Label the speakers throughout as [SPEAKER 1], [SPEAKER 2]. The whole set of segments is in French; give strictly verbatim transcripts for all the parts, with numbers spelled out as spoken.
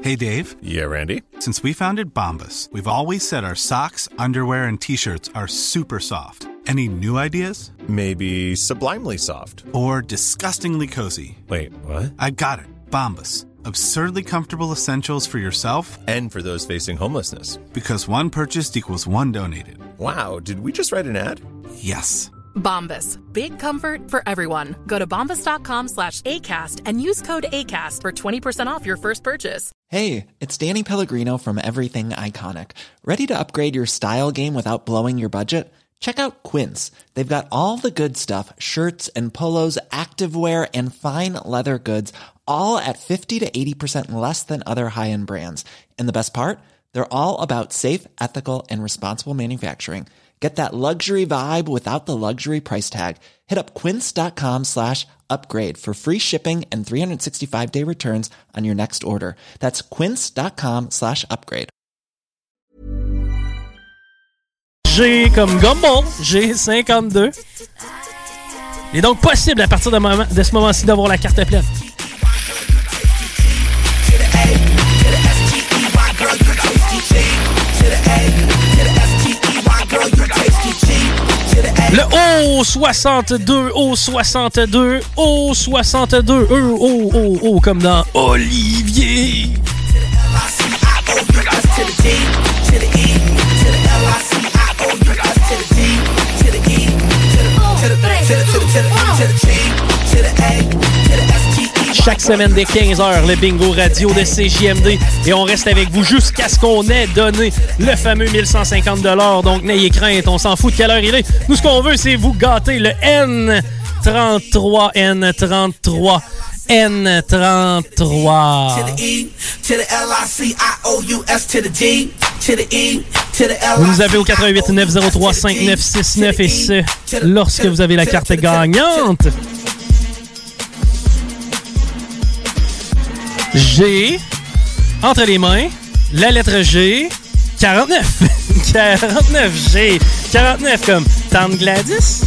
[SPEAKER 1] Hey, Dave.
[SPEAKER 2] Yeah, Randy?
[SPEAKER 1] Since we founded Bombas, we've always said our socks, underwear, and T-shirts are super soft. Any new ideas?
[SPEAKER 2] Maybe sublimely soft.
[SPEAKER 1] Or disgustingly cozy.
[SPEAKER 2] Wait, what?
[SPEAKER 1] I got it. Bombas. Absurdly comfortable essentials for yourself
[SPEAKER 2] and for those facing homelessness.
[SPEAKER 1] Because one purchased equals one donated.
[SPEAKER 2] Wow, did we just write an ad?
[SPEAKER 1] Yes.
[SPEAKER 3] Bombas. Big comfort for everyone. Go to bombas.com slash ACAST and use code ACAST for twenty percent off your first purchase.
[SPEAKER 4] Hey, it's Danny Pellegrino from Everything Iconic. Ready to upgrade your style game without blowing your budget? Check out Quince. They've got all the good stuff, shirts and polos, activewear, and fine leather goods, all at fifty to eighty percent less than other high-end brands. And the best part? They're all about safe, ethical, and responsible manufacturing. Get that luxury vibe without the luxury price tag. Hit up quince.com slash upgrade for free shipping and three sixty-five day returns on your next order. That's quince.com slash upgrade.
[SPEAKER 5] G comme Gumball, G cinquante-deux. Il est donc possible à partir de, moment, de ce moment-ci d'avoir la carte pleine. Le O soixante-deux, O soixante-deux, O soixante-deux, E, O, O, O, comme dans Olivier. Chaque semaine dès quinze heures, le bingo radio de C J M D. Et on reste avec vous jusqu'à ce qu'on ait donné le fameux mille cent cinquante dollars. Donc, n'ayez crainte, on s'en fout de quelle heure il est. Nous, ce qu'on veut, c'est vous gâter le N trente-trois, N trente-trois, N trente-trois. Vous nous avez au quatre un huit neuf zéro trois cinq neuf six neuf et ce, lorsque vous avez la carte gagnante. G, entre les mains, la lettre G, quarante-neuf. quarante-neuf, G. quarante-neuf comme Tante Gladys.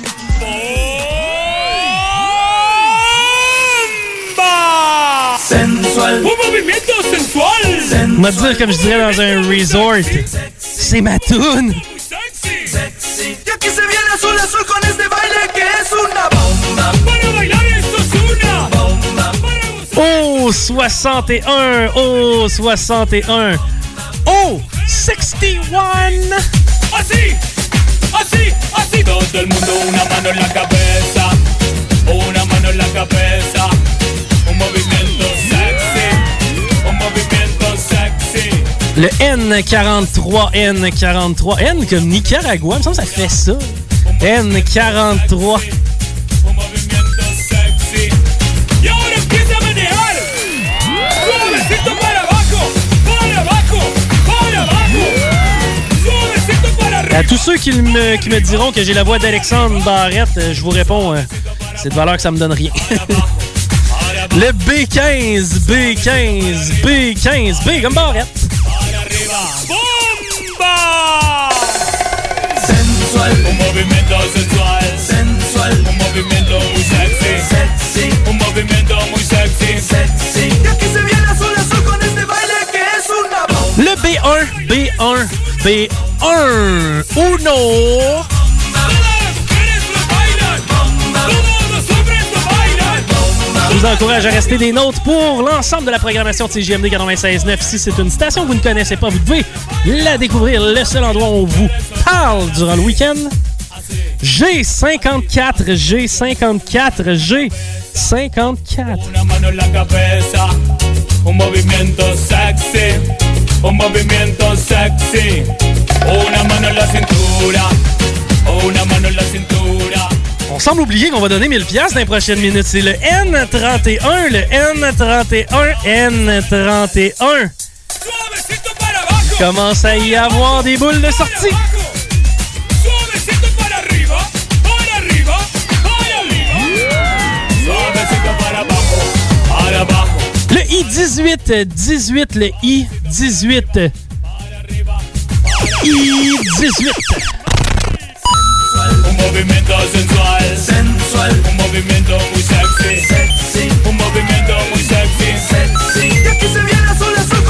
[SPEAKER 5] Bomba!
[SPEAKER 6] Sensual. Un movimiento sensual.
[SPEAKER 5] On va dire comme je dirais dans un resort. C'est ma toune.
[SPEAKER 6] Sexy. Sexy. Y aquí se viene azul azul con este baile que es una bomba. Para bailar esto es una bomba.
[SPEAKER 5] Oh, soixante et un, oh, soixante et un, oh, soixante-et-un.
[SPEAKER 6] Así, así, así. Todo el mundo una mano en la cabeza, una mano en la cabeza. Un movimiento sexy, un movimiento sexy.
[SPEAKER 5] Le N quarante-trois, N quarante-trois, N comme Nicaragua, il me semble que ça fait ça. N quarante-trois.
[SPEAKER 6] Un movimiento sexy. Y ahora empieza a manejar. Suavecito para abajo, para abajo, para abajo. Suavecito para arriba.
[SPEAKER 5] À tous ceux qui me, qui me diront que j'ai la voix d'Alexandre Barrette, je vous réponds, euh, c'est de valeur que ça me donne rien. Le B quinze, B quinze, B quinze, B comme Barrette.
[SPEAKER 6] Bomba! Sensual, un movimiento sensual. Sensual, un movimiento muy sexy. Sexy, un movimiento muy sexy. Sexy. Y aquí se viene azul azul con este baile que es una bomba.
[SPEAKER 5] Le B un, B un, B un, uno. Je vous encourage à rester des nôtres pour l'ensemble de la programmation de C J M D quatre-vingt-seize neuf. Si c'est une station que vous ne connaissez pas, vous devez la découvrir. Le seul endroit où on vous parle durant le week-end. G cinquante-quatre, G cinquante-quatre, G cinquante-quatre.
[SPEAKER 6] Una mano en la cabeza, un movimiento sexy, un movimiento sexy. Una mano en la cintura, una mano en la cintura.
[SPEAKER 5] On semble oublier qu'on va donner mille dollars dans les prochaines minutes. C'est le N trente et un, le N trente et un, N trente et un. Commence à y avoir des boules de sortie. Le I dix-huit, dix-huit, le I dix-huit. I dix-huit.
[SPEAKER 6] Un movimiento sensual, sensual, un movimiento muy sexy, sexy, un movimiento muy sexy, sexy. Y aquí se viene azul azul.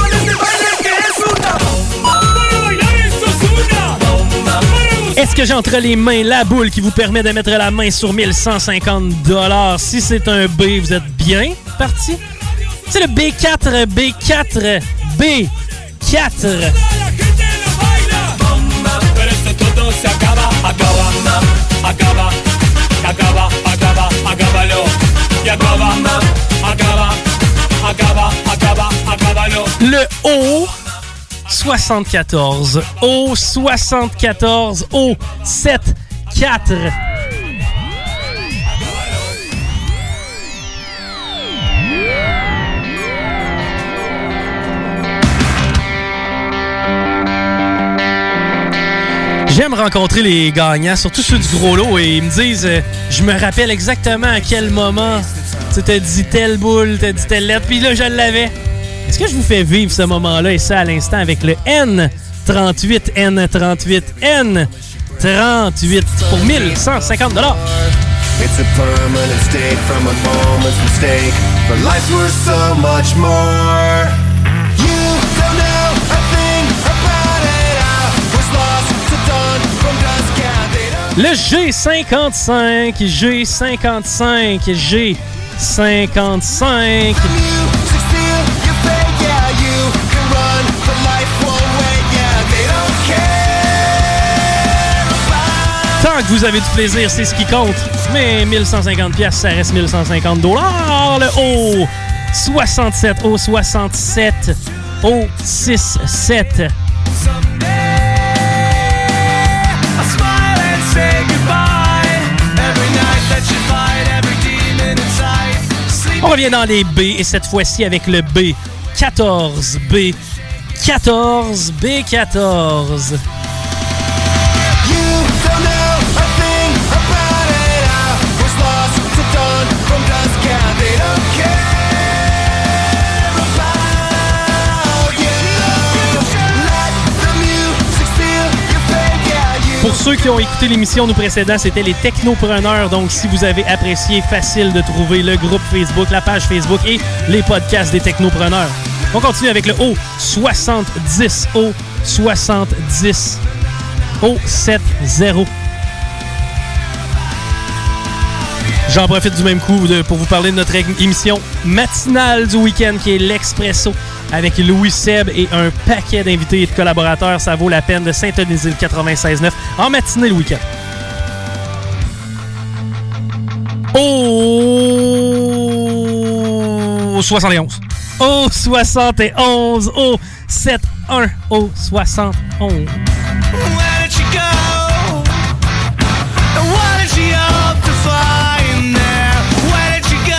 [SPEAKER 5] que j'ai entre les mains, la boule qui vous permet de mettre la main sur mille cent cinquante dollars. Si c'est un B, vous êtes bien parti. C'est le B quatre, B quatre, B quatre. Le O soixante-quatorze, O soixante-quatorze, O sept quatre. J'aime rencontrer les gagnants, surtout ceux du gros lot, et ils me disent, euh, je me rappelle exactement à quel moment tu t'as dit telle boule, t'as dit telle lettre, puis là, je l'avais. Est-ce que je vous fais vivre ce moment-là et ça à l'instant avec le N trente-huit, N trente-huit, N trente-huit pour mille cent cinquante dollars.
[SPEAKER 6] It's a permanent state from a moment's mistake, but life's worth so much more. You don't know a thing about it. I was lost to dawn from dusk, yeah, they don't.
[SPEAKER 5] Le G cinquante-cinq, G cinquante-cinq, G cinquante-cinq. Tant que vous avez du plaisir, c'est ce qui compte. Mais mille cent cinquante piastres, ça reste mille cent cinquante dollars. Le O soixante-sept, O soixante-sept, O soixante-sept. On revient dans les B et cette fois-ci avec le B quatorze, B quatorze, B quatorze. Pour ceux qui ont écouté l'émission nous précédents, c'était les Technopreneurs. Donc, si vous avez apprécié, facile de trouver le groupe Facebook, la page Facebook et les podcasts des Technopreneurs. On continue avec le O soixante-dix, O soixante-dix, O soixante-dix. J'en profite du même coup de, pour vous parler de notre émission matinale du week-end qui est l'Expresso avec Louis Seb et un paquet d'invités et de collaborateurs. Ça vaut la peine de syntoniser le quatre-vingt-seize neuf en matinée le week-end. Oh soixante et onze. Oh soixante et onze. Oh sept un. Oh soixante et onze.
[SPEAKER 6] Where did she go? What did she hope to find there? Where did she go?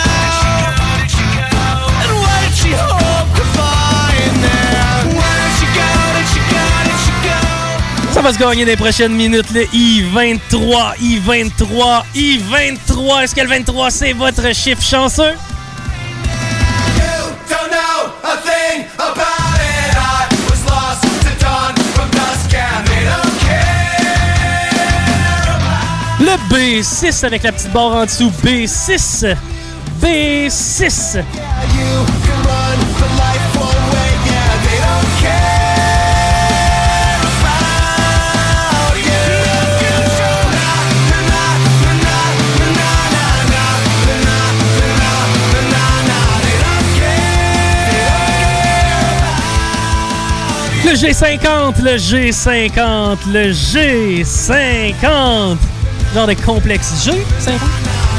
[SPEAKER 6] And what did she hope to find there? Where did she go? Did she go? Did she go?
[SPEAKER 5] Ça va se gagner dans les prochaines minutes, le I vingt-trois, I vingt-trois, I vingt-trois. Est-ce que le vingt-trois, c'est votre chiffre chanceux?
[SPEAKER 6] You don't know a thing about it. I was lost to dawn from dusk and they don't care about.
[SPEAKER 5] Le B six avec la petite barre en dessous. B six. B six.
[SPEAKER 6] You can run the life one way, yeah, they don't care about you.
[SPEAKER 5] Le G cinquante, le G cinquante, le G cinquante. Genre de complexe G cinquante.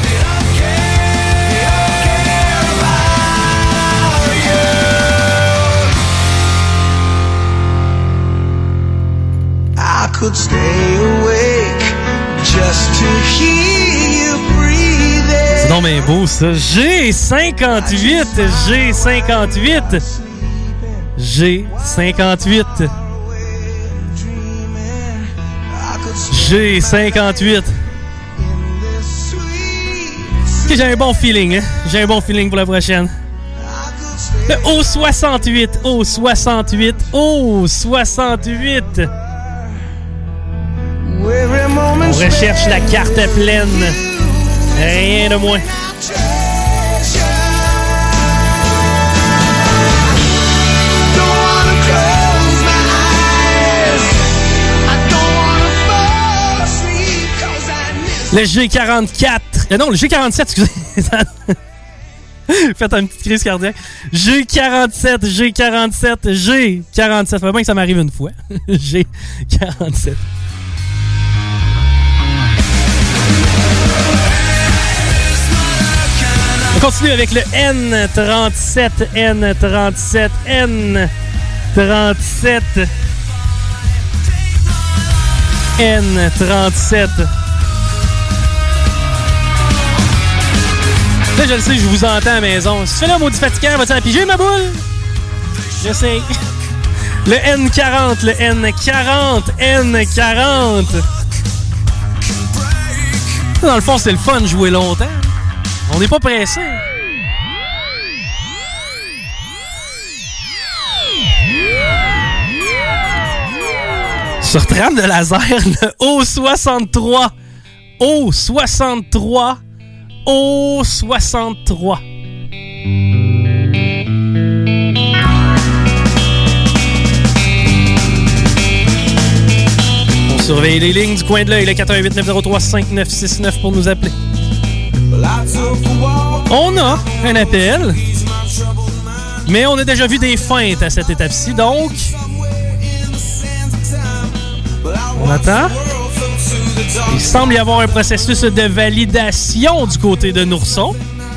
[SPEAKER 6] I could stay awake just to hear you breathing.
[SPEAKER 5] C'est donc bien beau ça. G cinquante-huit, G cinquante-huit. G cinquante-huit. G cinquante-huit. Okay, j'ai un bon feeling, hein? J'ai un bon feeling pour la prochaine. Le O soixante-huit, O soixante-huit, O soixante-huit. On recherche la carte pleine. Rien de moins. Le G quarante-quatre. Euh, non, le G quarante-sept, excusez. Faites une petite crise cardiaque. G quarante-sept, G quarante-sept, G quarante-sept. Faut bien que ça m'arrive une fois. G quarante-sept. On continue avec le N trente-sept, N trente-sept, N trente-sept, N trente-sept. Là, je le sais, je vous entends à la maison. Si tu fais là, maudit fatigant, vas-tu la piger, ma boule? J'essaie. Le N quarante, le N quarante, N quarante. Dans le fond, c'est le fun de jouer longtemps. On n'est pas pressé. Sur trame de laser, le O soixante-trois. O soixante-trois. O soixante-trois. On surveille les lignes du coin de l'œil, le quatre un huit neuf zéro trois cinq neuf six neuf pour nous appeler. On a un appel, mais on a déjà vu des feintes à cette étape-ci, donc on attend. Il semble y avoir un processus de validation du côté de Nourson.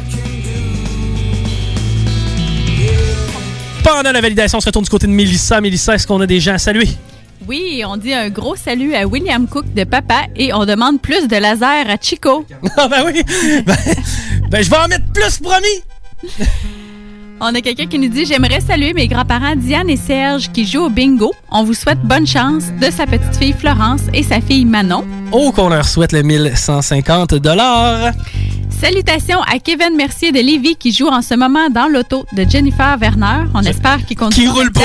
[SPEAKER 5] Pendant la validation, on se retourne du côté de Mélissa. Mélissa, est-ce qu'on a des gens à saluer?
[SPEAKER 7] Oui, on dit un gros salut à William Cook de Papa et on demande plus de laser à Chico.
[SPEAKER 5] Ah ben oui! Ben, ben je vais en mettre plus, promis!
[SPEAKER 7] On a quelqu'un qui nous dit « J'aimerais saluer mes grands-parents Diane et Serge qui jouent au bingo. On vous souhaite bonne chance de sa petite-fille Florence et sa fille Manon. »
[SPEAKER 5] Oh, qu'on leur souhaite le mille cent cinquante dollars.
[SPEAKER 7] Salutations à Kevin Mercier de Lévis qui joue en ce moment dans l'auto de Jennifer Werner. On Je... espère qu'il continue.
[SPEAKER 5] Qui roule pas!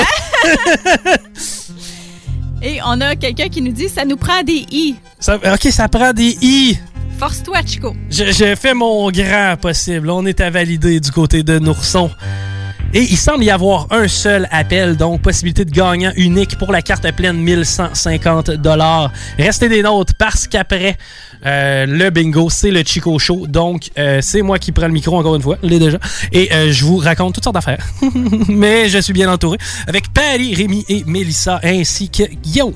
[SPEAKER 7] Et on a quelqu'un qui nous dit « Ça nous prend des i. »
[SPEAKER 5] Ça, OK, ça prend des i.
[SPEAKER 7] Force-toi, Chico.
[SPEAKER 5] Je, je fais mon grand possible. On est à valider du côté de Nourson. Et il semble y avoir un seul appel, donc possibilité de gagnant unique pour la carte pleine mille cent cinquante dollars. Restez des nôtres parce qu'après euh, le bingo, c'est le Chico Show. Donc, euh, c'est moi qui prends le micro encore une fois, je l'ai déjà. Et euh, je vous raconte toutes sortes d'affaires. Mais je suis bien entouré avec Paris, Rémi et Mélissa ainsi que Guillaume.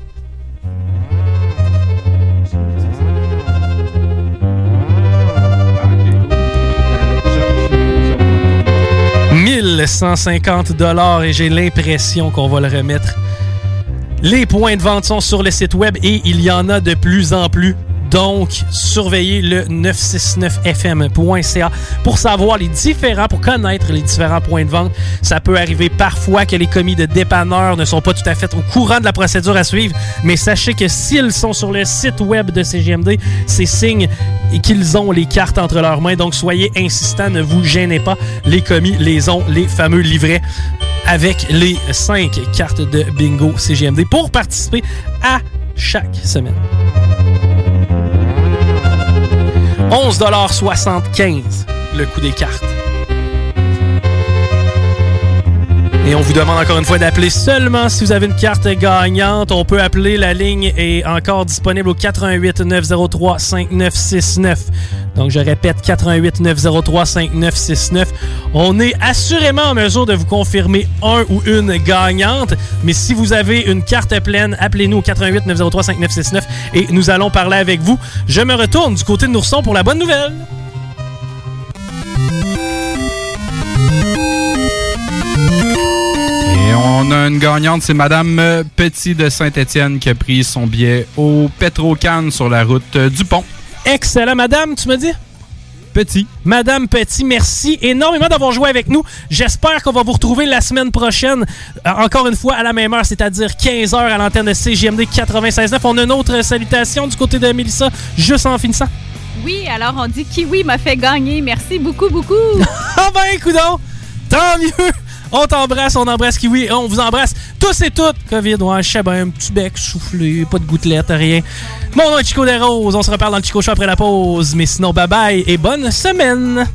[SPEAKER 5] mille cent cinquante dollars et j'ai l'impression qu'on va le remettre. Les points de vente sont sur le site web et il y en a de plus en plus. Donc, surveillez le neuf cent soixante-neuf F M point C A pour savoir les différents, pour connaître les différents points de vente. Ça peut arriver parfois que les commis de dépanneurs ne sont pas tout à fait au courant de la procédure à suivre, mais sachez que s'ils sont sur le site web de C G M D, c'est signe qu'ils ont les cartes entre leurs mains. Donc, soyez insistants, ne vous gênez pas. Les commis les ont, les fameux livrets avec les cinq cartes de bingo C G M D pour participer à chaque semaine. onze soixante-quinze le coût des cartes. Et on vous demande encore une fois d'appeler seulement si vous avez une carte gagnante. On peut appeler, la ligne est encore disponible au quatre un huit neuf zéro trois cinq neuf six neuf. Donc je répète, quatre un huit neuf zéro trois cinq neuf six neuf. On est assurément en mesure de vous confirmer un ou une gagnante. Mais si vous avez une carte pleine, appelez-nous au quatre un huit neuf zéro trois cinq neuf six neuf et nous allons parler avec vous. Je me retourne du côté de Nourson pour la bonne nouvelle.
[SPEAKER 8] Et on a une gagnante, c'est Madame Petit de Saint-Étienne qui a pris son billet au Petro-Can sur la route du Pont.
[SPEAKER 5] Excellent. Madame, tu me dis?
[SPEAKER 8] Petit.
[SPEAKER 5] Madame Petit, merci énormément d'avoir joué avec nous. J'espère qu'on va vous retrouver la semaine prochaine, euh, encore une fois à la même heure, c'est-à-dire quinze heures à l'antenne de C J M D quatre-vingt-seize neuf. On a une autre salutation du côté de Mélissa, juste en finissant.
[SPEAKER 7] Oui, alors on dit Kiwi m'a fait gagner. Merci beaucoup, beaucoup.
[SPEAKER 5] Ah ben, coudonc, tant mieux. On t'embrasse, on embrasse Kiwi, on vous embrasse tous et toutes. COVID, ouais, je sais bien, un petit bec soufflé, pas de gouttelettes, rien. Mon nom est Chico Desroses, on se reparle dans le Chico Show après la pause. Mais sinon, bye bye et bonne semaine.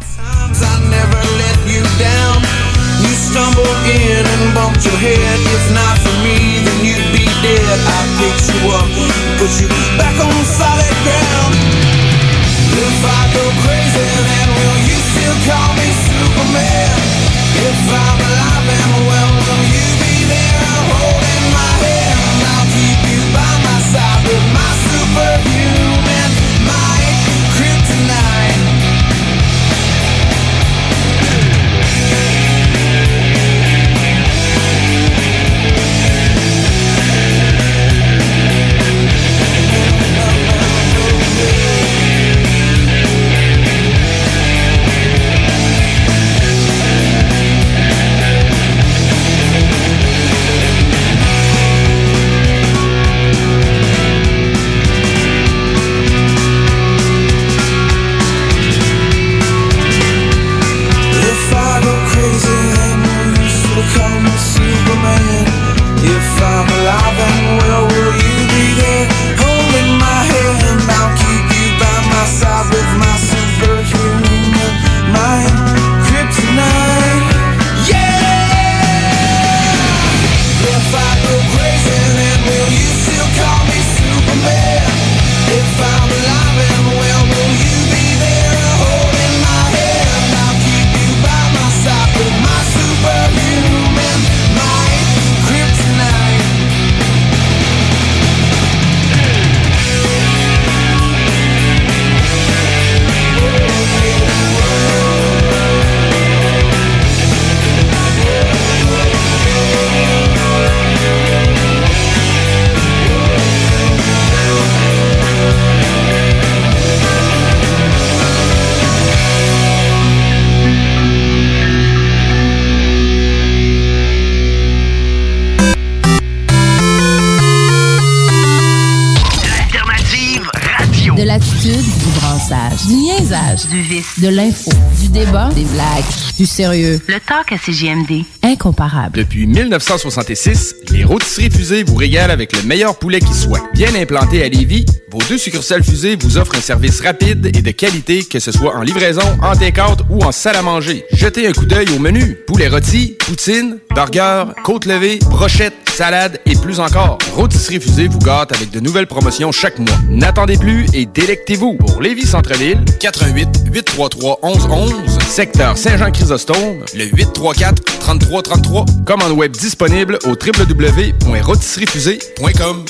[SPEAKER 9] Du niaisage, du vice, de l'info, du débat, des blagues, du sérieux. Le talk à C J M D. Incomparable.
[SPEAKER 10] Depuis mille neuf cent soixante-six, les Rôtisseries Fusées vous régalent avec le meilleur poulet qui soit. Bien implanté à Lévis, vos deux succursales Fusées vous offrent un service rapide et de qualité, que ce soit en livraison, en take-out ou en salle à manger. Jetez un coup d'œil au menu. Poulet rôti, poutine, burger, côte levée, brochette, salade et plus encore. Rôtisseries Fusées vous gâte avec de nouvelles promotions chaque mois. N'attendez plus et délectez-vous. Pour Lévis Centre-Ville, quatre un huit, huit trois trois, un un un un, secteur Saint-Jean-Chrysostome, le huit trois quatre, trois trois trois trois. Commande web disponible au w w w point rôtisserie fusée point com.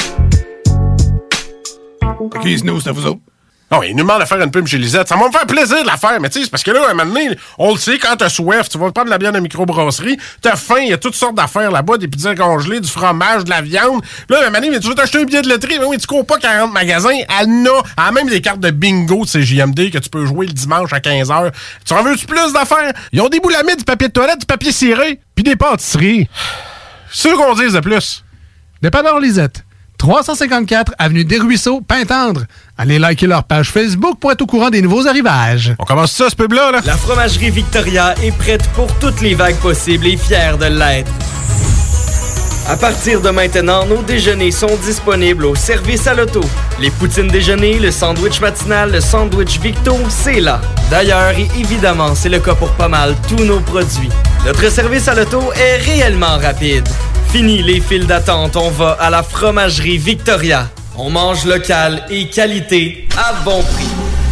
[SPEAKER 11] OK, nous, c'est à vous autres. Non, il nous demande de faire une pub chez Lisette. Ça va me faire plaisir de la faire, mais tu sais, c'est parce que là, à un moment donné, on le sait, quand t'as soif, tu vas prendre de la bière de microbrasserie, t'as faim, il y a toutes sortes d'affaires là-bas, des pizzas congelées, du fromage, de la viande. Là, à un moment donné, tu veux t'acheter un billet de loterie, mais oui, tu cours pas quarante magasins, elle en a, elle a même des cartes de bingo de C J M D que tu peux jouer le dimanche à quinze heures. Tu en veux-tu plus d'affaires? Ils ont des boulamides, du papier de toilette, du papier ciré, puis des pâtisseries. C'est sûr qu'on dise de plus.
[SPEAKER 12] Dépanneur Lisette. trois cent cinquante-quatre avenue des Ruisseaux, Pintendre. Allez liker leur page Facebook pour être au courant des nouveaux arrivages.
[SPEAKER 11] On commence ça, ce pub-là, là?
[SPEAKER 13] La fromagerie Victoria est prête pour toutes les vagues possibles et fière de l'être. À partir de maintenant, nos déjeuners sont disponibles au service à l'auto. Les poutines déjeuner, le sandwich matinal, le sandwich Victo, c'est là. D'ailleurs, et évidemment, c'est le cas pour pas mal tous nos produits. Notre service à l'auto est réellement rapide. Fini les files d'attente, on va à la fromagerie Victoria. On mange local et qualité à bon prix.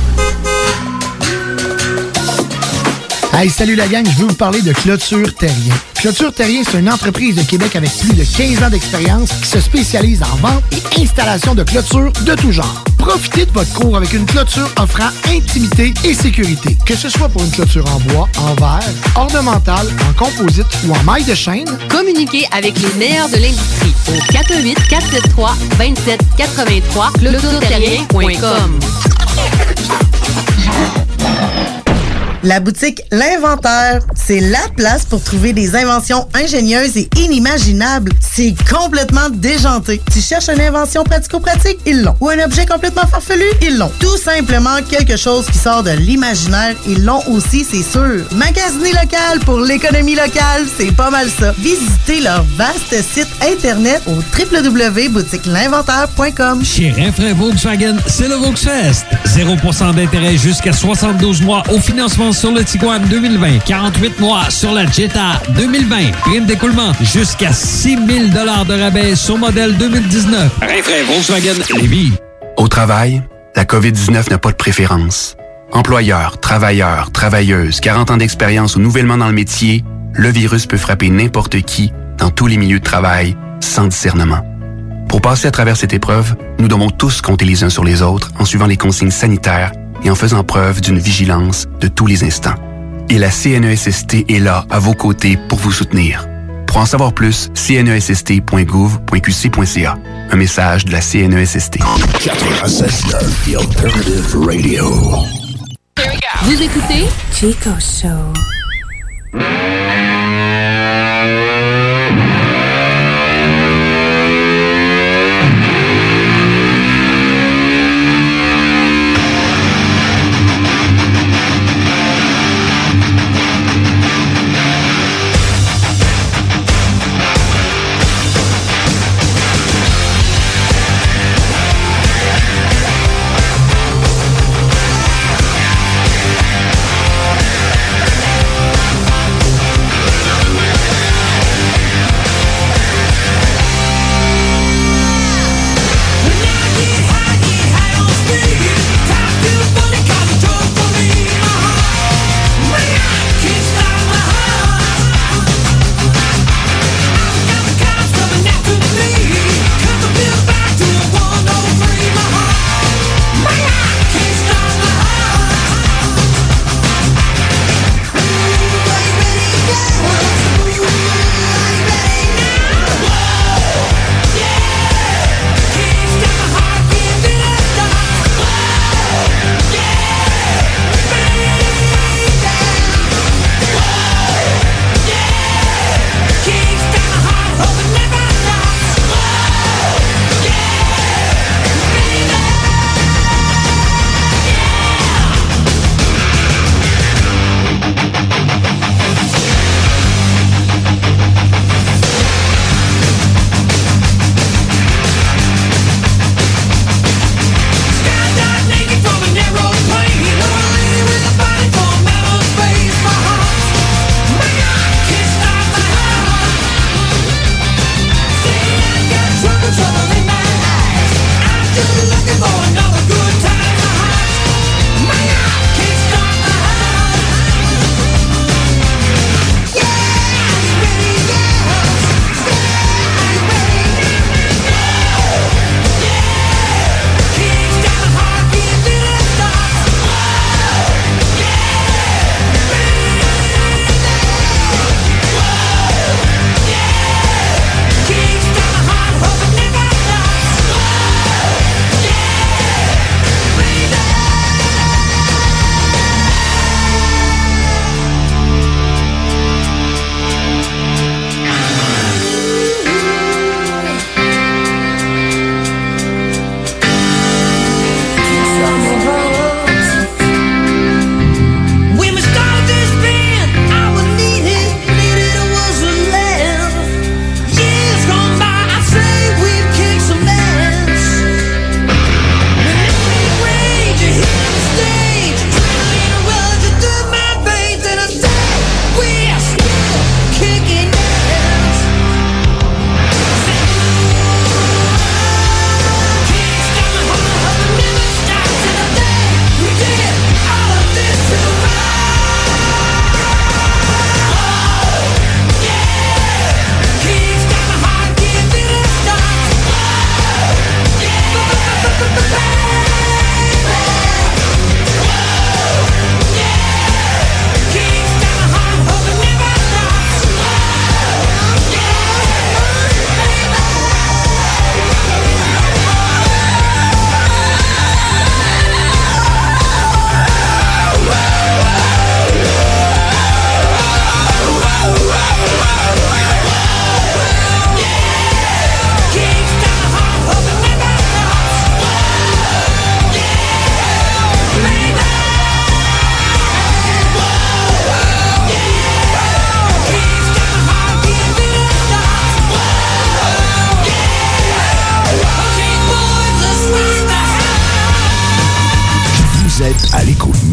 [SPEAKER 14] Hey, salut la gang, je veux vous parler de Clôture Terrien. Clôture Terrien, c'est une entreprise de Québec avec plus de quinze ans d'expérience qui se spécialise en vente et installation de clôtures de tout genre. Profitez de votre cour avec une clôture offrant intimité et sécurité. Que ce soit pour une clôture en bois, en verre, ornementale, en composite ou en maille de chaîne,
[SPEAKER 15] communiquez avec les meilleurs de l'industrie au quatre un huit, quatre sept trois, deux sept huit trois, clôture terrien point com.
[SPEAKER 16] La boutique L'Inventaire, c'est la place pour trouver des inventions ingénieuses et inimaginables. C'est complètement déjanté. Tu cherches une invention pratico-pratique? Ils l'ont. Ou un objet complètement farfelu? Ils l'ont. Tout simplement quelque chose qui sort de l'imaginaire? Ils l'ont aussi, c'est sûr. Magasiner local pour l'économie locale, c'est pas mal ça. Visitez leur vaste site internet au w w w point boutique l'inventaire point com.
[SPEAKER 17] Chez Rinfraie Volkswagen, c'est le Volksfest. zéro pour cent d'intérêt jusqu'à soixante-douze mois au financement sur le Tiguan deux mille vingt. quarante-huit mois sur la Jetta deux mille vingt. Prime d'écoulement jusqu'à six mille dollars de rabais sur modèle deux mille dix-neuf. Rinfraie Volkswagen Lévis.
[SPEAKER 18] Au travail, la covid dix-neuf n'a pas de préférence. Employeur, travailleur, travailleuse, quarante ans d'expérience ou nouvellement dans le métier, le virus peut frapper n'importe qui dans tous les milieux de travail sans discernement. Pour passer à travers cette épreuve, nous devons tous compter les uns sur les autres en suivant les consignes sanitaires et en faisant preuve d'une vigilance de tous les instants. Et la C N E S S T est là, à vos côtés, pour vous soutenir. Pour en savoir plus, c n e s s t point gouv point q c point c a. Un message de la C N E S S T.
[SPEAKER 6] quatre-vingt-seize neuf, The Alternative Radio.
[SPEAKER 15] Vous écoutez Chico Show.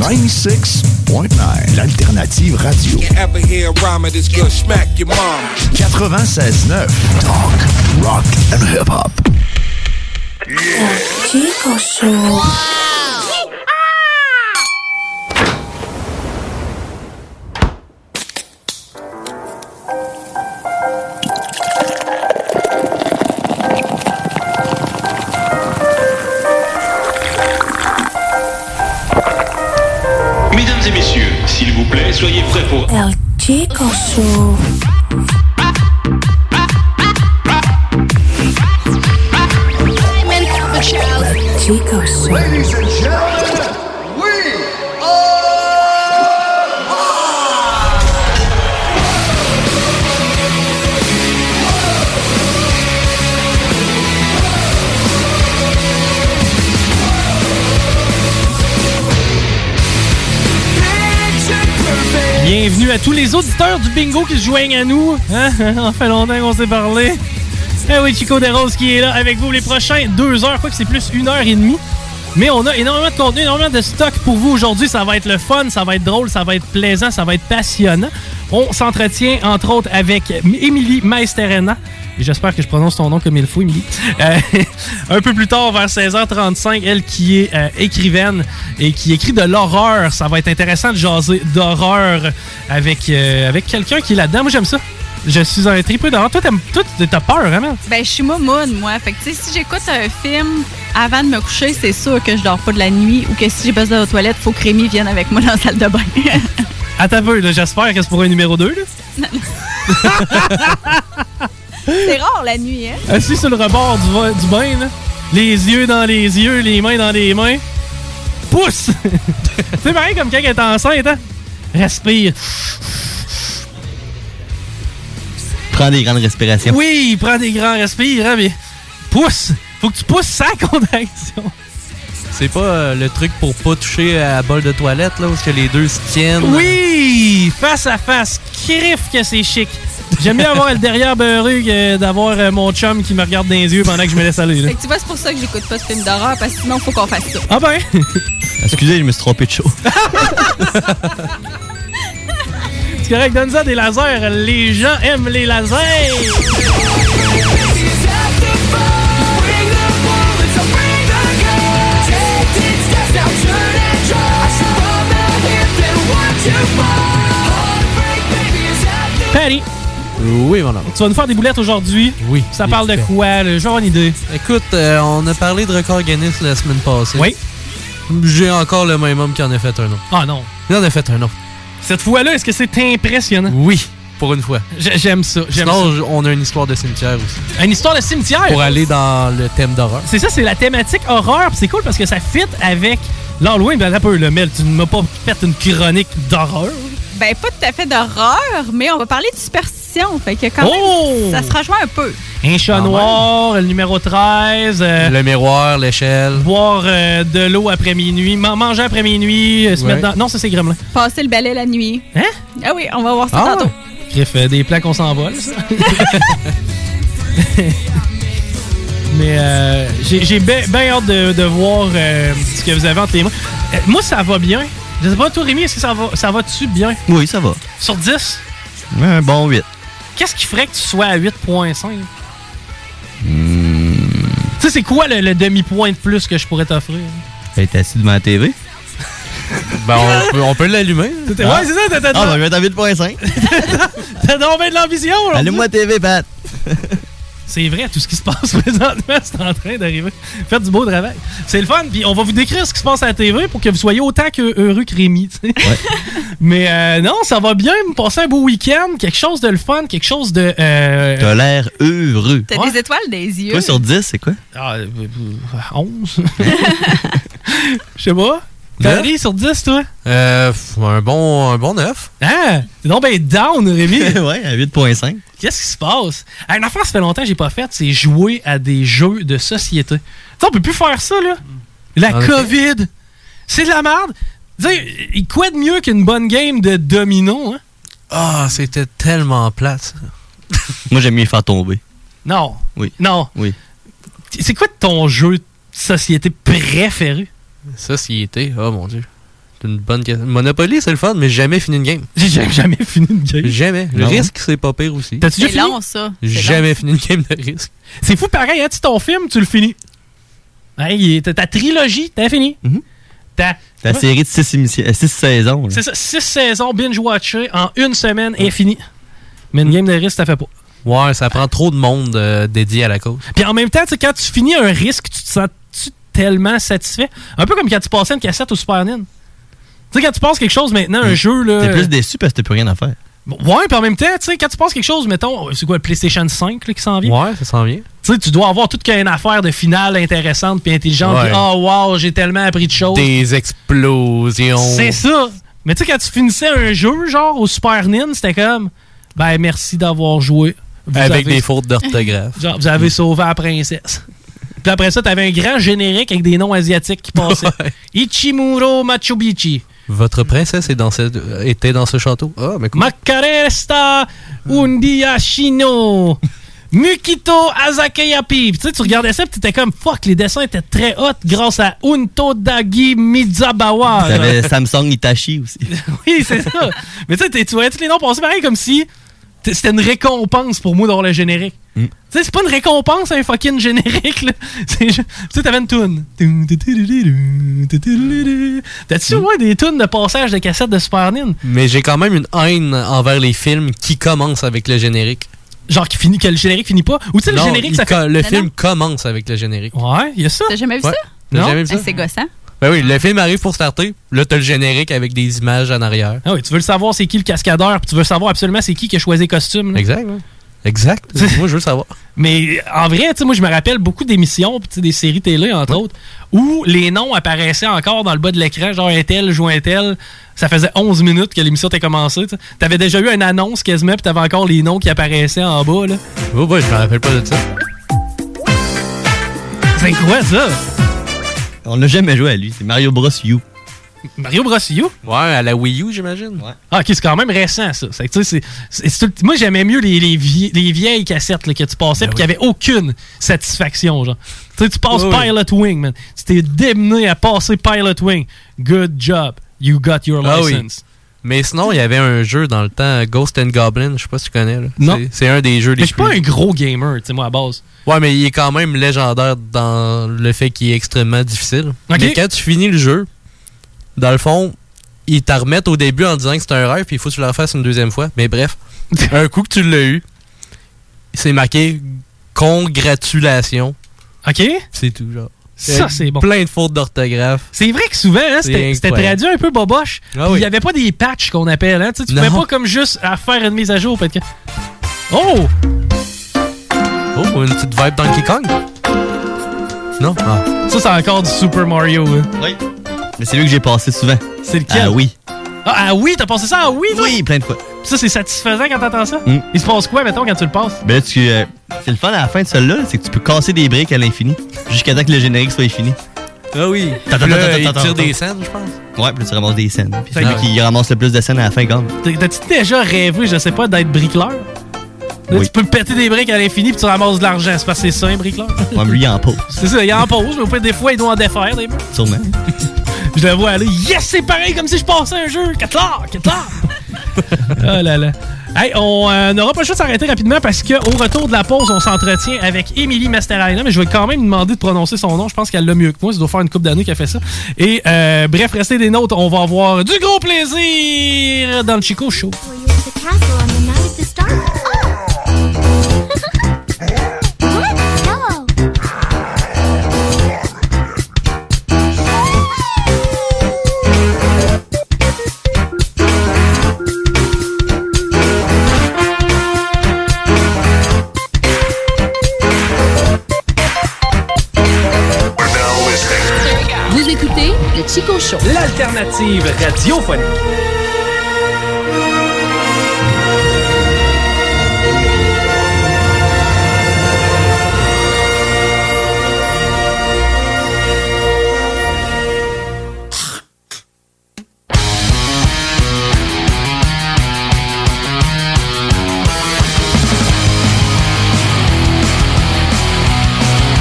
[SPEAKER 19] quatre-vingt-seize point neuf, l'alternative radio. quatre-vingt-seize neuf, talk, rock and hip-hop.
[SPEAKER 6] Chico Show.
[SPEAKER 20] Mesdames et messieurs, s'il vous plaît, soyez prêts pour
[SPEAKER 6] El Chico Show. Chico Show.
[SPEAKER 19] Ladies and gentlemen, we
[SPEAKER 5] Bienvenue à tous les auditeurs du bingo qui se joignent à nous. Hein? Ça fait longtemps qu'on s'est parlé. Eh oui, Chico Desroses qui est là avec vous les prochains deux heures, quoi que c'est plus une heure et demie. Mais on a énormément de contenu, énormément de stock pour vous aujourd'hui. Ça va être le fun, ça va être drôle, ça va être plaisant, ça va être passionnant. On s'entretient, entre autres, avec Émilie Maesterena. Et j'espère que je prononce ton nom comme il faut, Émilie. Euh, un peu plus tard, vers seize heures trente-cinq, elle qui est euh, écrivaine et qui écrit de l'horreur. Ça va être intéressant de jaser d'horreur avec, euh, avec quelqu'un qui est là-dedans. Moi, j'aime ça. Je suis un tripeux d'horreur. Toi, toi, t'as peur, vraiment?
[SPEAKER 7] Ben, je suis moumoune, moi. Fait que, tu sais, si j'écoute un film avant de me coucher, c'est sûr que je dors pas de la nuit ou que si j'ai besoin de la toilette, faut que Rémi vienne avec moi dans la salle de bain.
[SPEAKER 5] Attends un peu, là. J'espère que c'est pour un numéro deux, là.
[SPEAKER 7] C'est rare, la nuit, hein?
[SPEAKER 5] Assis sur le rebord du, du bain, là. Les yeux dans les yeux, les mains dans les mains. Pousse! C'est pareil comme quand elle est enceinte, hein? Respire.
[SPEAKER 21] Prends des grandes respirations.
[SPEAKER 5] Oui, prends des grands respires, hein, mais pousse! Faut que tu pousses sans contraction.
[SPEAKER 21] C'est pas euh, le truc pour pas toucher à la bol de toilette, là, où que les deux se tiennent.
[SPEAKER 5] Oui! Face à face. Crif que c'est chic. J'aime bien avoir le derrière beurré que d'avoir euh, mon chum qui me regarde dans les yeux pendant que je me laisse aller. Là.
[SPEAKER 7] Fait que tu vois, c'est pour ça que j'écoute pas de films d'horreur, parce que sinon, faut qu'on fasse ça.
[SPEAKER 5] Ah ben?
[SPEAKER 21] Excusez, je me suis trompé de show.
[SPEAKER 5] C'est correct, donne ça des lasers. Les gens aiment les lasers. Patty.
[SPEAKER 21] Oui, mon homme.
[SPEAKER 5] Tu vas nous faire des boulettes aujourd'hui.
[SPEAKER 21] Oui.
[SPEAKER 5] Ça parle de quoi? J'ai une idée.
[SPEAKER 21] Écoute, euh, on a parlé de record Guinness la semaine passée.
[SPEAKER 5] Oui.
[SPEAKER 21] J'ai encore le même homme qui en a fait un autre.
[SPEAKER 5] Ah non.
[SPEAKER 21] Il en a fait un autre.
[SPEAKER 5] Cette fois-là, est-ce que c'est impressionnant?
[SPEAKER 21] Oui, pour une fois.
[SPEAKER 5] J'aime ça. J'aime
[SPEAKER 21] Sinon,
[SPEAKER 5] ça.
[SPEAKER 21] on a une histoire de cimetière aussi.
[SPEAKER 5] Une histoire de cimetière?
[SPEAKER 21] Pour aller dans le thème d'horreur.
[SPEAKER 5] C'est ça, c'est la thématique horreur. C'est cool parce que ça fit avec l'Halloween. Ben, un peu, le Mel, tu ne m'as pas fait une chronique d'horreur.
[SPEAKER 7] Ben, pas tout à fait d'horreur, mais on va parler de superstition. Fait que quand
[SPEAKER 5] oh!
[SPEAKER 7] même, ça se rejoint un peu.
[SPEAKER 5] Un chat
[SPEAKER 21] ah,
[SPEAKER 5] noir, ouais. Le numéro treize. Euh,
[SPEAKER 21] le miroir, l'échelle.
[SPEAKER 5] Boire euh, de l'eau après minuit. Man- manger après minuit. Euh, se ouais. mettre dans... Non, ça, c'est Gremlin.
[SPEAKER 7] Passer le balai la nuit.
[SPEAKER 5] Hein?
[SPEAKER 7] Ah oui, on va voir ça
[SPEAKER 5] ah,
[SPEAKER 7] tantôt.
[SPEAKER 5] Bref, euh, des plans qu'on s'envole, ça. Mais euh, j'ai, j'ai bien ben hâte de, de voir euh, ce que vous avez entre les mains. Euh, moi, ça va bien. Je sais pas, toi, Rémi, est-ce que ça va, ça va-tu bien?
[SPEAKER 21] Oui, ça va.
[SPEAKER 5] Sur dix?
[SPEAKER 21] Un bon huit.
[SPEAKER 5] Qu'est-ce qui ferait que tu sois à huit virgule cinq?
[SPEAKER 21] Mmh.
[SPEAKER 5] Tu sais, c'est quoi le, le demi-point de plus que je pourrais t'offrir?
[SPEAKER 21] Être assis devant la T V? Ben, on peut, on peut l'allumer.
[SPEAKER 5] Ah. Ouais, c'est ça. T'as, t'as
[SPEAKER 21] ah, ben, je vais être à huit virgule cinq.
[SPEAKER 5] T'as donc bien de l'ambition.
[SPEAKER 21] Allume-moi la T V, Pat.
[SPEAKER 5] C'est vrai, tout ce qui se passe présentement, c'est en train d'arriver. Faites du beau travail. C'est le fun, puis on va vous décrire ce qui se passe à la T V pour que vous soyez autant que heureux que Rémi. Ouais. Mais euh, non, ça va bien, me passer un beau week-end, quelque chose de le fun, quelque chose de... Euh...
[SPEAKER 21] T'as l'air heureux.
[SPEAKER 7] T'as ouais. des étoiles des yeux.
[SPEAKER 21] Toi, sur dix, c'est quoi?
[SPEAKER 5] Ah, euh, onze. Je sais pas. Paris sur dix, toi?
[SPEAKER 21] Euh, un bon, un bon neuf.
[SPEAKER 5] Ah! T'es donc ben down, Rémi.
[SPEAKER 21] Ouais, à huit virgule cinq.
[SPEAKER 5] Qu'est-ce qui se passe? Ah, une affaire, ça fait longtemps que j'ai pas fait, c'est jouer à des jeux de société. Tu sais, on peut plus faire ça, là. La en COVID. Effet. C'est de la merde. Tu sais, quoi de mieux qu'une bonne game de domino, hein?
[SPEAKER 21] Ah, oh, c'était tellement plate, ça. Moi, j'aime mieux faire tomber.
[SPEAKER 5] Non.
[SPEAKER 21] Oui.
[SPEAKER 5] Non.
[SPEAKER 21] Oui.
[SPEAKER 5] C'est quoi ton jeu de société préféré?
[SPEAKER 21] Société? Oh, mon Dieu. C'est une bonne question. Monopoly, c'est le fun, mais j'ai jamais fini une game.
[SPEAKER 5] J'ai jamais, jamais fini une game.
[SPEAKER 21] Jamais. Le
[SPEAKER 5] Non.
[SPEAKER 21] risque, c'est pas pire aussi.
[SPEAKER 5] T'as-tu déjà
[SPEAKER 7] C'est
[SPEAKER 5] fini?
[SPEAKER 7] long, ça.
[SPEAKER 21] J'ai
[SPEAKER 7] C'est
[SPEAKER 21] jamais
[SPEAKER 7] long.
[SPEAKER 21] fini une game de risque.
[SPEAKER 5] C'est fou pareil, hein? Tu ton film, tu le finis. Hey, t'as ta trilogie, t'as fini. T'as-
[SPEAKER 2] La série de six, émissions, euh, six saisons. là.
[SPEAKER 5] C'est ça, six saisons binge-watchées en une semaine et fini. Mais une game de risque, ça fait pas.
[SPEAKER 21] Ouais, ça prend trop de monde euh, dédié à la cause.
[SPEAKER 5] Puis en même temps, tu sais, quand tu finis un risque, tu te sens-tu tellement satisfait? Un peu comme quand tu passais une cassette au Super Nintendo. Tu sais, quand tu passes quelque chose maintenant, un jeu, là.
[SPEAKER 2] T'es plus déçu parce que t'as plus rien à faire.
[SPEAKER 5] Ouais, puis en même temps, tu sais, quand tu passes quelque chose, mettons, c'est quoi, le PlayStation cinq là, qui s'en vient?
[SPEAKER 21] Ouais, ça s'en vient.
[SPEAKER 5] Tu sais, tu dois avoir toute une affaire de finale intéressante puis intelligente.
[SPEAKER 21] Ouais.
[SPEAKER 5] Puis, oh wow, j'ai tellement appris de choses.
[SPEAKER 21] Des explosions.
[SPEAKER 5] C'est ça. Mais tu sais, quand tu finissais un jeu, genre au Super Nintendo, c'était comme, ben merci d'avoir joué. Vous
[SPEAKER 21] Avec
[SPEAKER 5] avez-
[SPEAKER 21] des fautes d'orthographe.
[SPEAKER 5] Genre, vous avez sauvé la princesse. Puis après ça, t'avais un grand générique avec des noms asiatiques qui passaient. Ichimuro Machubichi.
[SPEAKER 21] Votre princesse est dans ce- était dans ce château. Ah, mais quoi?
[SPEAKER 5] Macaresta Undia Shino. Mukito Azakeyapi. Puis tu sais, tu regardais ça, puis t'étais comme, fuck, les dessins étaient très hot grâce à Unto Dagi Mizabawa.
[SPEAKER 2] T'avais Samsung Itachi aussi.
[SPEAKER 5] Oui, c'est ça. Mais tu sais, t'es- tu voyais tous les noms passer pareil comme si t- c'était une récompense pour moi d'avoir le générique.
[SPEAKER 2] Mm.
[SPEAKER 5] Tu sais, c'est pas une récompense, un fucking générique, là. C'est ju- Tu sais, t'avais une toune. T'as-tu ouais, des tunes de passage de cassettes de Super Nintendo?
[SPEAKER 21] Mais j'ai quand même une haine envers les films qui commencent avec le générique.
[SPEAKER 5] Genre qui finit, que le générique finit pas? Ou tu sais, le
[SPEAKER 21] Non,
[SPEAKER 5] générique,
[SPEAKER 21] il
[SPEAKER 5] ça
[SPEAKER 21] co-
[SPEAKER 5] fait...
[SPEAKER 21] Le
[SPEAKER 5] Non,
[SPEAKER 21] film
[SPEAKER 5] non.
[SPEAKER 21] commence avec le générique.
[SPEAKER 5] Ouais, il y a ça.
[SPEAKER 7] T'as jamais vu
[SPEAKER 21] Ouais.
[SPEAKER 7] ça?
[SPEAKER 21] T'as
[SPEAKER 5] Non?
[SPEAKER 21] jamais vu ça?
[SPEAKER 7] Eh, c'est gossant.
[SPEAKER 21] Ben oui, le film arrive pour starter. Là, t'as le générique avec des images en arrière.
[SPEAKER 5] Ah oui, tu veux le savoir c'est qui le cascadeur, puis tu veux savoir absolument c'est qui qui a choisi le costume. là.
[SPEAKER 21] Exact. ouais. Exact. Moi, je veux le savoir.
[SPEAKER 5] Mais en vrai, tu sais, moi, je me rappelle beaucoup d'émissions, puis tu sais, des séries télé, entre autres, où les noms apparaissaient encore dans le bas de l'écran, genre un tel joue un tel. Ça faisait onze minutes que l'émission était commencée. Tu avais déjà eu une annonce quasiment, puis t'avais encore les noms qui apparaissaient en bas. Là.
[SPEAKER 21] Oh, bah, je me rappelle pas de ça.
[SPEAKER 5] C'est quoi ça?
[SPEAKER 2] On n'a jamais joué à lui. C'est Mario Bros. U.
[SPEAKER 5] Mario Bros. U?
[SPEAKER 21] Ouais, à la Wii U, j'imagine. Ouais.
[SPEAKER 5] Ah, ok, c'est quand même récent, ça. C'est que, tu sais, c'est- c'est- c'est tout- moi, j'aimais mieux les, les, vie- les vieilles cassettes là, que tu passais, puis qu'il n'y avait aucune satisfaction. Genre. Tu sais, tu passes
[SPEAKER 21] Oui, oui.
[SPEAKER 5] Pilot Wing, man. Tu t'es démené à passer Pilot Wing. Good job. You got your
[SPEAKER 21] Ah oui.
[SPEAKER 5] license.
[SPEAKER 21] Mais sinon, il y avait un jeu dans le temps, Ghost and Goblin, je sais pas si tu connais. Là.
[SPEAKER 5] Non.
[SPEAKER 21] C'est- C'est un des jeux les
[SPEAKER 5] Mais je suis
[SPEAKER 21] plus...
[SPEAKER 5] pas un gros gamer, tu sais, moi, à base.
[SPEAKER 21] Ouais, mais il est quand même légendaire dans le fait qu'il est extrêmement difficile.
[SPEAKER 5] Ok.
[SPEAKER 21] Mais quand tu finis le jeu, dans le fond, ils te remettent au début en disant que c'est un rêve, puis il faut que tu le refasses une deuxième fois. Mais bref, un coup que tu l'as eu, c'est marqué « Congratulations ».
[SPEAKER 5] OK?
[SPEAKER 21] C'est tout, genre.
[SPEAKER 5] Ça, c'est bon.
[SPEAKER 21] Plein de fautes d'orthographe.
[SPEAKER 5] C'est vrai que souvent, hein,
[SPEAKER 21] C'est
[SPEAKER 5] c'était c'était
[SPEAKER 21] incroyable.
[SPEAKER 5] traduit un peu boboche.
[SPEAKER 21] Ah
[SPEAKER 5] Puis
[SPEAKER 21] oui.
[SPEAKER 5] il y avait pas des patchs qu'on appelle. Hein, tu sais, tu pouvais
[SPEAKER 21] Non.
[SPEAKER 5] pas comme juste à faire une mise à jour. Parce que... Oh!
[SPEAKER 21] Oh, une petite vibe Donkey Kong. Non? Ah.
[SPEAKER 5] Ça, c'est encore du Super Mario. Hein.
[SPEAKER 2] Oui. Mais c'est lui que j'ai passé souvent.
[SPEAKER 5] C'est lequel?
[SPEAKER 2] Ah oui.
[SPEAKER 5] Ah, ah oui, t'as passé ça? Ah oui, toi?
[SPEAKER 2] Oui, plein de fois.
[SPEAKER 5] Puis ça, c'est satisfaisant quand t'entends ça?
[SPEAKER 2] Mm.
[SPEAKER 5] Il se passe quoi, mettons, quand tu le passes?
[SPEAKER 2] Ben là, tu, euh, c'est le fun à la fin de celle-là, c'est que tu peux casser des briques à l'infini jusqu'à temps que le générique soit fini.
[SPEAKER 21] Ah oui.
[SPEAKER 2] Tata,
[SPEAKER 21] Puis là,
[SPEAKER 2] tata,
[SPEAKER 21] il
[SPEAKER 2] tata,
[SPEAKER 21] tire
[SPEAKER 2] tata.
[SPEAKER 21] des scènes, je pense.
[SPEAKER 2] Ouais, puis là, tu ramasses des scènes. Puis
[SPEAKER 5] Fait
[SPEAKER 2] celui
[SPEAKER 5] que-
[SPEAKER 2] qui ramasse le plus de scènes à la fin gagne.
[SPEAKER 5] T'as- T'as-tu déjà rêvé, je sais pas, d'être bricoleur? Là,
[SPEAKER 2] Oui.
[SPEAKER 5] tu peux péter des briques à l'infini puis tu ramasses de l'argent. C'est parce que c'est ça, un bricoleur.
[SPEAKER 2] Ouais, mais lui, il en pose,
[SPEAKER 5] C'est ça, il en pose, mais au pire, des fois, il doit en défaire des murs.
[SPEAKER 2] sûrement.
[SPEAKER 5] Je le vois aller. Yes, c'est pareil comme si je passais un jeu. Quatre-là, quatre-là. Oh là là. Hey, on euh, n'aura pas le choix de s'arrêter rapidement parce qu'au retour de la pause, on s'entretient avec Émilie Masteraina, mais je vais quand même lui demander de prononcer son nom. Je pense qu'elle l'a mieux que moi. Ça doit faire une couple d'années qu'elle fait ça. Et euh, bref, restez des nôtres. On va avoir du gros plaisir dans le Chico Show.
[SPEAKER 15] Vous écoutez le Chico Show.
[SPEAKER 5] L'alternative radiophonique.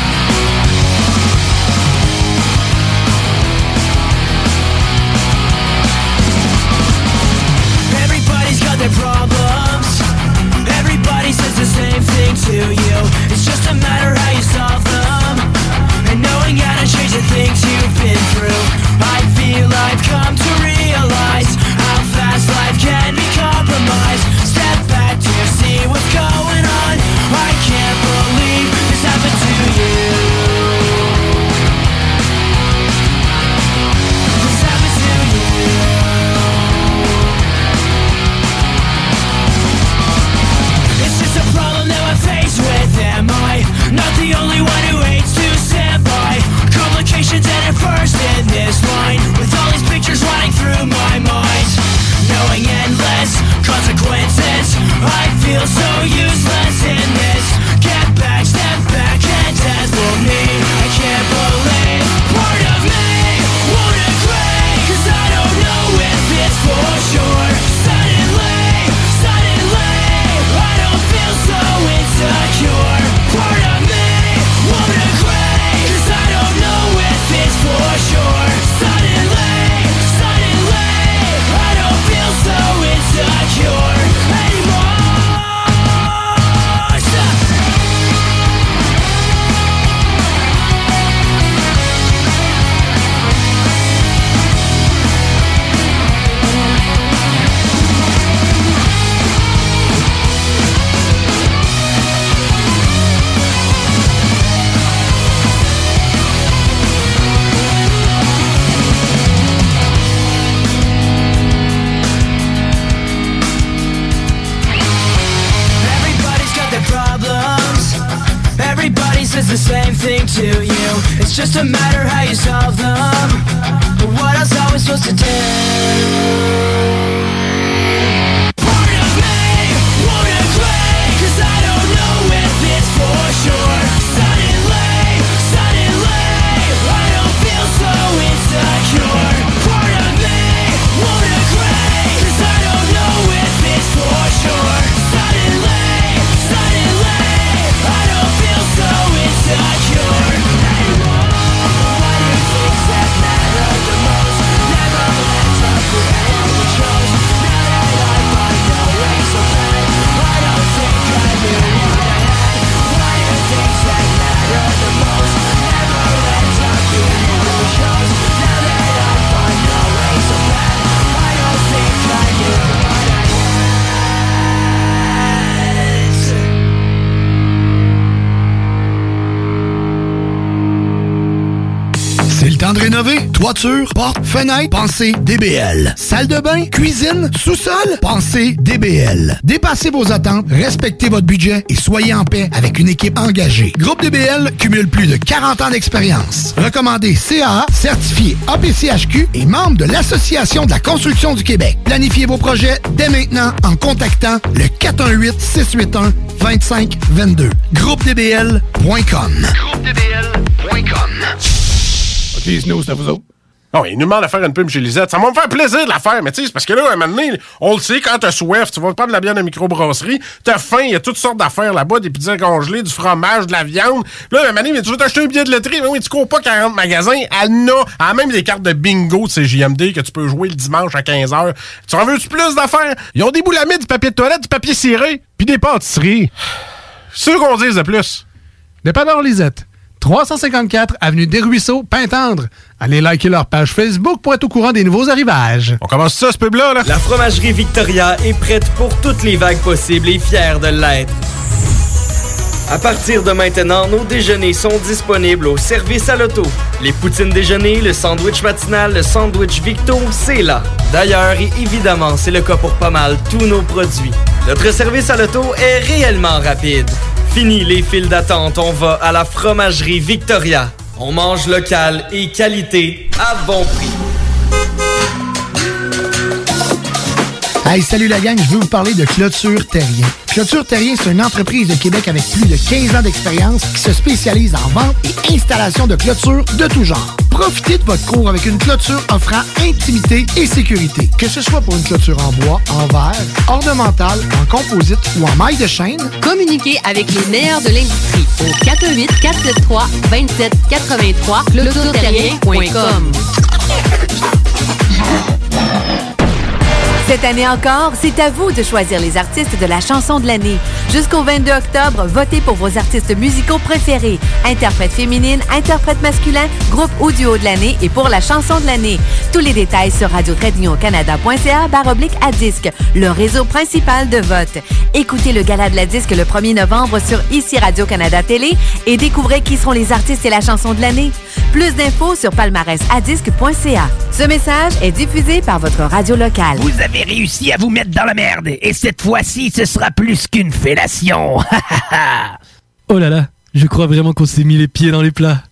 [SPEAKER 6] We're the same thing to you. It's just a matter how you solve them. But what else are we supposed to do? Part of me won't agree, 'cause I don't know if it's for sure. Suddenly, suddenly, I don't feel so insecure. Part of me won't agree, 'cause I don't know if it's for sure. Suddenly, suddenly, I don't feel so insecure anymore. Why do things that matter the most never end up with anything we chose? Now that I find no way so bad, I don't think I knew what I had. Why do things that matter the most never end up with anything we chose? Now that I find no way so bad, I don't think I knew what I had.
[SPEAKER 14] C'est le temps de rénover. Toiture, porte, fenêtre, pensez D B L. Salle de bain, cuisine, sous-sol, pensez D B L. Dépassez vos attentes, respectez votre budget et soyez en paix avec une équipe engagée. Groupe D B L cumule plus de quarante ans d'expérience. Recommandé C A A, certifié A P C H Q et membre de l'Association de la construction du Québec. Planifiez vos projets dès maintenant en contactant le quatre un huit, six huit un, deux cinq deux deux. groupe d b l point com. groupe d b l point com.
[SPEAKER 11] OK, Snow, c'est à vous autres. Non, il nous demande de faire une pub chez Lisette. Ça va me faire plaisir de la faire, mais tu sais, c'est parce que là, à un moment donné, on le sait, quand t'as soif, tu vas prendre de la bière de microbrasserie, t'as faim, il y a toutes sortes d'affaires là-bas, des pizzas congelées, du fromage, de la viande. Là, à un moment donné, mais tu veux t'acheter un billet de loterie, mais oui, tu cours pas quarante magasins, elle en a, elle a même des cartes de bingo de C J M D que tu peux jouer le dimanche à quinze heures. Tu en veux-tu plus d'affaires? Ils ont des boulamides, du papier de toilette, du papier ciré, puis des pâtisseries. C'est sûr qu'on dise de plus.
[SPEAKER 12] Dépanneur Lisette. trois cent cinquante-quatre avenue des Ruisseaux, Pintendre. Allez liker leur page Facebook pour être au courant des nouveaux arrivages.
[SPEAKER 11] On commence ça, ce pub-là, là?
[SPEAKER 13] La fromagerie Victoria est prête pour toutes les vagues possibles et fière de l'être. À partir de maintenant, nos déjeuners sont disponibles au service à l'auto. Les poutines déjeuner, le sandwich matinal, le sandwich Victo, c'est là. D'ailleurs, et évidemment, c'est le cas pour pas mal tous nos produits. Notre service à l'auto est réellement rapide. Fini les files d'attente, on va à la fromagerie Victoria. On mange local et qualité à bon prix.
[SPEAKER 14] Hey, salut la gang, je veux vous parler de Clôture Terrien. Clôture Terrien, c'est une entreprise de Québec avec plus de quinze ans d'expérience qui se spécialise en vente et installation de clôtures de tout genre. Profitez de votre cour avec une clôture offrant intimité et sécurité. Que ce soit pour une clôture en bois, en verre, ornementale, en composite ou en maille de chaîne,
[SPEAKER 15] communiquez avec les meilleurs de l'industrie au quatre un huit, quatre sept trois, deux sept quatre trois, clôture terrien point com.
[SPEAKER 1] Cette année encore, c'est à vous de choisir les artistes de la chanson de l'année. Jusqu'au vingt-deux octobre, votez pour vos artistes musicaux préférés. Interprète féminine, interprète masculin, groupe ou duo de l'année et pour la chanson de l'année. Tous les détails sur radio tiret canada point c a barre oblique à disque, le réseau principal de vote. Écoutez le gala de la disque le premier novembre sur Ici Radio-Canada Télé et découvrez qui seront les artistes et la chanson de l'année. Plus d'infos sur palmarès à disque point c a. Ce message est diffusé par votre radio locale.
[SPEAKER 22] Vous avez réussi à vous mettre dans la merde et cette fois-ci, ce sera plus qu'une fellation.
[SPEAKER 5] Oh là là, je crois vraiment qu'on s'est mis les pieds dans les plats.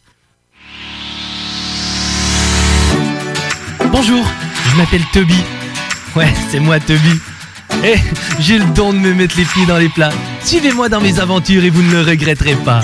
[SPEAKER 5] Bonjour, je m'appelle Toby. Ouais, c'est moi Toby. Eh, j'ai le don de me mettre les pieds dans les plats. Suivez-moi dans mes aventures et vous ne le regretterez pas.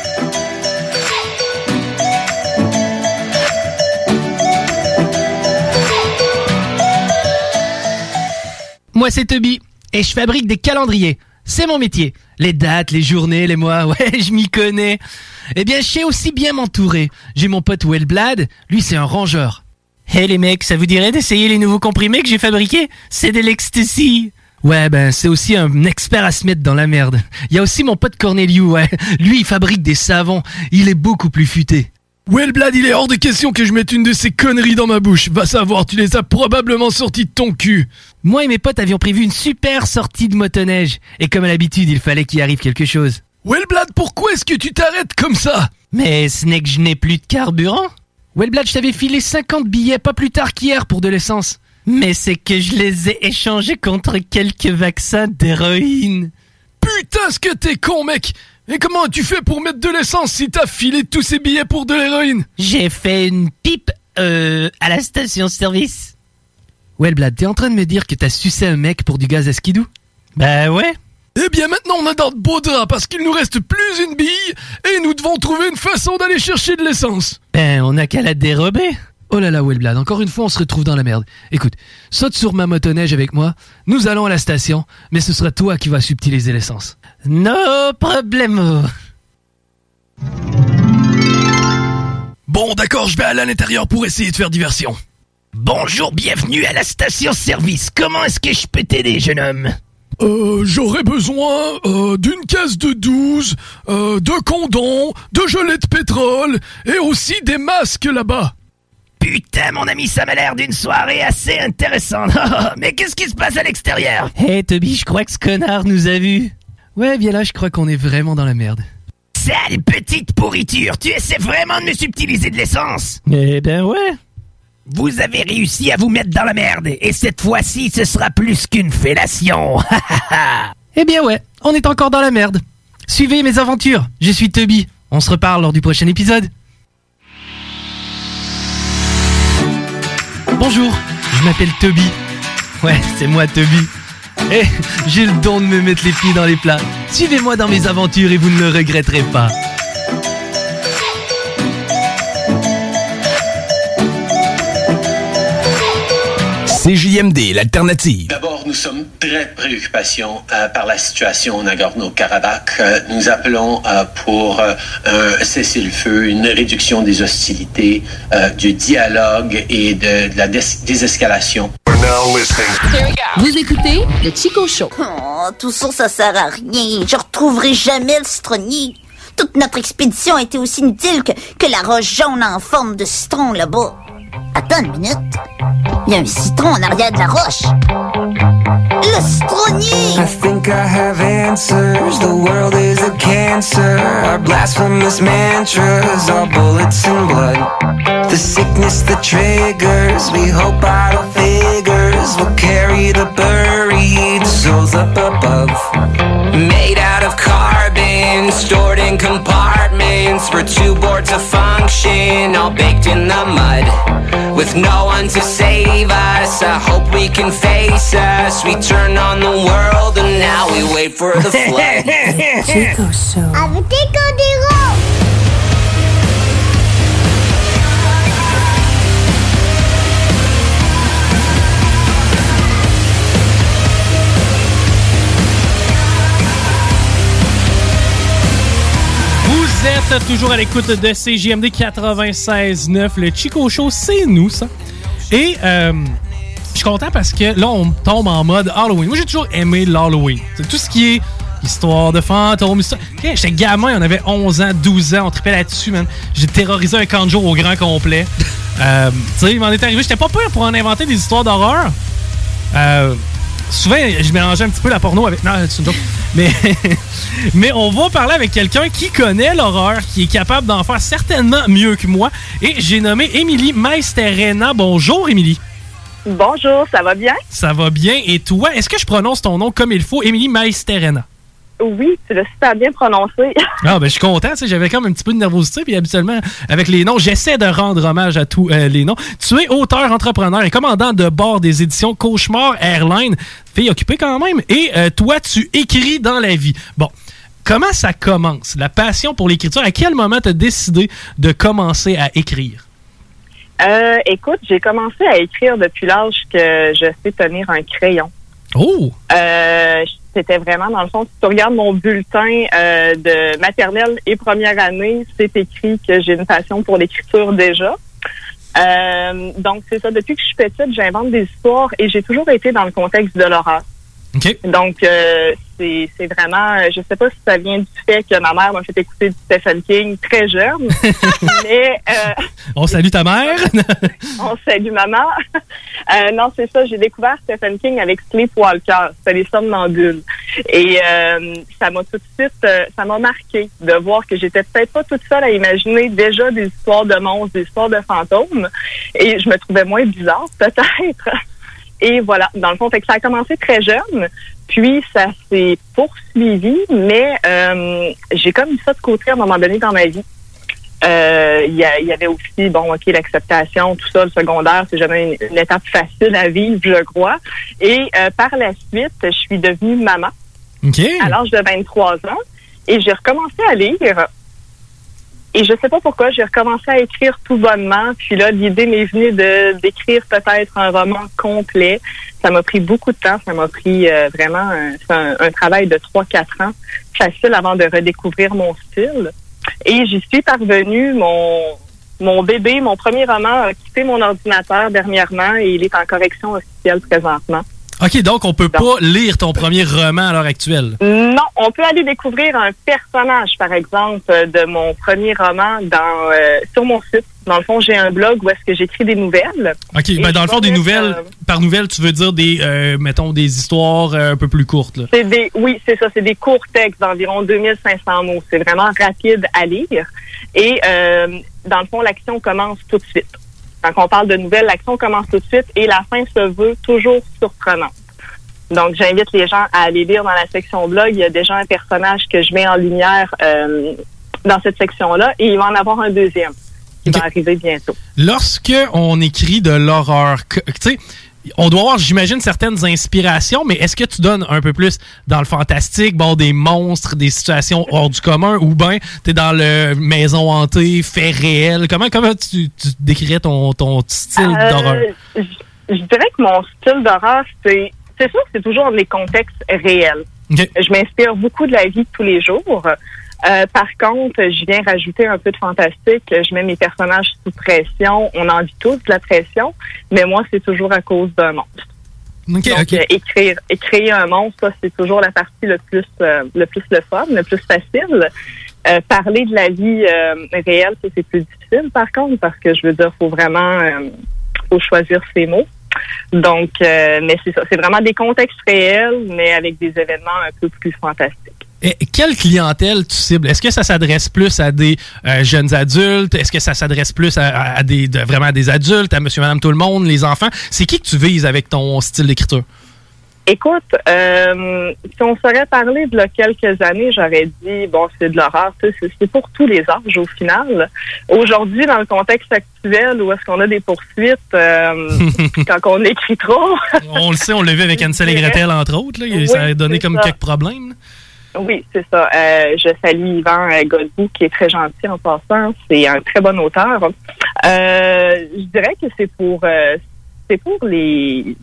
[SPEAKER 5] Moi, c'est Toby, et je fabrique des calendriers. C'est mon métier. Les dates, les journées, les mois, ouais, je m'y connais. Eh bien, je sais aussi bien m'entourer. J'ai mon pote Wellblad, lui, c'est un rangeur. Hé hey, les mecs, ça vous dirait d'essayer les nouveaux comprimés que j'ai fabriqués? C'est de l'ecstasy. Ouais, ben, c'est aussi un expert à se mettre dans la merde. Il y a aussi mon pote Corneliu, ouais. Lui, il fabrique des savons. Il est beaucoup plus futé. Wellblad, il est hors de question que je mette une de ces conneries dans ma bouche. Va savoir, tu les as probablement sorties de ton cul. Moi et mes potes avions prévu une super sortie de motoneige. Et comme à l'habitude, il fallait qu'il arrive quelque chose. Wellblad, pourquoi est-ce que tu t'arrêtes comme ça? Mais ce n'est que je n'ai plus de carburant. Wellblad, je t'avais filé cinquante billets pas plus tard qu'hier pour de l'essence. Mais c'est que je les ai échangés contre quelques vaccins d'héroïne. Putain, ce que t'es con, mec!
[SPEAKER 3] Et comment tu fais pour mettre de l'essence si t'as filé tous ces billets pour de l'héroïne?
[SPEAKER 22] J'ai fait une pipe, euh, à la station-service.
[SPEAKER 3] Ouais, le Blad, t'es en train de me dire que t'as sucé un mec pour du gaz à skidoo?
[SPEAKER 22] Bah ouais.
[SPEAKER 3] Eh bien maintenant on a dans de beaux draps parce qu'il nous reste plus une bille et nous devons trouver une façon d'aller chercher de l'essence.
[SPEAKER 22] Ben, on a qu'à la dérober.
[SPEAKER 3] Oh là là, Wellblad, encore une fois on se retrouve dans la merde. Écoute, saute sur ma motoneige avec moi, nous allons à la station, mais ce sera toi qui vas subtiliser l'essence.
[SPEAKER 22] No problemo.
[SPEAKER 3] Bon d'accord, je vais aller à l'intérieur pour essayer de faire diversion.
[SPEAKER 22] Bonjour, bienvenue à la station-service. Comment est-ce que je peux t'aider, jeune homme?
[SPEAKER 3] Euh, j'aurais besoin euh, d'une caisse de douze, euh, de condoms, de gelées de pétrole et aussi des masques là-bas.
[SPEAKER 22] Putain, mon ami, ça m'a l'air d'une soirée assez intéressante. Mais qu'est-ce qui se passe à l'extérieur?
[SPEAKER 3] Hé, hey, Toby, je crois que ce connard nous a vus. Ouais, bien là, je crois qu'on est vraiment dans la merde.
[SPEAKER 22] Sale petite pourriture, tu essaies vraiment de me subtiliser de l'essence?
[SPEAKER 3] Eh ben ouais.
[SPEAKER 22] Vous avez réussi à vous mettre dans la merde, et cette fois-ci, ce sera plus qu'une fellation.
[SPEAKER 3] Eh bien ouais, on est encore dans la merde. Suivez mes aventures, je suis Toby. On se reparle lors du prochain épisode. Bonjour, je m'appelle Toby. Ouais, c'est moi Toby. Eh, j'ai le don de me mettre les pieds dans les plats. Suivez-moi dans mes aventures et vous ne le regretterez pas.
[SPEAKER 19] C J M D, l'alternative.
[SPEAKER 4] D'abord, nous sommes très préoccupés euh, par la situation au Nagorno-Karabakh. Euh, nous appelons euh, pour euh, un cessez-le-feu, une réduction des hostilités, euh, du dialogue et de, de la dés- désescalation.
[SPEAKER 15] Vous écoutez le Chico Show.
[SPEAKER 23] Oh, tout ça, ça sert à rien. Je retrouverai jamais le citronnier. Toute notre expédition a été aussi inutile que, que la roche jaune en forme de citron là-bas. Attends une minute. Il y a un citron en arrière de la roche. Le citronnier!
[SPEAKER 24] I think I have answers. The world is a cancer. Our blasphemous mantras are bullets and blood. The sickness that triggers. We hope idle figures will carry the buried souls up above. Made out of carbon, stored in compartments. We're too bored to function, all baked in the mud. With no one to save us, I hope we can face us. We turn on the world and now we wait for the flood.
[SPEAKER 23] Chico Show. Avec des codérons!
[SPEAKER 5] Vous êtes toujours à l'écoute de C J M D quatre-vingt-seize neuf. Le Chico Show, c'est nous, ça. Et euh, je suis content parce que là, on tombe en mode Halloween. Moi, j'ai toujours aimé l'Halloween. C'est tout ce qui est histoire de fantômes. Histoire... Okay, j'étais gamin, on avait onze ans, douze ans, on tripait là-dessus, man. J'ai terrorisé un camp de jour au grand complet. Euh, tu sais, il m'en est arrivé. J'étais pas peur pour en inventer des histoires d'horreur. Euh... Souvent, je mélangeais un petit peu la porno avec... Non, c'est une joke. Mais, mais on va parler avec quelqu'un qui connaît l'horreur, qui est capable d'en faire certainement mieux que moi. Et j'ai nommé Émilie Maisterena. Bonjour, Émilie.
[SPEAKER 25] Bonjour, ça va bien?
[SPEAKER 5] Ça va bien. Et toi, est-ce que je prononce ton nom comme il faut? Émilie Maisterena.
[SPEAKER 25] Oui, tu l'as super bien prononcé.
[SPEAKER 5] Ah, ben je suis content. Tu sais, j'avais comme un petit peu de nervosité. Puis habituellement, avec les noms, j'essaie de rendre hommage à tous euh, les noms. Tu es auteur, entrepreneur et commandant de bord des éditions Cauchemar Airlines. Fille occupée quand même. Et euh, toi, tu écris dans la vie. Bon, comment ça commence? La passion pour l'écriture. À quel moment tu as décidé de commencer à écrire?
[SPEAKER 25] Euh, écoute, j'ai commencé à écrire depuis l'âge que je sais tenir un crayon.
[SPEAKER 5] Oh!
[SPEAKER 25] Euh, c'était vraiment, dans le fond, si tu regardes mon bulletin euh, de maternelle et première année, c'est écrit que j'ai une passion pour l'écriture déjà. Euh, donc, c'est ça. Depuis que je suis petite, j'invente des histoires et j'ai toujours été dans le contexte de l'horreur.
[SPEAKER 5] Okay.
[SPEAKER 25] Donc, euh, c'est, c'est vraiment... Je sais pas si ça vient du fait que ma mère m'a fait écouter du Stephen King très jeune, mais... Euh,
[SPEAKER 5] on salue ta mère!
[SPEAKER 25] On salue maman! Euh, non, c'est ça, j'ai découvert Stephen King avec Sleepwalker, c'était les somnambules. Et euh, ça m'a tout de suite... Euh, ça m'a marqué de voir que j'étais peut-être pas toute seule à imaginer déjà des histoires de monstres, des histoires de fantômes, et je me trouvais moins bizarre, peut-être. Et voilà, dans le fond, fait que ça a commencé très jeune. Puis, ça s'est poursuivi, mais euh, j'ai comme mis ça de côté à un moment donné dans ma vie. Euh, Il y, a- il y avait aussi, bon, OK, l'acceptation, tout ça, le secondaire, c'est jamais une, une étape facile à vivre, je crois. Et euh, par la suite, je suis devenue maman
[SPEAKER 5] OK.
[SPEAKER 25] à l'âge de vingt-trois ans et j'ai recommencé à lire. Et je sais pas pourquoi, j'ai recommencé à écrire tout bonnement. Puis là, l'idée m'est venue de d'écrire peut-être un roman complet. Ça m'a pris beaucoup de temps. Ça m'a pris euh, vraiment un, c'est un, un travail de trois quatre ans facile avant de redécouvrir mon style. Et j'y suis parvenue. Mon, mon bébé, mon premier roman a quitté mon ordinateur dernièrement et il est en correction officielle présentement.
[SPEAKER 5] OK, donc on peut pas lire ton premier roman à l'heure actuelle.
[SPEAKER 25] Non, on peut aller découvrir un personnage, par exemple, euh, de mon premier roman dans euh, sur mon site. Dans le fond, j'ai un blog où est-ce que j'écris des nouvelles.
[SPEAKER 5] OK,
[SPEAKER 25] Et
[SPEAKER 5] ben dans le
[SPEAKER 25] je
[SPEAKER 5] fond,
[SPEAKER 25] vais
[SPEAKER 5] des
[SPEAKER 25] mettre,
[SPEAKER 5] nouvelles,
[SPEAKER 25] euh,
[SPEAKER 5] par nouvelles, tu veux dire des, euh, mettons, des histoires euh, un peu plus courtes, là.
[SPEAKER 25] C'est des, oui, c'est ça, c'est des courts textes d'environ deux mille cinq cents mots. C'est vraiment rapide à lire. Et euh, dans le fond, l'action commence tout de suite. Quand on parle de nouvelles, l'action commence tout de suite et la fin se veut toujours surprenante. Donc, j'invite les gens à aller lire dans la section blog. Il y a déjà un personnage que je mets en lumière euh, dans cette section-là et il va en avoir un deuxième qui va arriver bientôt.
[SPEAKER 5] Lorsque on écrit de l'horreur, que- tu sais, on doit avoir, j'imagine, certaines inspirations, mais est-ce que tu donnes un peu plus dans le fantastique, bon, des monstres, des situations hors du commun, ou bien t'es dans le maison hantée, faits réels? Comment, comment tu, tu décrirais ton, ton style
[SPEAKER 25] Euh,
[SPEAKER 5] d'horreur?
[SPEAKER 25] Je, je dirais que mon style d'horreur, c'est c'est sûr que c'est toujours des contextes réels.
[SPEAKER 5] Okay.
[SPEAKER 25] Je m'inspire beaucoup de la vie de tous les jours. Euh, par contre, je viens rajouter un peu de fantastique. Je mets mes personnages sous pression. On en vit tous de la pression, mais moi, c'est toujours à cause d'un monstre.
[SPEAKER 5] Okay,
[SPEAKER 25] Donc,
[SPEAKER 5] okay.
[SPEAKER 25] euh, écrire, et créer un monstre, ça, c'est toujours la partie le plus, euh, le plus le fun, le plus facile. Euh, parler de la vie euh, réelle, ça, c'est plus difficile, par contre, parce que je veux dire, faut vraiment, euh, faut choisir ses mots. Donc, euh, mais c'est ça, c'est vraiment des contextes réels, mais avec des événements un peu plus fantastiques.
[SPEAKER 5] Et quelle clientèle tu cibles? Est-ce que ça s'adresse plus à des euh, jeunes adultes? Est-ce que ça s'adresse plus à, à- à des de- vraiment à des adultes, à monsieur, madame, tout le monde, les enfants? C'est qui que tu vises avec ton style d'écriture?
[SPEAKER 25] Écoute, euh, si on saurait parler de là quelques années, j'aurais dit, bon, c'est de l'horreur, tu sais, c'est, c'est pour tous les âges au final. Aujourd'hui, dans le contexte actuel, où est-ce qu'on a des poursuites, euh, quand on écrit trop...
[SPEAKER 5] On le sait, on l'a vu avec Hansel et Gretel, entre autres. Là.
[SPEAKER 25] Oui,
[SPEAKER 5] ça a donné
[SPEAKER 25] c'est
[SPEAKER 5] comme
[SPEAKER 25] ça.
[SPEAKER 5] quelques problèmes.
[SPEAKER 25] Oui, c'est ça. Euh, je salue Yvan euh, Godbout, qui est très gentil en passant. C'est un très bon auteur. Euh, je dirais que c'est pour euh, c'est pour les...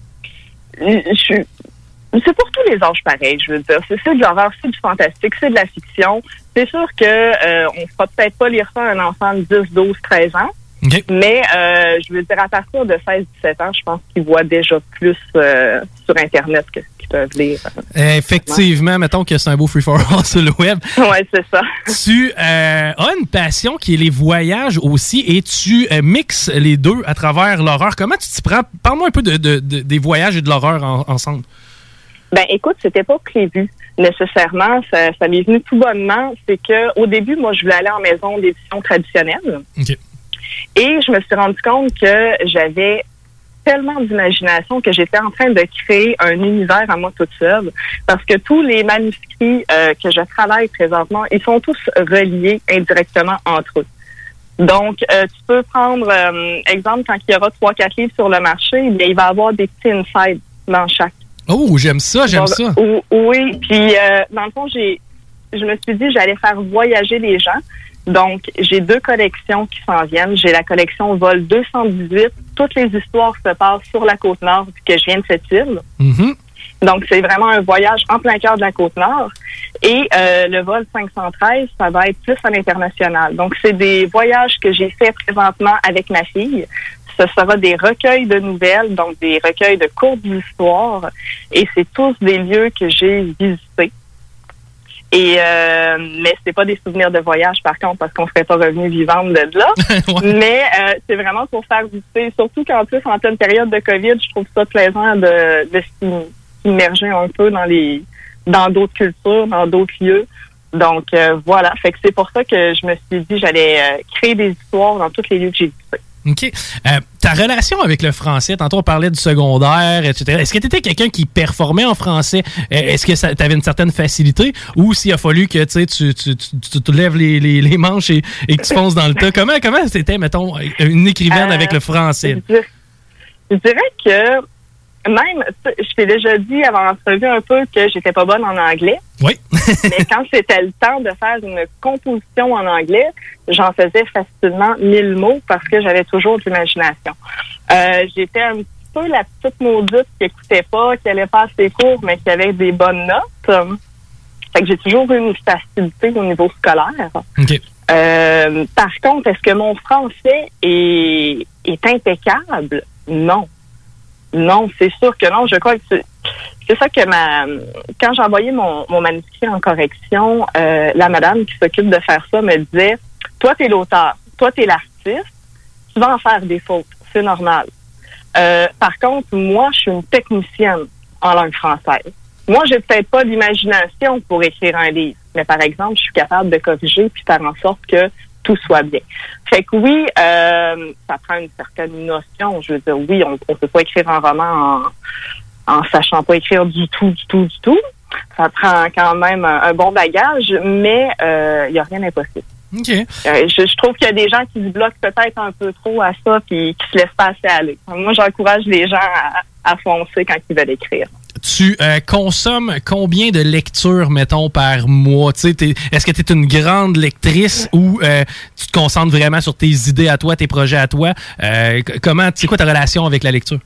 [SPEAKER 25] Je suis- c'est pour tous les âges pareil, je veux dire. C'est, c'est de l'horreur, c'est du fantastique, c'est de la fiction. C'est sûr que euh, on fera peut-être pas lire ça à un enfant de dix, douze, treize ans.
[SPEAKER 5] Okay.
[SPEAKER 25] Mais euh, je veux dire, à partir de seize, dix-sept ans, je pense qu'ils voient déjà plus euh, sur Internet que ce qu'ils peuvent lire.
[SPEAKER 5] Effectivement, mettons que c'est un beau free-for-all sur le web.
[SPEAKER 25] Oui, c'est ça.
[SPEAKER 5] Tu euh, as une passion qui est les voyages aussi et tu euh, mixes les deux à travers l'horreur. Comment tu t'y prends? Parle-moi un peu de, de- de- des voyages et de l'horreur en- ensemble.
[SPEAKER 25] Ben, écoute, c'était pas prévu nécessairement. Ça, ça m'est venu tout bonnement. C'est que au début, moi, je voulais aller en maison d'édition traditionnelle.
[SPEAKER 5] OK.
[SPEAKER 25] Et je me suis rendu compte que j'avais tellement d'imagination que j'étais en train de créer un univers à moi toute seule. Parce que tous les manuscrits euh, que je travaille présentement, ils sont tous reliés indirectement entre eux. Donc, euh, tu peux prendre, euh, exemple, quand il y aura trois, quatre livres sur le marché, eh bien, il va y avoir des petits insides dans chaque.
[SPEAKER 5] Oh, j'aime ça, j'aime
[SPEAKER 25] Donc,
[SPEAKER 5] ça.
[SPEAKER 25] ou- Oui, puis euh, dans le fond, j'ai, je me suis dit j'allais faire voyager les gens. Donc, j'ai deux collections qui s'en viennent. J'ai la collection Vol deux cent dix-huit. Toutes les histoires se passent sur la Côte-Nord, vu que je viens de cette île.
[SPEAKER 5] Mhm.
[SPEAKER 25] Donc, c'est vraiment un voyage en plein cœur de la Côte-Nord. Et euh, le vol cinq cent treize, ça va être plus à l'international. Donc, c'est des voyages que j'ai faits présentement avec ma fille. Ce sera des recueils de nouvelles, donc des recueils de courtes histoires. Et c'est tous des lieux que j'ai visités. Et euh, mais c'est pas des souvenirs de voyage, par contre, parce qu'on serait pas revenu vivante de là. Mais euh, c'est vraiment pour faire visiter, surtout qu'en plus, en pleine période de COVID, je trouve ça plaisant de, de s'im- s'immerger un peu dans les dans d'autres cultures, dans d'autres lieux. Donc euh, voilà, fait que c'est pour ça que je me suis dit j'allais euh, créer des histoires dans tous les lieux que j'ai visités.
[SPEAKER 5] OK. Euh, ta relation avec le français, tantôt on parlait du secondaire, et cetera. Est-ce que tu étais quelqu'un qui performait en français? Est-ce que tu avais une certaine facilité ou s'il a fallu que tu, tu, tu, tu te lèves les, les, les manches et, et que tu fonces dans le tas? Comment, comment c'était, mettons, une écrivaine euh, avec le français?
[SPEAKER 25] Je dirais, je dirais que même, je t'ai déjà dit avant l'entrevue un peu que j'étais pas bonne en anglais.
[SPEAKER 5] Oui.
[SPEAKER 25] Mais quand c'était le temps de faire une composition en anglais, j'en faisais facilement mille mots parce que j'avais toujours de l'imagination. Euh, j'étais un petit peu la petite maudite qui écoutait pas, qui allait pas à ses cours, mais qui avait des bonnes notes. Fait que j'ai toujours eu une facilité au niveau scolaire.
[SPEAKER 5] OK.
[SPEAKER 25] Euh, par contre, est-ce que mon français est, est impeccable? Non. Non, c'est sûr que non. Je crois que c'est, c'est ça que ma... Quand j'ai envoyé mon, mon manuscrit en correction, euh, la madame qui s'occupe de faire ça me disait, toi, t'es l'auteur, toi, t'es l'artiste, tu vas en faire des fautes, c'est normal. Euh, par contre, moi, je suis une technicienne en langue française. Moi, j'ai peut-être pas d'imagination pour écrire un livre, mais par exemple, je suis capable de corriger puis faire en sorte que tout soit bien. Fait que oui, euh, ça prend une certaine notion. Je veux dire, oui, on ne peut pas écrire un roman en, en sachant pas écrire du tout, du tout, du tout. Ça prend quand même un, un bon bagage, mais il euh, n'y a rien d'impossible.
[SPEAKER 5] OK.
[SPEAKER 25] Euh, je, je trouve qu'il y a des gens qui se bloquent peut-être un peu trop à ça puis qui se laissent pas assez aller. Moi, j'encourage les gens à, à foncer quand ils veulent écrire.
[SPEAKER 5] Tu euh, consommes combien de lectures, mettons, par mois? T'sais, t'es, est-ce que tu es une grande lectrice ou euh, tu te concentres vraiment sur tes idées à toi, tes projets à toi? Euh, comment, c'est quoi ta relation avec la lecture?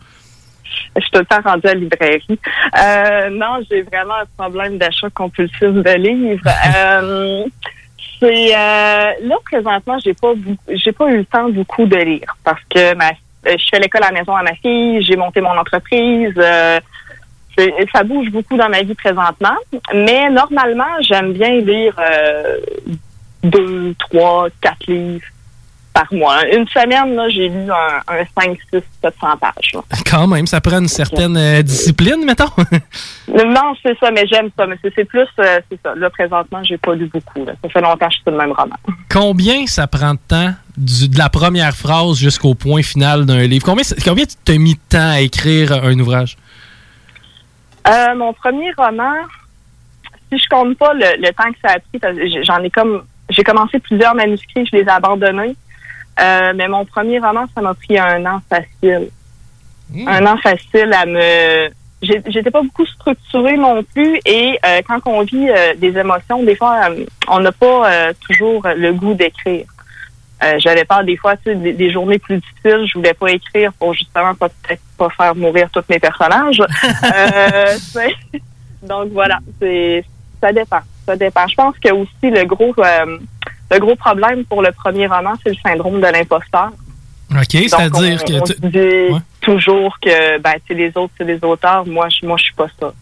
[SPEAKER 25] Je suis tout le temps rendue à la librairie. Euh, non, j'ai vraiment un problème d'achat compulsif de livres. euh, c'est euh, là, présentement, j'ai pas j'ai pas eu le temps beaucoup de lire parce que ma, je fais l'école à la maison à ma fille, j'ai monté mon entreprise. Euh, Ça bouge beaucoup dans ma vie présentement, mais normalement, j'aime bien lire euh, deux, trois, quatre livres par mois. Une semaine, là, j'ai lu un, un cinq, six, sept cents pages. Là.
[SPEAKER 5] Quand même, ça prend une certaine euh, discipline, mettons.
[SPEAKER 25] Non, c'est ça, mais j'aime ça. Mais c'est, c'est plus, euh, c'est ça. Là, présentement, j'ai pas lu beaucoup. Là. Ça fait longtemps que je suis sur le même roman.
[SPEAKER 5] Combien ça prend de temps du, de la première phrase jusqu'au point final d'un livre? Combien, combien tu t'as mis de temps à écrire un ouvrage?
[SPEAKER 25] Euh, mon premier roman, si je compte pas le, le temps que ça a pris, parce que j'en ai comme, j'ai commencé plusieurs manuscrits, je les ai abandonnés. Euh, mais mon premier roman, ça m'a pris un an facile. Mmh. Un an facile à me... J'ai, j'étais pas beaucoup structurée non plus et euh, quand on vit euh, des émotions, des fois, euh, on n'a pas euh, toujours le goût d'écrire. Euh, j'avais peur des fois, tu sais, des, des journées plus difficiles, je voulais pas écrire pour justement pas peut-être pas faire mourir tous mes personnages. euh, donc voilà, c'est ça dépend, ça dépend. Je pense que aussi le gros euh, le gros problème pour le premier roman, c'est le syndrome de l'imposteur.
[SPEAKER 5] OK, c'est-à-dire que
[SPEAKER 25] on
[SPEAKER 5] tu
[SPEAKER 25] se dit ouais. toujours que ben tu sais, les autres c'est les auteurs, moi je moi je suis pas ça.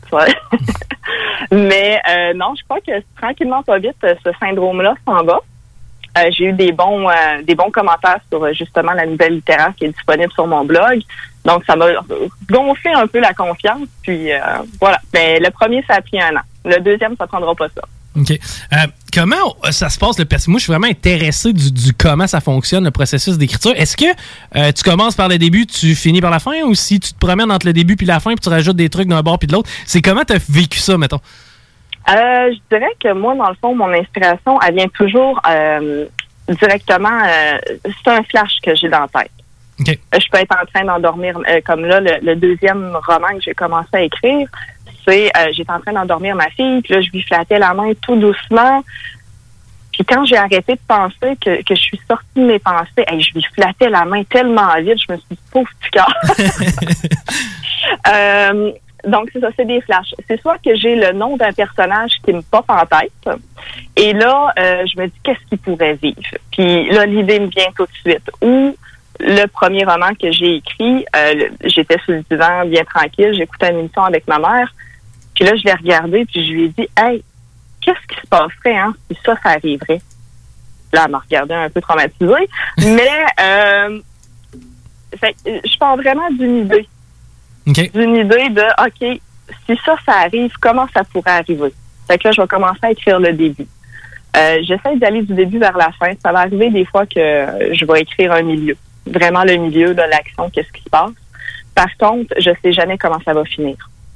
[SPEAKER 25] Mais euh, non, je crois que tranquillement pas vite ce syndrome-là s'en va. Euh, j'ai eu des bons euh, des bons commentaires sur euh, justement la nouvelle littéraire qui est disponible sur mon blog. Donc, ça m'a gonflé un peu la confiance. Puis, euh, voilà. Mais le premier, ça a pris un an. Le deuxième, ça prendra pas ça.
[SPEAKER 5] OK. Euh, comment ça se passe? Le, parce que moi, je suis vraiment intéressé du, du comment ça fonctionne, le processus d'écriture. Est-ce que euh, tu commences par le début, tu finis par la fin? Ou si tu te promènes entre le début puis la fin puis tu rajoutes des trucs d'un bord puis de l'autre? C'est comment tu as vécu ça, mettons?
[SPEAKER 25] Euh, je dirais que moi, dans le fond, mon inspiration, elle vient toujours euh, directement... Euh, c'est un flash que j'ai dans la tête.
[SPEAKER 5] Okay.
[SPEAKER 25] Je peux être en train d'endormir, euh, comme là, le, le deuxième roman que j'ai commencé à écrire, c'est euh, j'étais en train d'endormir ma fille, puis là, je lui flattais la main tout doucement. Puis quand j'ai arrêté de penser que, que je suis sortie de mes pensées, hey, je lui flattais la main tellement vite, je me suis dit, pauvre petit cœur. euh, donc, c'est ça, c'est des flashs. C'est soit que j'ai le nom d'un personnage qui me pop en tête, et là, euh, je me dis, qu'est-ce qu'il pourrait vivre? Puis là, l'idée me vient tout de suite. Ou le premier roman que j'ai écrit, euh, j'étais sur le divan bien tranquille, j'écoutais une émission avec ma mère, puis là, je l'ai regardé, puis je lui ai dit, hey, qu'est-ce qui se passerait hein, si ça, ça arriverait? Là, elle m'a regardé un peu traumatisée, mais euh, fait, je parle vraiment d'une idée.
[SPEAKER 5] Okay.
[SPEAKER 25] D'une idée de, OK, si ça, ça arrive, comment ça pourrait arriver? Fait que là, je vais commencer à écrire le début. Euh, j'essaie d'aller du début vers la fin. Ça va arriver des fois que je vais écrire un milieu. vraiment le milieu de l'action, qu'est-ce qui se passe. Par contre, je sais jamais comment ça va finir.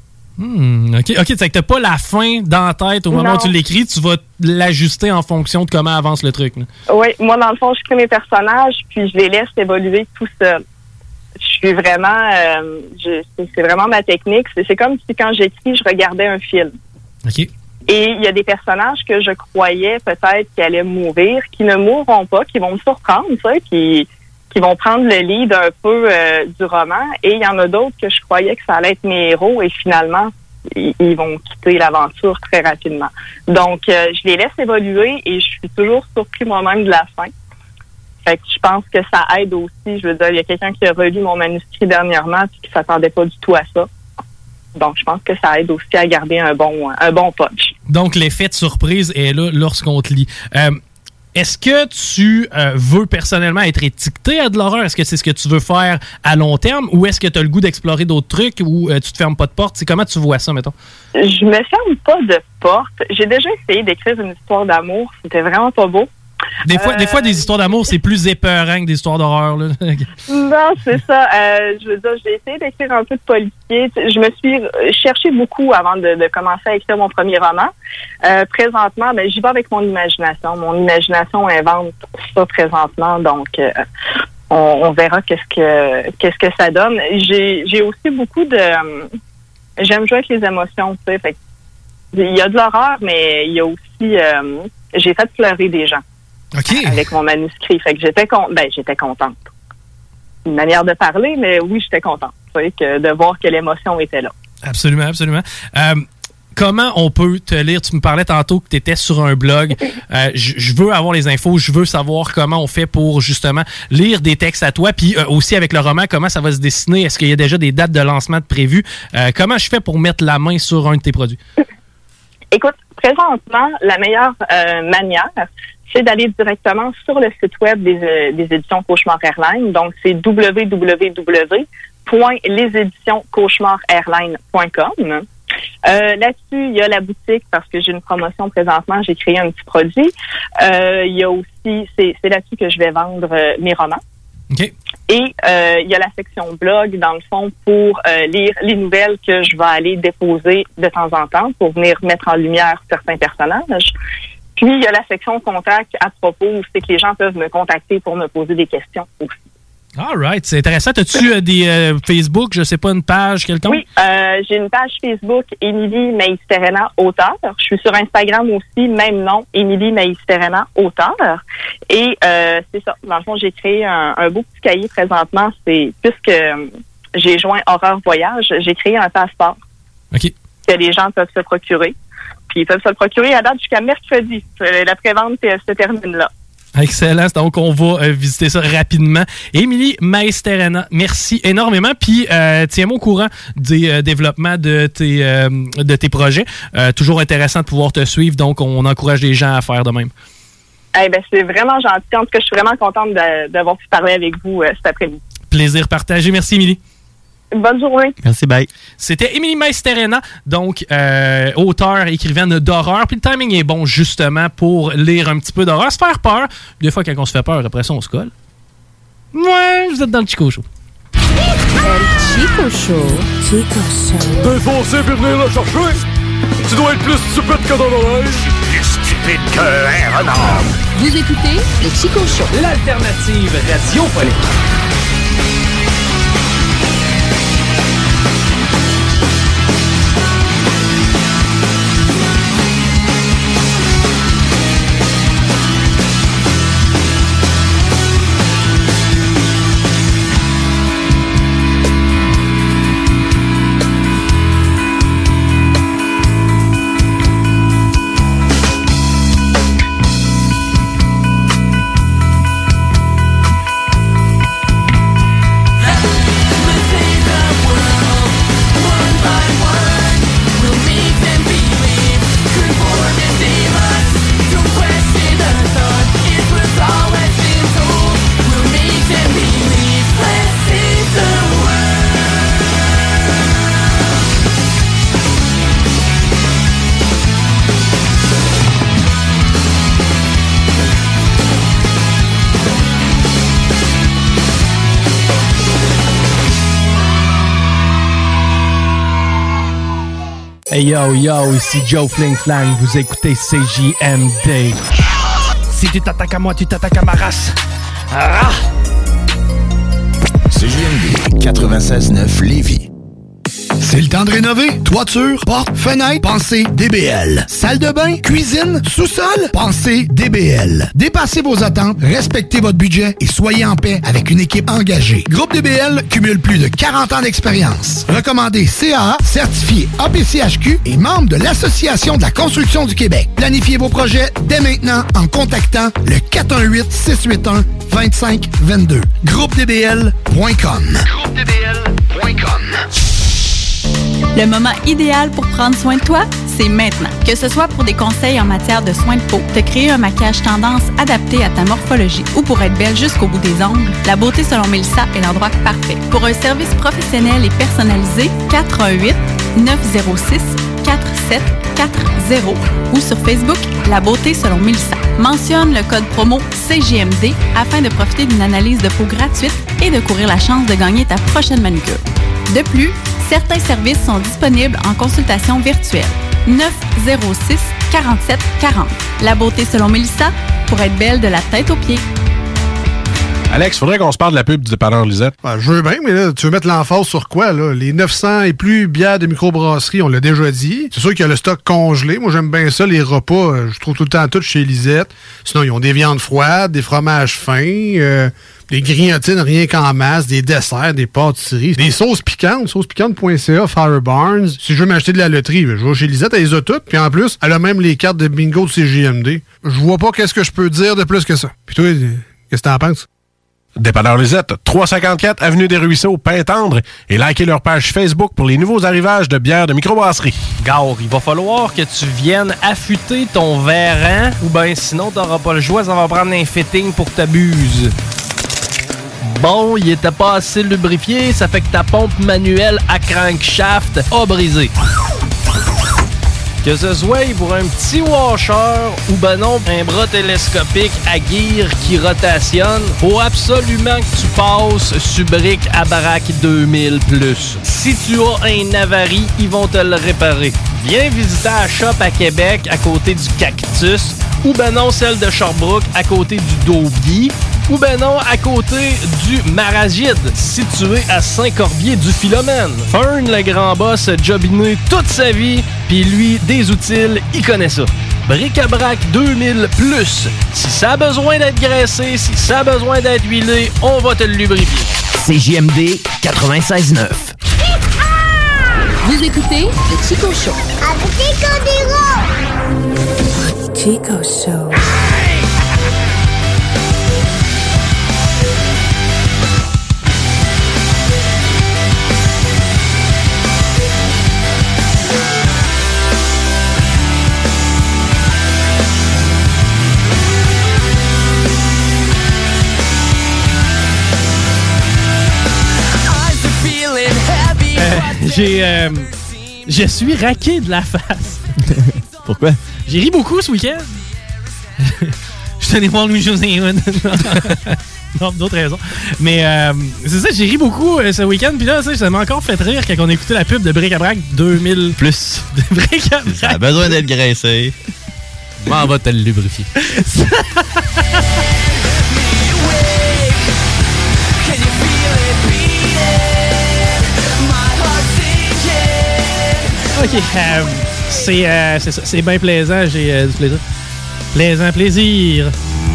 [SPEAKER 5] Hmm, OK, OK, c'est que t'as pas la fin dans la tête au moment
[SPEAKER 25] Non.
[SPEAKER 5] où tu l'écris, tu vas l'ajuster en fonction de comment avance le truc. Là.
[SPEAKER 25] Oui, moi, dans le fond, je crée mes personnages, puis je les laisse évoluer tout seul. Je suis vraiment... Euh, je, c'est, c'est vraiment ma technique. C'est, c'est comme si quand j'écris, je regardais un film.
[SPEAKER 5] OK.
[SPEAKER 25] Et il y a des personnages que je croyais peut-être qui allaient mourir, qui ne mourront pas, qui vont me surprendre, ça, qui, qui vont prendre le lead un peu euh, du roman. Et il y en a d'autres que je croyais que ça allait être mes héros, et finalement, ils, ils vont quitter l'aventure très rapidement. Donc, euh, je les laisse évoluer et je suis toujours surpris moi-même de la fin. Fait que je pense que ça aide aussi. Je veux dire, il y a quelqu'un qui a relu mon manuscrit dernièrement et qui s'attendait pas du tout à ça. Donc, je pense que ça aide aussi à garder un bon, un bon punch.
[SPEAKER 5] Donc, l'effet de surprise est là lorsqu'on te lit. Euh, est-ce que tu euh, veux personnellement être étiqueté à de l'horreur? Est-ce que c'est ce que tu veux faire à long terme? Ou est-ce que tu as le goût d'explorer d'autres trucs ou euh, tu te fermes pas de porte? C'est comment tu vois ça, mettons?
[SPEAKER 25] Je me ferme pas de porte. J'ai déjà essayé d'écrire une histoire d'amour. C'était vraiment pas beau.
[SPEAKER 5] Des fois,
[SPEAKER 25] Euh,
[SPEAKER 5] des fois, des histoires d'amour, c'est plus épeurant que des histoires d'horreur. Là.
[SPEAKER 25] Non, c'est ça. Euh, je veux dire, j'ai essayé d'écrire un peu de policier. Je me suis cherché beaucoup avant de, de commencer à écrire mon premier roman. Euh, présentement, ben, j'y vais avec mon imagination. Mon imagination invente ça présentement, donc euh, on, on verra qu'est-ce que qu'est-ce que ça donne. J'ai, j'ai aussi beaucoup de... euh, j'aime jouer avec les émotions, tu sais. Fait que il y a de l'horreur, mais il y a aussi... Euh, j'ai fait pleurer des gens.
[SPEAKER 5] Okay.
[SPEAKER 25] Avec mon manuscrit. Fait que j'étais con... ben j'étais contente. Une manière de parler, mais oui, j'étais contente. Tu sais, que de voir que l'émotion était là.
[SPEAKER 5] Absolument, absolument. Euh, comment on peut te lire? Tu me parlais tantôt que tu étais sur un blog. Euh, je je veux avoir les infos, je veux savoir comment on fait pour justement lire des textes à toi, puis euh, aussi avec le roman, comment ça va se dessiner? Est-ce qu'il y a déjà des dates de lancement de prévues? Euh, comment je fais pour mettre la main sur un de tes produits?
[SPEAKER 25] Écoute, présentement, la meilleure euh, manière, c'est d'aller directement sur le site web des, euh, des éditions Cauchemar Airlines. Donc, c'est w w w point les éditions cauchemar airlines point com. Euh, là-dessus, il y a la boutique parce que j'ai une promotion présentement. J'ai créé un petit produit. Euh, il y a aussi, c'est, c'est là-dessus que je vais vendre euh, mes romans.
[SPEAKER 5] Okay.
[SPEAKER 25] Et euh, il y a la section blog, dans le fond, pour euh, lire les nouvelles que je vais aller déposer de temps en temps pour venir mettre en lumière certains personnages. Puis, il y a la section contact à propos où c'est que les gens peuvent me contacter pour me poser des questions aussi.
[SPEAKER 5] All right, c'est intéressant. As-tu euh, des euh, Facebook, je sais pas, une page quelconque?
[SPEAKER 25] Oui, euh, j'ai une page Facebook, Émilie Maïs-Terena, auteur. Je suis sur Instagram aussi, même nom, Émilie Maïs-Terena, auteur. Et euh, c'est ça. Dans le fond, j'ai créé un, un beau petit cahier présentement. C'est puisque euh, j'ai joint Horreur Voyage, j'ai créé un passeport
[SPEAKER 5] okay.
[SPEAKER 25] que les gens peuvent se procurer. Puis ils peuvent se le procurer à date jusqu'à mercredi. La prévente se termine là.
[SPEAKER 5] Excellent. Donc, on va euh, visiter ça rapidement. Émilie Maïs-Terena, merci énormément. Puis, euh, tiens-moi au courant des euh, développements de tes, euh, de tes projets. Euh, toujours intéressant de pouvoir te suivre. Donc, on encourage les gens à faire de même.
[SPEAKER 25] Eh ben, c'est vraiment gentil. En tout cas, je suis vraiment contente de, d'avoir pu parler avec vous euh, cet après-midi.
[SPEAKER 5] Plaisir partagé. Merci, Émilie.
[SPEAKER 25] Bonne journée.
[SPEAKER 2] Merci, bye.
[SPEAKER 5] C'était Émilie Maïs-Terena, donc euh, auteure, écrivaine d'horreur. Puis le timing est bon, justement, pour lire un petit peu d'horreur, se faire peur. Des fois, quand on se fait peur, après ça, on se colle. Ouais, vous êtes dans le Chico Show.
[SPEAKER 8] El Chico Show. Chico Show.
[SPEAKER 6] T'es foncé pour venir le chercher. Tu dois être plus stupide que dans l'oreille. Plus stupide qu'un renard.
[SPEAKER 8] Vous écoutez le Chico Show.
[SPEAKER 13] L'alternative radiophonique.
[SPEAKER 3] Hey yo yo, ici Joe Fling Flang, vous écoutez C J M D. Si tu t'attaques à moi, tu t'attaques à ma race. Ah!
[SPEAKER 19] C J M D quatre-vingt-seize neuf Lévis.
[SPEAKER 14] C'est le temps de rénover. Toiture, porte, fenêtre, pensez D B L. Salle de bain, cuisine, sous-sol, pensez D B L. Dépassez vos attentes, respectez votre budget et soyez en paix avec une équipe engagée. Groupe D B L cumule plus de quarante ans d'expérience. Recommandé C A A, certifié A P C H Q et membre de l'Association de la construction du Québec. Planifiez vos projets dès maintenant en contactant le quatre un huit, six huit un, deux cinq deux deux. groupe d b l point com. groupe d b l point com.
[SPEAKER 7] Le moment idéal pour prendre soin de toi, c'est maintenant. Que ce soit pour des conseils en matière de soins de peau, te créer un maquillage tendance adapté à ta morphologie ou pour être belle jusqu'au bout des ongles, la beauté selon Mélissa est l'endroit parfait. Pour un service professionnel et personnalisé, quatre un huit, neuf zéro six, quatre sept quatre zéro ou sur Facebook, La Beauté selon Mélissa. Mentionne le code promo C J M D afin de profiter d'une analyse de peau gratuite et de courir la chance de gagner ta prochaine manucure. De plus, certains services sont disponibles en consultation virtuelle. neuf zéro six, quarante-sept quarante. La Beauté selon Mélissa, pour être belle de la tête aux pieds.
[SPEAKER 11] Alex, faudrait qu'on se parle de la pub du dépanneur Lisette.
[SPEAKER 12] Ben, je veux bien, mais là, tu veux mettre l'emphase sur quoi, là? Les neuf cents et plus bières de microbrasserie, on l'a déjà dit. C'est sûr qu'il y a le stock congelé. Moi, j'aime bien ça, les repas. euh, Je trouve tout le temps tout chez Lisette. Sinon, ils ont des viandes froides, des fromages fins, euh, des grignotines rien qu'en masse, des desserts, des pâtisseries, des sauces piquantes, sauce piquante point c a, Fire Barnes. Si je veux m'acheter de la loterie, ben, je vais chez Lisette, elle les a toutes. Puis en plus, elle a même les cartes de bingo de C J M D. Je vois pas qu'est-ce que je peux dire de plus que ça. Puis toi, qu'est-ce que t'en penses?
[SPEAKER 11] Dépanneur Lisette, trois cent cinquante-quatre Avenue des Ruisseaux, Pintendre, et likez leur page Facebook pour les nouveaux arrivages de bières de microbrasserie.
[SPEAKER 5] Gare, il va falloir que tu viennes affûter ton verre, ou ben sinon t'auras pas le choix, ça va prendre un fitting pour ta buse. Bon, il était pas assez lubrifié, ça fait que ta pompe manuelle à crankshaft a brisé. Que ce soit pour un petit washer ou ben non, un bras télescopique à gear qui rotationne, faut absolument que tu passes sur Brick à Baraque deux mille plus. Si tu as un avarie, ils vont te le réparer. Viens visiter la shop à Québec à côté du Cactus ou ben non celle de Sherbrooke à côté du Daubier ou ben non à côté du Maragide, situé à Saint-Corbier-du-Philomène. Fern, le grand boss, a jobiné toute sa vie, puis lui, des outils, il connaît ça. Bric-à-brac deux mille plus. Si ça a besoin d'être graissé, si ça a besoin d'être huilé, on va te le lubrifier.
[SPEAKER 22] C J M D quatre-vingt-seize neuf.
[SPEAKER 8] Vous écoutez le Chico Show. Avec Chico Chico Show.
[SPEAKER 5] J'ai. Euh, je suis raqué de la face.
[SPEAKER 2] Pourquoi?
[SPEAKER 5] J'ai ri beaucoup ce week-end. Je suis allé voir Louis-José. Non, d'autres raisons. Mais euh, c'est ça, j'ai ri beaucoup euh, ce week-end. Puis là, ça m'a encore fait rire quand on a écouté la pub de Bric-à-Brac deux mille
[SPEAKER 2] plus.
[SPEAKER 5] De Bric-à-Brac.
[SPEAKER 2] Ça a besoin d'être graissé.
[SPEAKER 21] Moi, on va te le lubrifier.
[SPEAKER 5] OK. Euh, c'est euh, c'est ça. C'est bien plaisant. J'ai euh, du plaisir. Plaisant plaisir.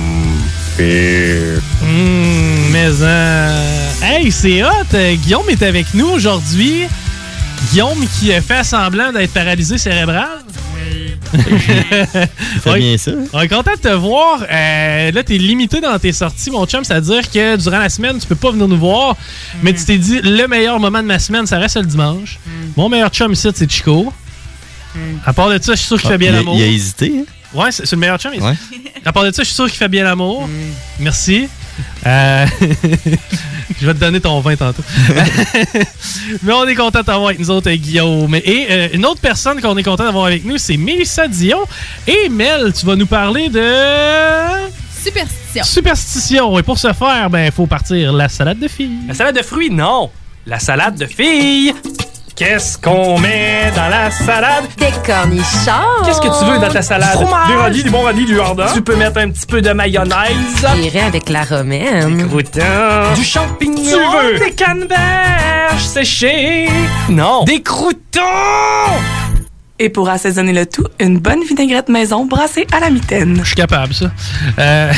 [SPEAKER 5] Mmh, mais euh... Hey, c'est hot! Euh, Guillaume est avec nous aujourd'hui. Guillaume qui a fait semblant d'être paralysé cérébral.
[SPEAKER 2] Oui. Fais bien ça.
[SPEAKER 5] On est content de te voir. Euh, là, t'es limité dans tes sorties, mon chum. C'est-à-dire que durant la semaine, tu peux pas venir nous voir. Mm. Mais tu t'es dit, le meilleur moment de ma semaine, ça reste le dimanche. Mm. Mon meilleur chum ici, c'est Chico. Mm. À part de ça, je suis sûr qu'il ah, fait bien l'amour.
[SPEAKER 2] Il a hésité, hein?
[SPEAKER 5] Ouais, c'est, c'est le meilleur chum ici.
[SPEAKER 2] Ouais.
[SPEAKER 5] À part de ça, je suis sûr qu'il fait bien l'amour. Mm. Merci. Euh... Je vais te donner ton vin tantôt. Mais on est content d'avoir avec nous autres, Guillaume. Et euh, une autre personne qu'on est content d'avoir avec nous, c'est Mélissa Dion. Et Mel, tu vas nous parler de...
[SPEAKER 7] Superstition.
[SPEAKER 5] Superstition. Et pour ce faire, ben, il faut partir la salade de filles.
[SPEAKER 9] La salade de fruits, non. La salade de filles.
[SPEAKER 5] Qu'est-ce qu'on met dans la salade?
[SPEAKER 15] Des cornichons.
[SPEAKER 5] Qu'est-ce que tu veux dans ta salade?
[SPEAKER 15] Du fromage.
[SPEAKER 5] Des radis, du bon radis, du jardin. Tu peux mettre un petit peu de mayonnaise.
[SPEAKER 15] J'irai avec la romaine.
[SPEAKER 5] Des croûtons. Du champignon. Tu veux? Des canneberges séchées. Non. Des croûtons.
[SPEAKER 9] Et pour assaisonner le tout, une bonne vinaigrette maison brassée à la mitaine.
[SPEAKER 5] Je suis capable, ça. Euh...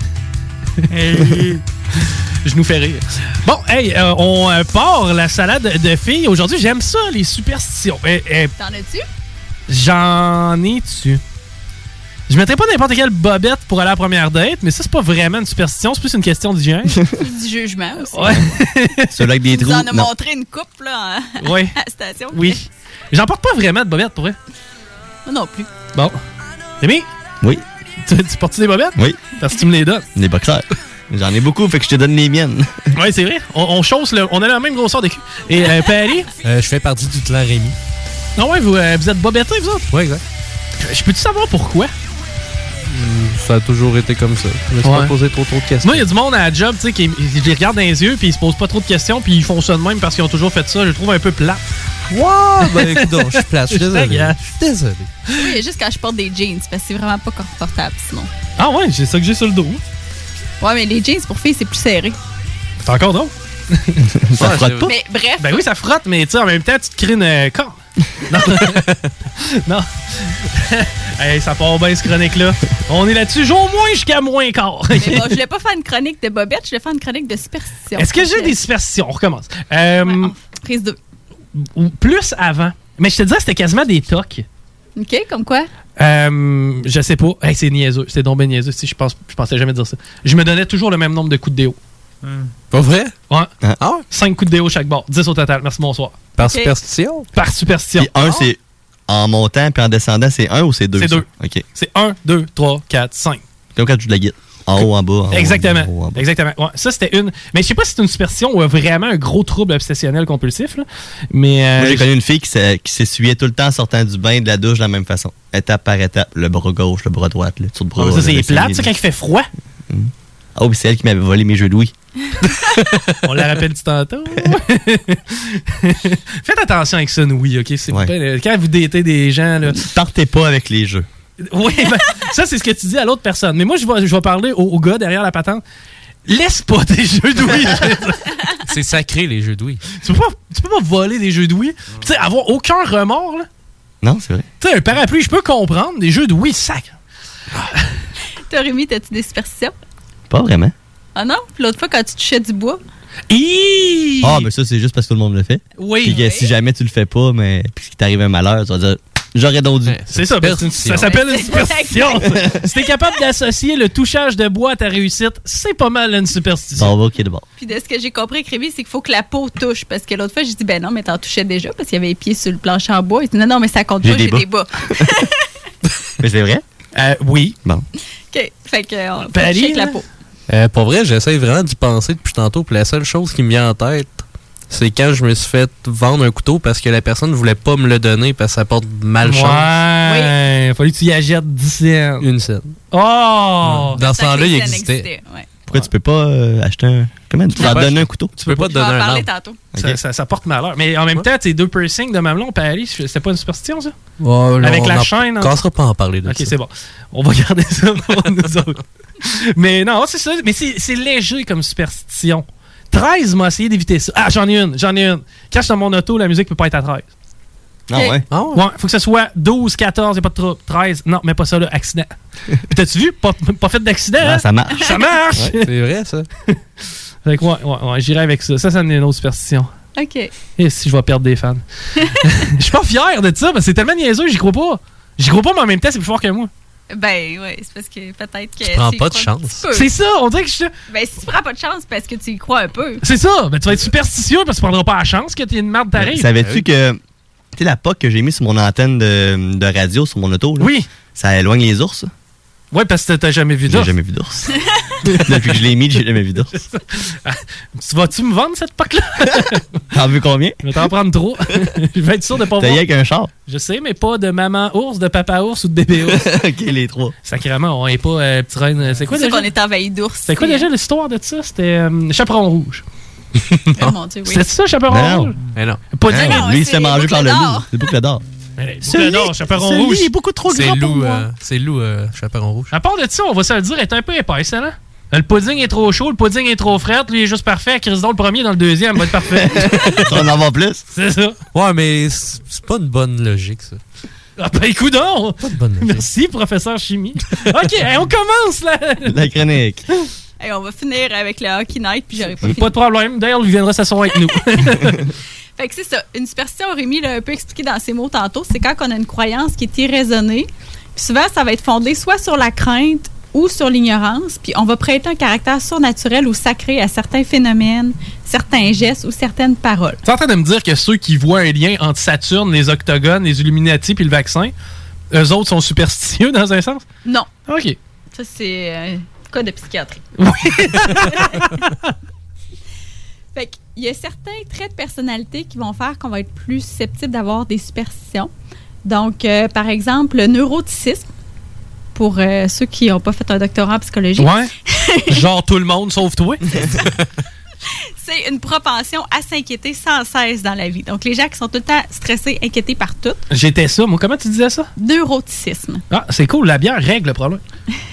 [SPEAKER 5] Je nous fais rire. Bon, hey, euh, on euh, part la salade de filles. Aujourd'hui, j'aime ça, les superstitions. Euh, euh,
[SPEAKER 7] T'en as-tu?
[SPEAKER 5] J'en ai-tu? Je mettrais pas n'importe quelle bobette pour aller à la première date, mais ça, c'est pas vraiment une superstition, c'est plus une question d'hygiène.
[SPEAKER 7] Du jugement aussi.
[SPEAKER 5] Ouais.
[SPEAKER 2] Celui avec des
[SPEAKER 7] Tu
[SPEAKER 2] trous.
[SPEAKER 7] nous en as
[SPEAKER 2] non.
[SPEAKER 7] montré une coupe là, en-
[SPEAKER 5] Oui.
[SPEAKER 7] à la station.
[SPEAKER 5] Oui. J'en porte pas vraiment de bobettes, pour vrai.
[SPEAKER 7] Moi non plus.
[SPEAKER 5] Bon. Rémi?
[SPEAKER 2] Oui.
[SPEAKER 5] Tu, tu portes des bobettes?
[SPEAKER 2] Oui.
[SPEAKER 5] Parce que tu me les donnes.
[SPEAKER 2] Des boxeurs. J'en ai beaucoup, fait que je te donne les miennes.
[SPEAKER 5] Oui, c'est vrai. On, on chausse le. On a la même grosseur de cul. Et euh, Paris?
[SPEAKER 21] Euh, je fais partie du clan Rémi.
[SPEAKER 5] Non, ouais, vous, euh, vous êtes bobettés, vous autres?
[SPEAKER 21] Ouais, exact.
[SPEAKER 5] Je peux-tu savoir pourquoi?
[SPEAKER 21] Ça a toujours été comme ça. Je me suis
[SPEAKER 5] Ouais.
[SPEAKER 21] pas posé trop trop de questions.
[SPEAKER 5] Moi, il y a du monde à la job, tu sais, qui je les regarde dans les yeux, puis ils se posent pas trop de questions, puis ils font ça de même parce qu'ils ont toujours fait ça. Je le trouve un peu plat.
[SPEAKER 21] Wow! Ben écoute, donc, je suis plate, je suis désolé.
[SPEAKER 5] T'agace.
[SPEAKER 21] Je suis désolé.
[SPEAKER 7] Oui, juste quand je porte des jeans, parce que c'est vraiment pas confortable sinon.
[SPEAKER 5] Ah ouais, c'est ça que j'ai sur le dos.
[SPEAKER 7] Ouais, mais les jeans pour filles, c'est plus serré.
[SPEAKER 5] C'est encore drôle.
[SPEAKER 2] Ça frotte pas?
[SPEAKER 7] Mais bref.
[SPEAKER 5] Ben oui, ça frotte, mais tu sais, en même temps, tu te crées une euh, corps. Non. Non. Hey, ça part bien, ce chronique-là. On est là-dessus. Joue au moins jusqu'à moins quart.
[SPEAKER 7] Mais bon, je voulais pas faire une chronique de bobette, je voulais faire une chronique de superstition.
[SPEAKER 5] Est-ce que j'ai des superstitions? On recommence. Euh,
[SPEAKER 7] Prise deux.
[SPEAKER 5] ou plus avant. Mais je te disais, c'était quasiment des tocs.
[SPEAKER 7] OK, comme quoi?
[SPEAKER 5] Euh, je sais pas. Hey, c'est niaiseux. C'est donc ben niaiseux. Si, je, pense, je pensais jamais dire ça. Je me donnais toujours le même nombre de coups de déo.
[SPEAKER 21] Pas vrai?
[SPEAKER 5] Ouais.
[SPEAKER 21] Ah ouais?
[SPEAKER 5] cinq coups de déo chaque bord. dix au total. Merci, bonsoir.
[SPEAKER 21] Par
[SPEAKER 7] Ok.
[SPEAKER 21] superstition?
[SPEAKER 5] Par superstition.
[SPEAKER 2] Puis un, c'est en montant, puis en descendant, c'est un ou c'est deux?
[SPEAKER 5] C'est
[SPEAKER 2] ça?
[SPEAKER 5] deux.
[SPEAKER 2] OK.
[SPEAKER 5] C'est un, deux, trois, quatre, cinq.
[SPEAKER 2] Comme quand tu joues de la guitare. En haut, en bas. En haut,
[SPEAKER 5] Exactement.
[SPEAKER 2] en haut, en bas.
[SPEAKER 5] Exactement. Ouais, ça, c'était une. Mais je sais pas si c'est une superstition ou vraiment un gros trouble obsessionnel compulsif. Là. Mais. euh,
[SPEAKER 2] Moi, j'ai connu une fille qui s'e- qui s'essuyait tout le temps en sortant du bain, de la douche, de la même façon. Étape par étape. Le bras gauche, le bras droit, le dessous de bras.
[SPEAKER 5] Ah, ça, c'est
[SPEAKER 2] le
[SPEAKER 5] plate,
[SPEAKER 2] cellier.
[SPEAKER 5] ça, quand il fait froid.
[SPEAKER 2] Ah oui, c'est elle qui m'avait volé mes jeux de Wii.
[SPEAKER 5] On la rappelle du tantôt. Faites attention avec ça, oui, OK? C'est
[SPEAKER 2] Ouais.
[SPEAKER 5] pas- quand vous datez des gens, là.
[SPEAKER 2] Partez pas avec les jeux.
[SPEAKER 5] Oui, ben, ça, c'est ce que tu dis à l'autre personne. Mais moi, je vais, je vais parler au, au gars derrière la patente. Laisse pas tes jeux de Wii.
[SPEAKER 21] C'est sacré, les jeux de Wii.
[SPEAKER 5] tu, peux pas, tu peux pas voler des jeux de Wii. Tu sais, avoir aucun remords, là.
[SPEAKER 2] Non, c'est vrai.
[SPEAKER 5] Tu sais, un parapluie, je peux comprendre. Des jeux de Wii, sac.
[SPEAKER 7] Toi, Rémi, t'as-tu des superstitions?
[SPEAKER 2] Pas vraiment.
[SPEAKER 7] Ah non? Puis l'autre fois, quand tu touchais du bois?
[SPEAKER 5] Hi!
[SPEAKER 2] Ah, ben ça, c'est juste parce que tout le monde le fait.
[SPEAKER 5] Oui.
[SPEAKER 2] Puis que
[SPEAKER 5] Oui.
[SPEAKER 2] si jamais tu le fais pas, mais puis qu'il t'arrive un malheur, tu vas dire j'aurais donc dû.
[SPEAKER 5] C'est ça, ben, c'est une- ça s'appelle une superstition. Si t'es capable d'associer le touchage de bois à ta réussite, c'est pas mal une superstition.
[SPEAKER 2] Bon, ok, de bord.
[SPEAKER 7] Puis de ce que j'ai compris avec Rémi, c'est qu'il faut que la peau touche. Parce que l'autre fois, j'ai dit, ben non, mais t'en touchais déjà parce qu'il y avait les pieds sur le plancher en bois. Il dit, non, non, mais ça compte
[SPEAKER 2] J'ai
[SPEAKER 7] pas,
[SPEAKER 2] des
[SPEAKER 7] j'ai
[SPEAKER 2] bas.
[SPEAKER 7] des bas.
[SPEAKER 2] Mais c'est vrai?
[SPEAKER 5] Euh, oui.
[SPEAKER 2] Bon.
[SPEAKER 7] OK. Fait que, on peut
[SPEAKER 5] Paris,
[SPEAKER 7] toucher avec la
[SPEAKER 5] là?
[SPEAKER 7] peau.
[SPEAKER 21] Euh, pour vrai, j'essaie vraiment d'y penser depuis tantôt. Puis la seule chose qui me vient en tête, c'est quand je me suis fait vendre un couteau parce que la personne ne voulait pas me le donner parce que ça porte malchance.
[SPEAKER 5] Ouais. Il fallait que tu y achètes dix cents.
[SPEAKER 21] Une scène.
[SPEAKER 5] Oh!
[SPEAKER 21] Dans ce temps-là, il
[SPEAKER 7] Ça
[SPEAKER 21] existait.
[SPEAKER 7] ouais.
[SPEAKER 2] Pourquoi tu peux pas euh, acheter un. Comment tu vas
[SPEAKER 5] pas
[SPEAKER 2] donner un couteau?
[SPEAKER 21] Tu peux pas te
[SPEAKER 7] Je vais
[SPEAKER 21] donner
[SPEAKER 7] en
[SPEAKER 21] un
[SPEAKER 7] parler
[SPEAKER 21] arbre.
[SPEAKER 7] tantôt.
[SPEAKER 5] Ça, ça, ça porte malheur. Mais en même temps, tes deux piercings de mamelon, Paris, c'était pas une superstition, ça?
[SPEAKER 21] Ouais, là,
[SPEAKER 5] Avec
[SPEAKER 21] on
[SPEAKER 5] la
[SPEAKER 21] en-
[SPEAKER 5] chaîne, hein?
[SPEAKER 21] On commencera pas à en parler de
[SPEAKER 5] Ok,
[SPEAKER 21] ça.
[SPEAKER 5] c'est bon. On va garder ça pour nous autres. Mais non, c'est ça. Mais c'est c'est léger comme superstition. treize m'a essayé d'éviter ça. Ah, j'en ai une, j'en ai une. Quand je suis dans mon auto, la musique peut pas être à treize.
[SPEAKER 2] Ah ouais?
[SPEAKER 21] Ah ouais?
[SPEAKER 5] Ouais, faut que ce soit douze, quatorze, y'a pas de trouble. treize, non, mais pas ça là, accident. Puis t'as-tu vu? Pas, pas fait d'accident,
[SPEAKER 2] Ah,
[SPEAKER 5] hein?
[SPEAKER 2] ça marche.
[SPEAKER 5] Ça marche!
[SPEAKER 21] Ouais, c'est vrai, ça.
[SPEAKER 5] Fait que ouais, ouais, ouais, j'irai avec ça. Ça, ça en est une autre superstition.
[SPEAKER 7] OK.
[SPEAKER 5] Et si je vais perdre des fans. Je suis pas fier de ça, parce que c'est tellement niaiseux, j'y crois pas. J'y crois pas, mais en même temps, c'est plus fort que moi.
[SPEAKER 7] Ben, ouais, c'est parce que peut-être que.
[SPEAKER 21] Tu prends
[SPEAKER 7] y
[SPEAKER 21] pas de
[SPEAKER 7] crois un
[SPEAKER 21] chance.
[SPEAKER 7] petit peu.
[SPEAKER 5] C'est ça, on dirait que je.
[SPEAKER 7] Ben, si tu prends pas de chance, parce que tu y crois un peu.
[SPEAKER 5] C'est ça, ben tu vas être superstitieux parce que tu prendras pas la chance que t'aies une merde t'arrive.
[SPEAKER 2] Savais-tu que. Tu sais, la P O C que j'ai mis sur mon antenne de, de radio, sur mon auto, là,
[SPEAKER 5] Oui.
[SPEAKER 2] ça éloigne les ours. ça.
[SPEAKER 5] Ouais, parce que t'as jamais vu
[SPEAKER 2] J'ai
[SPEAKER 5] d'ours.
[SPEAKER 2] jamais vu d'ours. Depuis que je l'ai mis, j'ai jamais vu d'ours.
[SPEAKER 5] Tu vas-tu me vendre cette P O C-là?
[SPEAKER 2] T'en veux combien?
[SPEAKER 5] Je vais t'en prendre trop. Je vais être sûr de pas
[SPEAKER 2] T'as
[SPEAKER 5] voir.
[SPEAKER 2] y avec un char?
[SPEAKER 5] Je sais, mais pas de maman ours, de papa ours ou de bébé ours.
[SPEAKER 2] Ok, les trois.
[SPEAKER 5] Sacrément, on est pas euh, petit reine. C'est quoi
[SPEAKER 7] C'est
[SPEAKER 5] déjà?
[SPEAKER 7] qu'on est envahi d'ours.
[SPEAKER 5] C'était quoi déjà l'histoire de ça? C'était euh, Chaperon Rouge.
[SPEAKER 7] Oh mon Dieu, oui.
[SPEAKER 5] C'est ça, Chaperon
[SPEAKER 2] Non.
[SPEAKER 5] Rouge?
[SPEAKER 21] Mais non.
[SPEAKER 5] Pas
[SPEAKER 2] Non,
[SPEAKER 5] dit.
[SPEAKER 2] lui, il se fait manger par le loup. C'est Boucle d'or.
[SPEAKER 5] Boucle d'or, Chaperon Rouge.
[SPEAKER 21] C'est
[SPEAKER 5] beaucoup trop
[SPEAKER 21] C'est
[SPEAKER 5] grand pour
[SPEAKER 21] Lou,
[SPEAKER 5] moi.
[SPEAKER 21] euh, c'est Lou, euh, Chaperon Rouge.
[SPEAKER 5] À part de ça, on va se le dire, elle est un peu épaisse, hein? Le pudding est trop chaud, le pudding est trop frais, lui il est juste parfait. Chris Dole, le premier dans le deuxième, va être parfait.
[SPEAKER 2] On en va plus.
[SPEAKER 5] C'est ça.
[SPEAKER 21] Ouais, mais c'est c'est pas une bonne logique, ça.
[SPEAKER 5] Ah ben écoute donc!
[SPEAKER 21] Pas de bonne logique.
[SPEAKER 5] Merci, professeur chimie. OK, hey, on commence là!
[SPEAKER 2] La chronique.
[SPEAKER 7] Hey, on va finir avec le Hockey Night, puis j'aurais pas fini.
[SPEAKER 5] Pas de problème, d'ailleurs, il viendra s'asseoir avec nous.
[SPEAKER 7] Fait que c'est ça. Une superstition, Rémi l'a un peu expliqué dans ses mots tantôt, c'est quand on a une croyance qui est irraisonnée. Puis souvent, ça va être fondé soit sur la crainte ou sur l'ignorance, puis on va prêter un caractère surnaturel ou sacré à certains phénomènes, certains gestes ou certaines paroles.
[SPEAKER 5] Tu es en train de me dire que ceux qui voient un lien entre Saturne, les octogones, les Illuminati puis le vaccin, eux autres sont superstitieux dans un sens?
[SPEAKER 7] Non.
[SPEAKER 5] OK.
[SPEAKER 7] Ça, c'est un cas de psychiatrie.
[SPEAKER 5] Oui.
[SPEAKER 7] Fait qu'il y a certains traits de personnalité qui vont faire qu'on va être plus susceptible d'avoir des superstitions. Donc, euh, par exemple, le neuroticisme, pour euh, ceux qui n'ont pas fait un doctorat en psychologie.
[SPEAKER 5] Ouais. Genre tout le monde sauf toi.
[SPEAKER 7] C'est une propension à s'inquiéter sans cesse dans la vie. Donc, les gens qui sont tout le temps stressés, inquiétés par tout.
[SPEAKER 5] J'étais ça. Moi, comment tu disais ça?
[SPEAKER 7] Neuroticisme.
[SPEAKER 5] Ah, c'est cool. La bière règle le problème.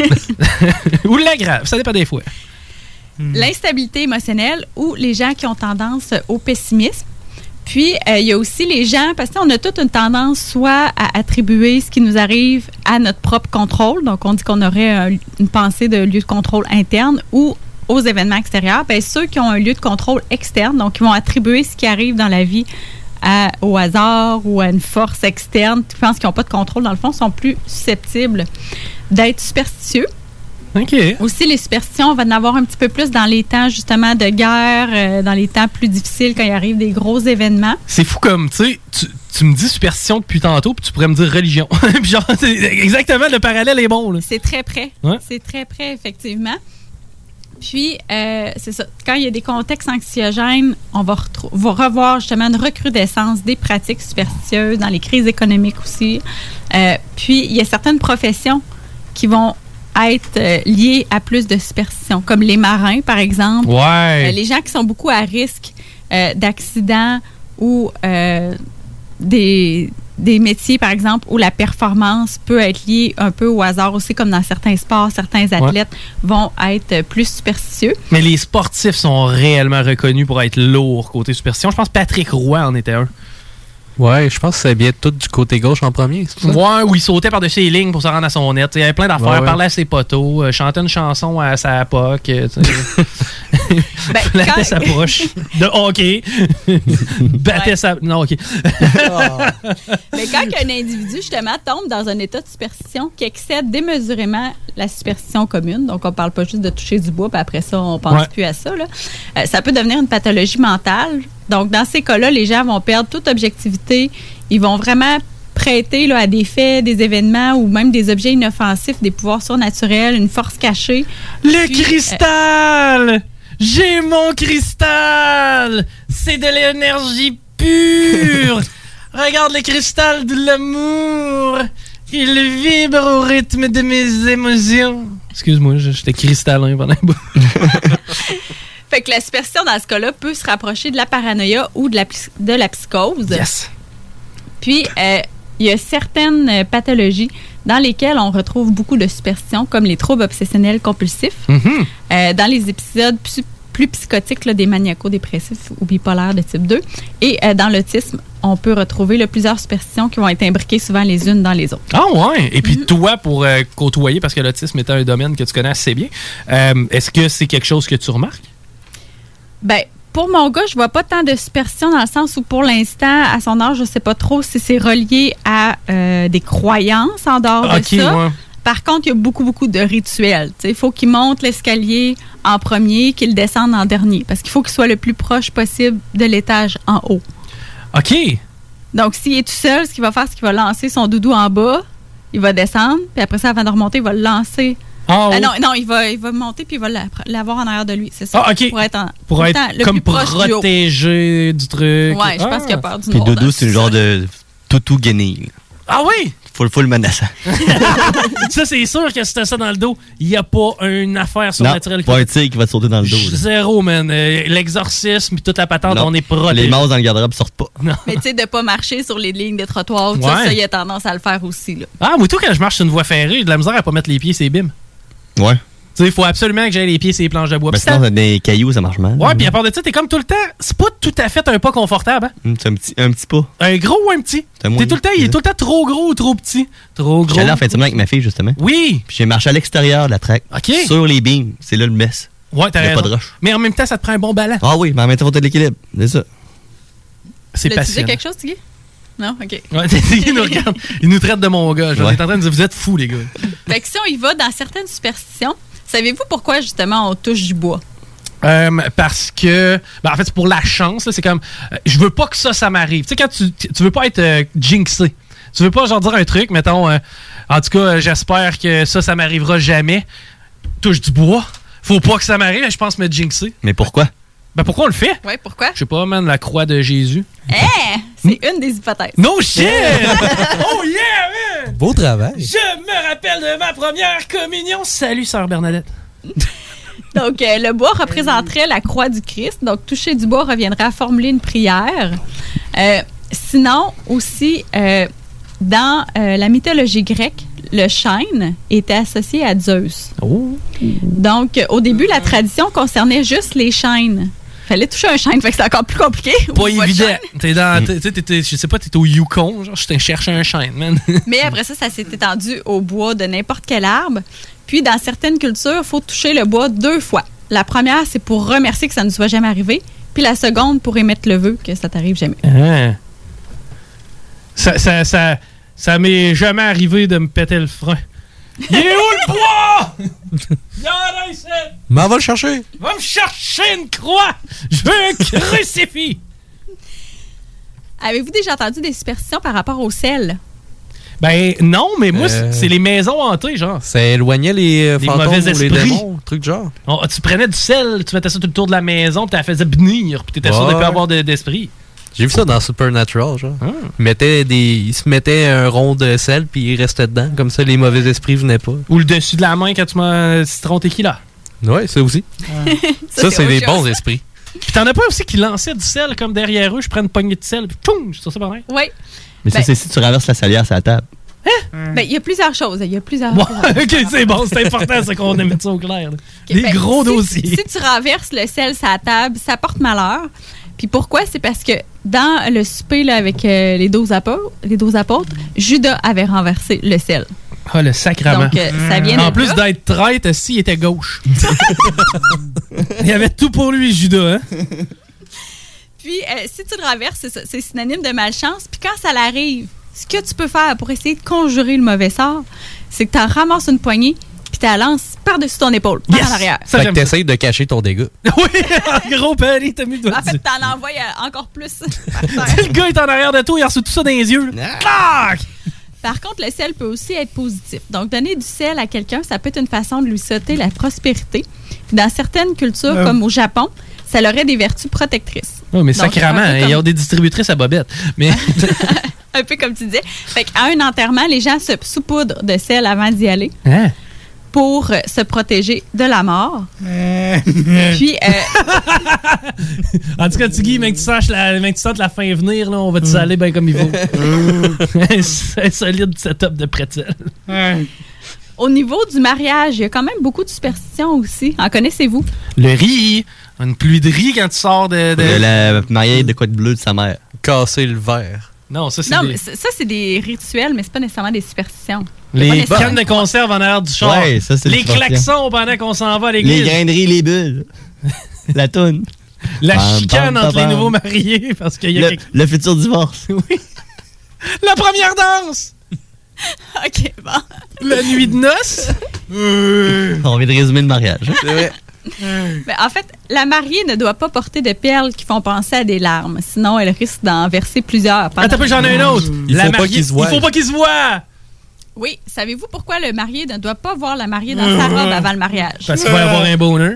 [SPEAKER 5] Ou l'aggrave. Ça dépend des fois.
[SPEAKER 7] L'instabilité émotionnelle ou les gens qui ont tendance au pessimisme. Puis, euh, il y a aussi les gens, parce qu'on a toute une tendance soit à attribuer ce qui nous arrive à notre propre contrôle. Donc, on dit qu'on aurait un, une pensée de lieu de contrôle interne ou aux événements extérieurs. Bien, ceux qui ont un lieu de contrôle externe, donc ils vont attribuer ce qui arrive dans la vie à, au hasard ou à une force externe, qui pensent qu'ils n'ont pas de contrôle, dans le fond, sont plus susceptibles d'être superstitieux.
[SPEAKER 5] OK.
[SPEAKER 7] Aussi, les superstitions, on va en avoir un petit peu plus dans les temps, justement, de guerre, euh, dans les temps plus difficiles, quand il arrive des gros événements.
[SPEAKER 5] C'est fou comme, tu sais, tu, tu me dis superstition depuis tantôt, puis tu pourrais me dire religion. Puis genre, c'est exactement, le parallèle est bon, là.
[SPEAKER 7] C'est très près.
[SPEAKER 5] Ouais.
[SPEAKER 7] C'est très près, effectivement. Puis, euh, c'est ça. Quand il y a des contextes anxiogènes, on va, retrou- va revoir justement une recrudescence des pratiques superstitieuses, dans les crises économiques aussi. Euh, puis, il y a certaines professions qui vont être euh, liées à plus de superstitions, comme les marins, par exemple.
[SPEAKER 5] Ouais.
[SPEAKER 7] Euh, les gens qui sont beaucoup à risque euh, d'accidents ou euh, des, des métiers, par exemple, où la performance peut être liée un peu au hasard aussi, comme dans certains sports, certains athlètes vont être plus superstitieux.
[SPEAKER 5] Mais les sportifs sont réellement reconnus pour être lourds côté superstition. Je pense que Patrick Roy en était un.
[SPEAKER 21] Ouais, je pense que c'est bien tout du côté gauche en premier, c'est ça?
[SPEAKER 5] Ouais, où il sautait par-dessus les lignes pour se rendre à son net. Il y avait plein d'affaires,
[SPEAKER 21] Ouais, ouais.
[SPEAKER 5] parlait à ses poteaux, euh, chantait une chanson à sa P O C, tu sais.
[SPEAKER 7] Ben,
[SPEAKER 5] flattait
[SPEAKER 7] quand-
[SPEAKER 5] sa poche de hockey. Battait
[SPEAKER 7] Ouais.
[SPEAKER 5] sa... Non, OK.
[SPEAKER 7] Mais quand un individu, justement, tombe dans un état de superstition qui excède démesurément la superstition commune, donc on parle pas juste de toucher du bois, puis après ça, on pense
[SPEAKER 5] Ouais.
[SPEAKER 7] plus à ça, là, euh, ça peut devenir une pathologie mentale. Donc, dans ces cas-là, les gens vont perdre toute objectivité. Ils vont vraiment prêter là, à des faits, des événements ou même des objets inoffensifs, des pouvoirs surnaturels, une force cachée.
[SPEAKER 5] Le
[SPEAKER 7] Puis, euh,
[SPEAKER 5] cristal! J'ai mon cristal! C'est de l'énergie pure! Regarde le cristal de l'amour! Il vibre au rythme de mes émotions. Excuse-moi, j'étais cristallin pendant un bout.
[SPEAKER 7] Fait que la superstition, dans ce cas-là, peut se rapprocher de la paranoïa ou de la, psy- de la psychose.
[SPEAKER 5] Yes!
[SPEAKER 7] Puis, euh, il y a certaines euh, pathologies dans lesquelles on retrouve beaucoup de superstitions, comme les troubles obsessionnels compulsifs.
[SPEAKER 5] Mm-hmm.
[SPEAKER 7] Euh, dans les épisodes plus, plus psychotiques là, des maniaco-dépressifs ou bipolaires de type deux. Et euh, dans l'autisme, on peut retrouver là, plusieurs superstitions qui vont être imbriquées souvent les unes dans les autres.
[SPEAKER 5] Ah ouais! Et puis toi, pour euh, côtoyer, parce que l'autisme est un domaine que tu connais assez bien, euh, est-ce que c'est quelque chose que tu remarques?
[SPEAKER 7] Ben, pour mon gars, je vois pas tant de superstitions dans le sens où, pour l'instant, à son âge, je sais pas trop si c'est relié à euh, des croyances en dehors
[SPEAKER 5] Ok,
[SPEAKER 7] de ça.
[SPEAKER 5] ouais.
[SPEAKER 7] Par contre, il y a beaucoup, beaucoup de rituels. Il faut qu'il monte l'escalier en premier, qu'il descende en dernier, parce qu'il faut qu'il soit le plus proche possible de l'étage en haut.
[SPEAKER 5] OK!
[SPEAKER 7] Donc, s'il est tout seul, ce qu'il va faire, c'est qu'il va lancer son doudou en bas, il va descendre, puis après ça, avant de remonter, il va le lancer.
[SPEAKER 5] En haut.
[SPEAKER 7] Ah non, non, il va, il va monter, puis il va la- l'avoir en arrière de lui, c'est ça.
[SPEAKER 5] Ah, OK.
[SPEAKER 7] Pour être, en,
[SPEAKER 5] Pour
[SPEAKER 7] tout le
[SPEAKER 5] être
[SPEAKER 7] temps le
[SPEAKER 5] comme
[SPEAKER 7] plus proche du haut.
[SPEAKER 5] protégé du truc.
[SPEAKER 7] Ouais, je pense
[SPEAKER 5] Ah.
[SPEAKER 7] qu'il a peur du
[SPEAKER 2] Puis
[SPEAKER 7] monde.
[SPEAKER 2] Doudou,
[SPEAKER 7] hein.
[SPEAKER 2] c'est le genre de toutou guenille.
[SPEAKER 5] Ah oui?
[SPEAKER 2] Full, full menaçant.
[SPEAKER 5] Ça, c'est sûr que si t'as ça dans le dos, il n'y a pas une affaire surnaturelle.
[SPEAKER 2] Non, pas un tigre qui va te sauter dans le dos. Là.
[SPEAKER 5] Zéro, man. Euh, l'exorcisme et toute la patente,
[SPEAKER 2] Non.
[SPEAKER 5] on est protégés.
[SPEAKER 2] Les masses dans le garde-robe sortent pas.
[SPEAKER 5] Non.
[SPEAKER 7] Mais tu sais, de pas marcher sur les lignes de trottoir, tout
[SPEAKER 5] Ouais.
[SPEAKER 7] ça, ça, il a tendance à le faire aussi. Là.
[SPEAKER 5] Ah, moi, tout, quand je marche sur une voie ferrée, j'ai de la misère à pas mettre les pieds sur les bimes.
[SPEAKER 2] Ouais.
[SPEAKER 5] Tu sais, il faut absolument que j'aille les pieds sur les planches de bois.
[SPEAKER 2] Ben
[SPEAKER 5] Puis
[SPEAKER 2] sinon,
[SPEAKER 5] ça-
[SPEAKER 2] t'as des cailloux, ça marche mal.
[SPEAKER 5] Ouais, puis à part de ça, t'es comme tout le temps. C'est pas tout à fait un pas confortable, hein?
[SPEAKER 2] Hum, C'est un petit, un petit pas.
[SPEAKER 5] Un gros ou un petit?
[SPEAKER 2] C'est un
[SPEAKER 5] T'es
[SPEAKER 2] moyen.
[SPEAKER 5] tout le temps, il est tout le temps trop gros ou trop petit. Trop gros.
[SPEAKER 2] J'allais en fin de semaine avec ma fille, justement.
[SPEAKER 5] Oui.
[SPEAKER 2] Puis j'ai marché à l'extérieur de la track.
[SPEAKER 5] OK.
[SPEAKER 2] Sur les beams. C'est là le mess.
[SPEAKER 5] Ouais, t'as
[SPEAKER 2] Il y a
[SPEAKER 5] raison.
[SPEAKER 2] pas de rush.
[SPEAKER 5] Mais en même temps, ça te prend un bon ballon.
[SPEAKER 2] Ah oui, mais en même temps, faut être de l'équilibre. C'est ça.
[SPEAKER 5] C'est
[SPEAKER 7] L'as-tu dit
[SPEAKER 5] passionnant.
[SPEAKER 7] quelque chose, Tiggy? Non? OK.
[SPEAKER 5] Ouais, il nous regarde. Il nous traite de mon gars. On
[SPEAKER 2] Ouais.
[SPEAKER 5] est en train de dire, vous êtes fous, les gars.
[SPEAKER 7] Fait que si on y va dans certaines superstitions, savez-vous pourquoi, justement, on touche du bois?
[SPEAKER 5] Euh, parce que, ben, en fait, c'est pour la chance. là, C'est comme, euh, je veux pas que ça, ça m'arrive. Tu sais, quand tu, tu veux pas être euh, jinxé. Tu veux pas, genre, dire un truc, mettons, euh, en tout cas, euh, j'espère que ça, ça m'arrivera jamais. Touche du bois. Faut pas que ça m'arrive, je pense me jinxer.
[SPEAKER 2] Mais pourquoi?
[SPEAKER 5] Ben, pourquoi on le fait?
[SPEAKER 7] Ouais, pourquoi?
[SPEAKER 5] Je sais pas, man, la croix de Jésus.
[SPEAKER 7] Eh! C'est une des hypothèses.
[SPEAKER 5] No shit! Oh yeah, man!
[SPEAKER 21] Beau travail.
[SPEAKER 5] Je me rappelle de ma première communion. Salut, sœur Bernadette.
[SPEAKER 7] Donc, euh, le bois représenterait la croix du Christ. Donc, toucher du bois reviendrait à formuler une prière. Euh, sinon, aussi, euh, dans euh, la mythologie grecque, le chêne était associé à Zeus.
[SPEAKER 5] Oh.
[SPEAKER 7] Donc, euh, au début, la tradition concernait juste les chênes. Fallait toucher un chêne, fait que c'est encore plus compliqué.
[SPEAKER 5] Pas
[SPEAKER 7] Ou de
[SPEAKER 5] évident.
[SPEAKER 7] chêne.
[SPEAKER 5] T'es dans, t'es- t'es- t'es- je sais pas, t'es au Yukon, genre, je t'ai cherché un chêne, man.
[SPEAKER 7] Mais après ça, ça s'est étendu au bois de n'importe quel arbre. Puis, dans certaines cultures, il faut toucher le bois deux fois. La première, c'est pour remercier que ça ne soit jamais arrivé. Puis la seconde, pour émettre le vœu que ça t'arrive jamais.
[SPEAKER 5] Hein. Ça, ça, ça, ça m'est jamais arrivé de me péter le frein. Il est où le bois? Viens là, ici!
[SPEAKER 21] Mais on va le chercher.
[SPEAKER 5] Va me chercher une croix! Je veux un crucifix!
[SPEAKER 7] Avez-vous déjà entendu des superstitions par rapport au sel?
[SPEAKER 5] Ben non, mais moi,
[SPEAKER 21] Euh.
[SPEAKER 5] c'est les maisons hantées, genre.
[SPEAKER 21] Ça éloignait les euh,
[SPEAKER 5] Les
[SPEAKER 21] fantômes
[SPEAKER 5] mauvais
[SPEAKER 21] ou les
[SPEAKER 5] esprits.
[SPEAKER 21] démons, truc genre.
[SPEAKER 5] On- tu prenais du sel, tu mettais ça tout le tour de la maison, puis tu la faisais benir, puis t'étais sûr de
[SPEAKER 21] Ouais.
[SPEAKER 5] plus avoir de- d'esprit.
[SPEAKER 21] J'ai vu ça dans Supernatural, genre.
[SPEAKER 5] Ah.
[SPEAKER 21] Ils, mettaient des, ils se mettaient un rond de sel puis ils restaient dedans. Comme ça, les mauvais esprits venaient pas.
[SPEAKER 5] Ou le dessus de la main quand tu m'as citron tequila.
[SPEAKER 21] Ouais, ça aussi. ça, c'est des bons esprits.
[SPEAKER 5] Puis t'en as pas aussi qui lançaient du sel comme derrière eux, je prends une poignée de sel, puis poum, je suis sur ça pareil.
[SPEAKER 7] Oui.
[SPEAKER 2] Mais ça,
[SPEAKER 7] Ben-
[SPEAKER 2] c'est si tu renverses la salière sur la table.
[SPEAKER 7] Ben, il y a plusieurs choses. Il y a plusieurs.
[SPEAKER 5] Ouais,
[SPEAKER 7] plusieurs-
[SPEAKER 5] ok, c'est bon, c'est important ça qu'on mette ça au clair. là. Des
[SPEAKER 7] Ben,
[SPEAKER 5] gros
[SPEAKER 7] si-
[SPEAKER 5] dossiers.
[SPEAKER 7] Si tu renverses le sel sur la table, ça porte malheur. Puis pourquoi? C'est parce que dans le souper là, avec euh, les douze apôtres, les douze apôtres, Judas avait renversé le sel.
[SPEAKER 5] Ah, le sacrament.
[SPEAKER 7] Donc, euh, ça vient
[SPEAKER 5] En
[SPEAKER 7] de
[SPEAKER 5] plus
[SPEAKER 7] là.
[SPEAKER 5] d'être traître, si, il était gauche. Il y avait tout pour lui, Judas. Hein?
[SPEAKER 7] Puis euh, si tu le renverses, c'est ça, c'est synonyme de malchance. Puis quand ça l'arrive, ce que tu peux faire pour essayer de conjurer le mauvais sort, c'est que tu en ramasses une poignée puis tu la lances par-dessus ton épaule, par en arrière.
[SPEAKER 21] Fait que t'essayes de cacher ton dégât.
[SPEAKER 5] Oui, en gros, Penny, t'as mis le doigt
[SPEAKER 7] En fait,
[SPEAKER 5] dessus.
[SPEAKER 7] t'en envoies euh, encore plus.
[SPEAKER 5] Le gars est en arrière de toi, il a reçu tout ça dans les yeux. Clac!
[SPEAKER 7] Par contre, le sel peut aussi être positif. Donc, donner du sel à quelqu'un, ça peut être une façon de lui sauter la prospérité. Dans certaines cultures,
[SPEAKER 5] Ouais.
[SPEAKER 7] comme au Japon, ça aurait des vertus protectrices.
[SPEAKER 5] Oui, mais
[SPEAKER 7] Donc,
[SPEAKER 5] sacrément,
[SPEAKER 7] un peu
[SPEAKER 5] ils
[SPEAKER 7] comme-
[SPEAKER 5] ont des distributrices à bobettes. Mais
[SPEAKER 7] Un peu comme tu disais. Fait qu'à un enterrement, les gens se saupoudrent de sel avant d'y aller
[SPEAKER 5] Hein?
[SPEAKER 7] pour euh, se protéger de la mort. Puis, euh,
[SPEAKER 5] En tout cas, Tiggy, mec, tu saches la, mec, tu sentes la fin venir, là, on va te saler bien comme il faut. Un solide setup de pretzel.
[SPEAKER 7] au niveau du mariage, il y a quand même beaucoup de superstitions aussi. En connaissez-vous?
[SPEAKER 5] Le riz, une pluie de riz quand tu sors de. de...
[SPEAKER 2] De la mariée de quoi de bleu de sa mère.
[SPEAKER 21] Casser le verre.
[SPEAKER 5] Non, ça, c'est
[SPEAKER 7] Non,
[SPEAKER 5] des...
[SPEAKER 7] mais ça, ça, c'est des rituels, mais c'est pas nécessairement des superstitions. Il y a
[SPEAKER 5] Les
[SPEAKER 7] pas nécessairement-
[SPEAKER 5] cannes de conserve en arrière du char.
[SPEAKER 2] Ouais, ça, c'est
[SPEAKER 5] les
[SPEAKER 2] le sportif.
[SPEAKER 5] klaxons pendant qu'on s'en va à l'église.
[SPEAKER 2] Les graineries, les bulles. La toune.
[SPEAKER 5] La
[SPEAKER 2] Bam,
[SPEAKER 5] chicane
[SPEAKER 2] bam,
[SPEAKER 5] entre les
[SPEAKER 2] bam.
[SPEAKER 5] nouveaux mariés parce qu'il y a
[SPEAKER 2] Le,
[SPEAKER 5] quelque-
[SPEAKER 2] le futur divorce.
[SPEAKER 5] Oui. La première danse.
[SPEAKER 7] OK, bon.
[SPEAKER 5] La nuit de noces.
[SPEAKER 2] On vient de résumer le mariage. hein.
[SPEAKER 21] C'est vrai.
[SPEAKER 7] Ben, en fait, la mariée ne doit pas porter de perles qui font penser à des larmes. Sinon, elle risque d'en verser plusieurs. pendant-
[SPEAKER 5] Attends, un peu, j'en ai un autre.
[SPEAKER 21] Il
[SPEAKER 5] La
[SPEAKER 21] faut pas
[SPEAKER 5] mariée-
[SPEAKER 21] qu'il se voie.
[SPEAKER 5] Il faut pas qu'il se voie.
[SPEAKER 7] Oui, savez-vous pourquoi le marié ne doit pas voir la mariée dans sa robe avant le mariage?
[SPEAKER 5] Parce qu'il va y avoir un bonheur.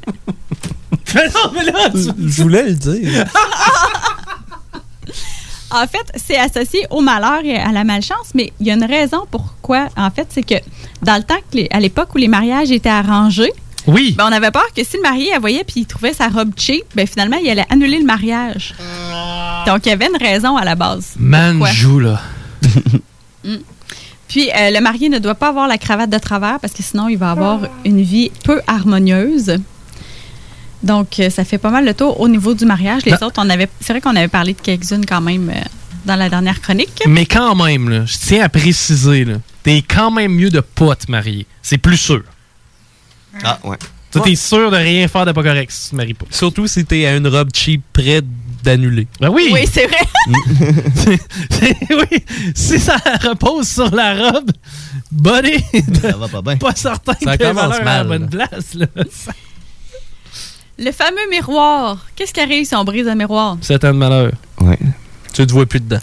[SPEAKER 5] Mais non, mais là, tu-
[SPEAKER 21] Je voulais le dire.
[SPEAKER 7] en fait, c'est associé au malheur et à la malchance, mais il y a une raison pourquoi. En fait, c'est que dans le temps, que les- à l'époque où les mariages étaient arrangés,
[SPEAKER 5] oui.
[SPEAKER 7] ben, on avait peur que si le marié elle voyait puis il trouvait sa robe cheap, ben, finalement, il allait annuler le mariage. Donc, il y avait une raison à la base.
[SPEAKER 5] Man
[SPEAKER 7] Pourquoi?
[SPEAKER 5] joue, là.
[SPEAKER 7] Mm. Puis, euh, le marié ne doit pas avoir la cravate de travers parce que sinon, il va avoir une vie peu harmonieuse. Donc, euh, ça fait pas mal le tour au niveau du mariage. Les
[SPEAKER 5] Ben-
[SPEAKER 7] autres, on avait, c'est vrai qu'on avait parlé de quelques-unes quand même euh, dans la dernière chronique.
[SPEAKER 5] Mais quand même, là, je tiens à préciser, là, t'es quand même mieux de pas te marier. C'est plus sûr.
[SPEAKER 2] Ah, ouais.
[SPEAKER 5] Toi, t'es sûr de rien faire de pas correct si tu te maries pas.
[SPEAKER 21] Surtout si t'es à une robe cheap près d'annuler.
[SPEAKER 5] Ben oui!
[SPEAKER 7] Oui, c'est vrai.
[SPEAKER 5] oui, si ça repose sur la robe, buddy,
[SPEAKER 2] Ça va pas bien.
[SPEAKER 5] pas certain
[SPEAKER 21] Ça
[SPEAKER 5] que la
[SPEAKER 21] commence
[SPEAKER 5] valeur est à la
[SPEAKER 21] mal,
[SPEAKER 5] bonne
[SPEAKER 21] là.
[SPEAKER 5] place. Là.
[SPEAKER 7] Le fameux miroir. Qu'est-ce qui arrive si on brise un miroir?
[SPEAKER 5] Sept ans de malheur.
[SPEAKER 2] Ouais.
[SPEAKER 21] Tu te vois plus dedans.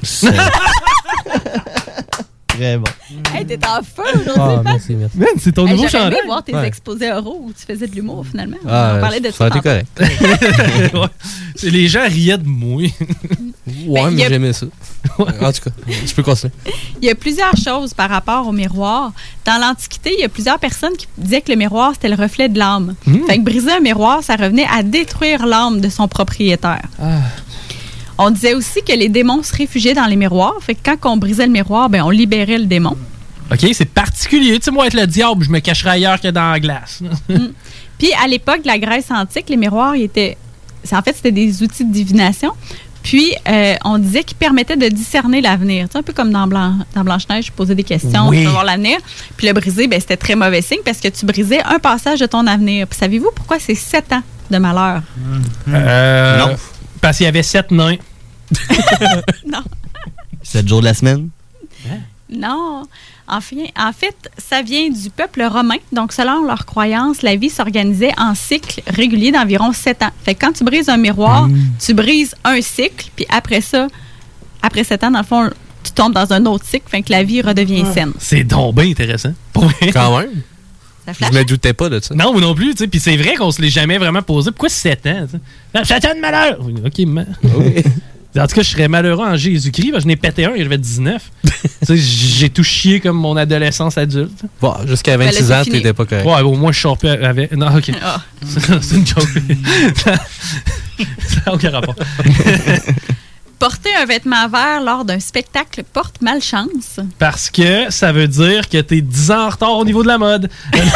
[SPEAKER 2] Très bon.
[SPEAKER 7] Hey, t'es en feu aujourd'hui.
[SPEAKER 21] Ah, merci, merci.
[SPEAKER 5] Man, c'est ton
[SPEAKER 7] Hey,
[SPEAKER 5] nouveau
[SPEAKER 7] j'aurais aimé
[SPEAKER 5] chandail.
[SPEAKER 7] voir tes
[SPEAKER 21] Ouais.
[SPEAKER 7] exposés oraux où tu faisais de l'humour, finalement.
[SPEAKER 21] Ah,
[SPEAKER 7] on parlait de
[SPEAKER 21] ça a
[SPEAKER 7] ça.
[SPEAKER 21] été
[SPEAKER 7] tantôt.
[SPEAKER 21] correct.
[SPEAKER 5] Ouais. C'est les gens riaient de moi.
[SPEAKER 21] Ouais,
[SPEAKER 7] Ben, il y
[SPEAKER 21] mais
[SPEAKER 7] a-
[SPEAKER 21] j'aimais ça. En tout cas, tu peux continuer.
[SPEAKER 7] Il y a plusieurs choses par rapport au miroir. Dans l'Antiquité, il y a plusieurs personnes qui disaient que le miroir, c'était le reflet de l'âme.
[SPEAKER 5] Mmh.
[SPEAKER 7] Fait que briser un miroir, ça revenait à détruire l'âme de son propriétaire.
[SPEAKER 5] Ah.
[SPEAKER 7] On disait aussi que les démons se réfugiaient dans les miroirs. Fait que quand on brisait le miroir, ben, on libérait le démon.
[SPEAKER 5] OK, c'est particulier. Tu sais, moi, être le diable, je me cacherais ailleurs que dans la glace.
[SPEAKER 7] Puis, à l'époque de la Grèce antique, les miroirs, ils étaient... c'est- en fait, c'était des outils de divination. Puis, euh, on disait qu'ils permettaient de discerner l'avenir. Tu sais, un peu comme dans, Blanc, dans Blanche-Neige, je posais des questions
[SPEAKER 5] Oui.
[SPEAKER 7] pour voir l'avenir. Puis, le briser, ben, c'était très mauvais signe parce que tu brisais un passage de ton avenir. Puis, savez-vous pourquoi c'est sept ans de malheur?
[SPEAKER 5] Euh,
[SPEAKER 2] Non.
[SPEAKER 5] Parce qu'il y avait sept nains.
[SPEAKER 7] Non.
[SPEAKER 2] Sept jours de la semaine?
[SPEAKER 7] Non. En fait, en fait, ça vient du peuple romain. Donc, selon leurs croyances, la vie s'organisait en cycles réguliers d'environ sept ans. Fait que quand tu brises un miroir, tu brises un cycle, puis après ça, après sept ans, dans le fond, tu tombes dans un autre cycle, fait que la vie redevient saine.
[SPEAKER 5] C'est donc bien intéressant. Pour vrai.
[SPEAKER 21] Quand même.
[SPEAKER 7] Ça
[SPEAKER 21] Je
[SPEAKER 7] flash?
[SPEAKER 21] me doutais pas de ça.
[SPEAKER 5] Non, moi non plus. tu sais. Puis c'est vrai qu'on se l'est jamais vraiment posé. Pourquoi sept ans? tu sais? sept ans de malheur! Oui, OK, ma- En tout cas, je serais malheureux en Jésus-Christ. parce que Je n'ai pété un et j'avais dix-neuf. Tu sais, j'ai tout chié comme mon adolescence adulte.
[SPEAKER 21] Bon, jusqu'à
[SPEAKER 7] Ben là,
[SPEAKER 21] vingt-six
[SPEAKER 7] c'est
[SPEAKER 21] ans,
[SPEAKER 7] fini.
[SPEAKER 21] t'étais pas correct.
[SPEAKER 5] Ouais, au moins, je sors plus avec. Non, OK.
[SPEAKER 7] Ah.
[SPEAKER 5] C'est une joke. Ça n'a aucun rapport.
[SPEAKER 7] Porter un vêtement vert lors d'un spectacle porte malchance.
[SPEAKER 5] Parce que ça veut dire que t'es dix ans en retard au niveau de la mode.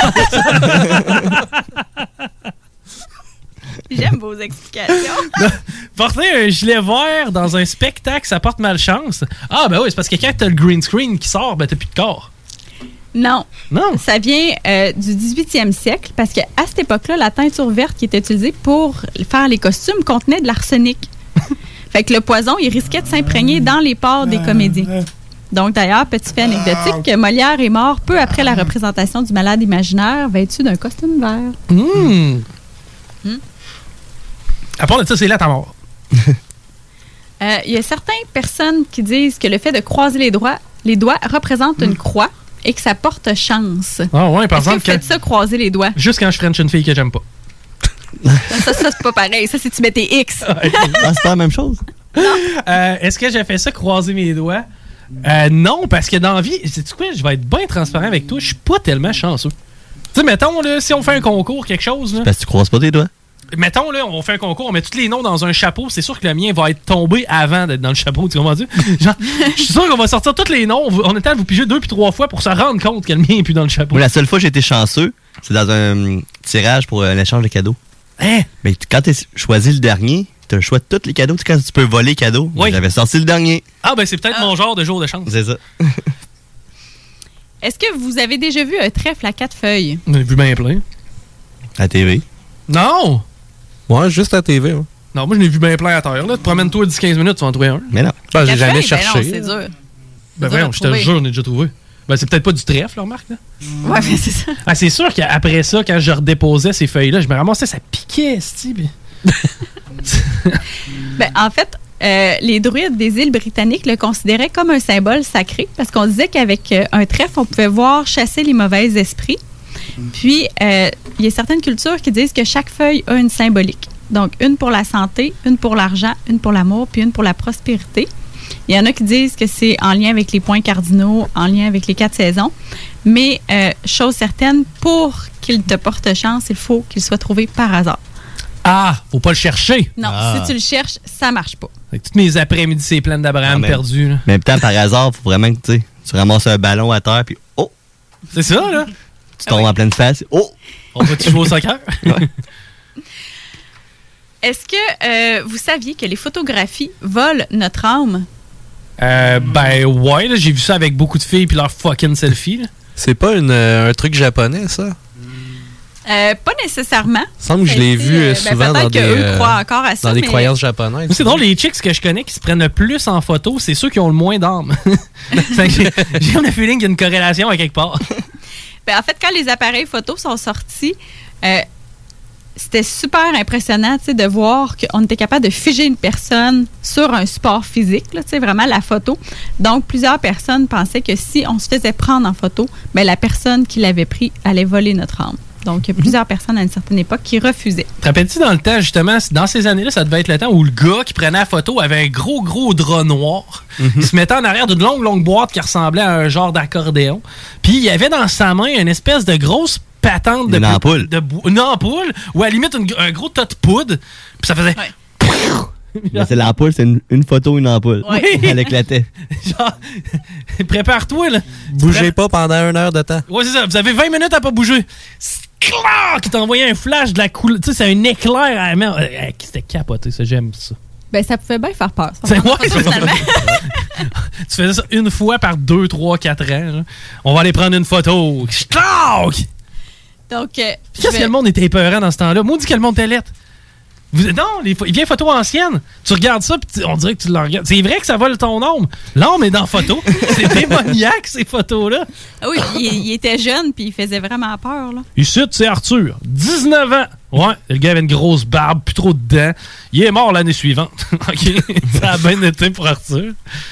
[SPEAKER 7] J'aime vos explications.
[SPEAKER 5] Porter un gilet vert dans un spectacle, ça porte malchance. Ah, ben oui, c'est parce que quand t'as le green screen qui sort, ben t'as plus de corps.
[SPEAKER 7] Non.
[SPEAKER 5] Non.
[SPEAKER 7] Ça vient euh, du dix-huitième siècle parce qu'à cette époque-là, la teinture verte qui était utilisée pour faire les costumes contenait de l'arsenic. Fait que le poison, il risquait de s'imprégner dans les pores des comédiens. Donc, d'ailleurs, petit fait anecdotique, Molière est mort peu après la représentation du malade imaginaire vêtu d'un costume vert.
[SPEAKER 5] Mmh.
[SPEAKER 7] Hmm.
[SPEAKER 5] À part de ça, c'est là ta mort.
[SPEAKER 7] Euh, Il y a certaines personnes qui disent que le fait de croiser les doigts, les doigts représente une croix et que ça porte chance.
[SPEAKER 5] Ah ouais, par
[SPEAKER 7] Est-ce que
[SPEAKER 5] exemple,
[SPEAKER 7] vous faites
[SPEAKER 5] quand-
[SPEAKER 7] ça, croiser les doigts?
[SPEAKER 5] juste quand je french une fille que j'aime pas.
[SPEAKER 7] Ça, ça c'est pas pareil. Ça, c'est tu mets tes X.
[SPEAKER 2] Ah, c'est pas la même chose?
[SPEAKER 5] Euh, Est-ce que j'ai fait ça, croiser mes doigts? Euh, non, parce que dans la vie, sais-tu quoi, je vais être bien transparent avec toi, je suis pas tellement chanceux. Tu sais, mettons, là, si on fait un concours, quelque chose, là,
[SPEAKER 2] Parce que tu croises pas tes doigts?
[SPEAKER 5] mettons, là, on fait un concours, on met tous les noms dans un chapeau, c'est sûr que le mien va être tombé avant d'être dans le chapeau, tu comprends? Genre, je suis sûr qu'on va sortir tous les noms, on est à vous piger deux puis trois fois pour se rendre compte que le mien est plus dans le chapeau.
[SPEAKER 2] Moi, la seule fois que j'ai été chanceux, c'est dans un hum, tirage pour un échange de cadeaux.
[SPEAKER 5] Hein?
[SPEAKER 2] Mais t- quand tu choisi le dernier, tu as le choix de tous les cadeaux. Tu sais, quand tu peux voler les cadeaux,
[SPEAKER 5] Oui.
[SPEAKER 2] j'avais sorti le dernier.
[SPEAKER 5] Ah, ben c'est peut-être mon genre de jour de chance.
[SPEAKER 2] C'est ça.
[SPEAKER 7] Est-ce que vous avez déjà vu un trèfle à quatre feuilles?
[SPEAKER 5] On a vu bien plein.
[SPEAKER 2] À la T V.
[SPEAKER 5] Non!
[SPEAKER 21] Ouais, juste à T V. Ouais.
[SPEAKER 5] Non, moi, je l'ai vu bien plein à terre. Là. Promène-toi dix quinze minutes, tu vas en trouver un.
[SPEAKER 2] Mais non.
[SPEAKER 21] Ben, j'ai
[SPEAKER 7] Quatre
[SPEAKER 21] jamais
[SPEAKER 7] feuilles? Ben
[SPEAKER 21] cherché.
[SPEAKER 7] non, c'est dur.
[SPEAKER 5] Ben
[SPEAKER 7] dur
[SPEAKER 5] voyons,
[SPEAKER 7] à
[SPEAKER 5] je te
[SPEAKER 7] trouver.
[SPEAKER 5] jure, on a déjà trouvé. Ben, c'est peut-être pas du trèfle, là, remarque, là.
[SPEAKER 7] Ouais, mais c'est ça.
[SPEAKER 5] Ah, c'est sûr qu'après ça, quand je redéposais ces feuilles-là, je me ramassais, ça piquait, c'ti, puis-
[SPEAKER 7] Ben, en fait, euh, les druides des îles britanniques le considéraient comme un symbole sacré parce qu'on disait qu'avec euh, un trèfle, on pouvait voir chasser les mauvais esprits. Puis, euh, il y a certaines cultures qui disent que chaque feuille a une symbolique. Donc, une pour la santé, une pour l'argent, une pour l'amour, puis une pour la prospérité. Il y en a qui disent que c'est en lien avec les points cardinaux, en lien avec les quatre saisons. Mais, euh, chose certaine, pour qu'il te porte chance, il faut qu'il soit trouvé par hasard.
[SPEAKER 5] Ah, faut pas le chercher.
[SPEAKER 7] Non,
[SPEAKER 2] Ah.
[SPEAKER 7] si tu le cherches, ça marche pas.
[SPEAKER 5] Fait que toutes mes après-midi, c'est plein d'Abraham
[SPEAKER 2] mais,
[SPEAKER 5] perdus. Là.
[SPEAKER 2] Mais en même temps, par hasard, faut vraiment que tu sais, tu ramasses un ballon à terre, puis oh!
[SPEAKER 5] C'est ça, là?
[SPEAKER 2] Tu tombes en pleine face. Oh!
[SPEAKER 5] On va-tu jouer au soccer?
[SPEAKER 7] Est-ce que euh, vous saviez que les photographies volent notre âme?
[SPEAKER 5] Euh, ben ouais, là, j'ai vu ça avec beaucoup de filles puis leur fucking selfie. Là.
[SPEAKER 21] C'est pas une, euh, un truc japonais, ça?
[SPEAKER 7] Euh, pas nécessairement.
[SPEAKER 21] Il semble que je l'ai vu euh,
[SPEAKER 7] ben,
[SPEAKER 21] souvent
[SPEAKER 7] peut-être
[SPEAKER 21] dans des,
[SPEAKER 7] qu'eux
[SPEAKER 21] euh,
[SPEAKER 7] croient encore à ça,
[SPEAKER 21] dans des
[SPEAKER 7] mais-
[SPEAKER 21] croyances japonaises.
[SPEAKER 5] C'est drôle, les chicks que je connais qui se prennent le plus en photo, c'est ceux qui ont le moins d'âme. Fait que j'ai j'ai comme le feeling qu'il y a une corrélation à quelque part.
[SPEAKER 7] Ben, en fait, quand les appareils photos sont sortis, euh, c'était super impressionnant tu sais, de voir qu'on était capable de figer une personne sur un support physique, là, tu sais, vraiment la photo. Donc, plusieurs personnes pensaient que si on se faisait prendre en photo, ben, la personne qui l'avait pris allait voler notre âme. Donc, il y a plusieurs personnes à une certaine époque qui refusaient.
[SPEAKER 5] Te rappelles-tu dans le temps, justement, dans ces années-là, ça devait être le temps où le gars qui prenait la photo avait un gros, gros drap noir. Il se mettait en arrière d'une longue, longue boîte qui ressemblait à un genre d'accordéon. Puis il avait dans sa main une espèce de grosse patente de...
[SPEAKER 2] Une ampoule.
[SPEAKER 5] de bou- une ampoule, ou à la limite une- un gros tas de poudre. Puis ça faisait...
[SPEAKER 2] Mais c'est l'ampoule, c'est une, une photo, une ampoule.
[SPEAKER 5] Oui.
[SPEAKER 2] Elle éclatait.
[SPEAKER 5] Genre, prépare-toi, là.
[SPEAKER 21] Bougez pas pendant une heure de temps.
[SPEAKER 5] Ouais, c'est ça. Vous avez vingt minutes à pas bouger. Clac! Qui t'a envoyé un flash de la couleur. Tu sais, c'est un éclair à la main. Euh, euh, C'était capoté, ça. J'aime ça.
[SPEAKER 7] Ben, ça pouvait bien faire peur. ça.
[SPEAKER 5] C'est ouais,
[SPEAKER 7] Photo,
[SPEAKER 5] c'est
[SPEAKER 7] finalement.
[SPEAKER 5] Tu faisais ça une fois par deux, trois, quatre ans. Là. On va aller prendre une photo. Clac!
[SPEAKER 7] Donc, euh, je
[SPEAKER 5] Qu'est-ce
[SPEAKER 7] vais-
[SPEAKER 5] que le monde était épeurant dans ce temps-là? Moi, on dit que le monde était lettre. Vous, non, les, pho- vieilles photos anciennes. Tu regardes ça, puis on dirait que tu le regardes. C'est vrai que ça vole ton âme. L'âme est dans la photo. C'est démoniaque, ces photos-là.
[SPEAKER 7] Ah oui, il, il était jeune puis il faisait vraiment peur. Là.
[SPEAKER 5] Ici, c'est Arthur, dix-neuf ans. Ouais, le gars avait une grosse barbe, plus trop de dents. Il est mort l'année suivante. OK, ça a bien été pour Arthur.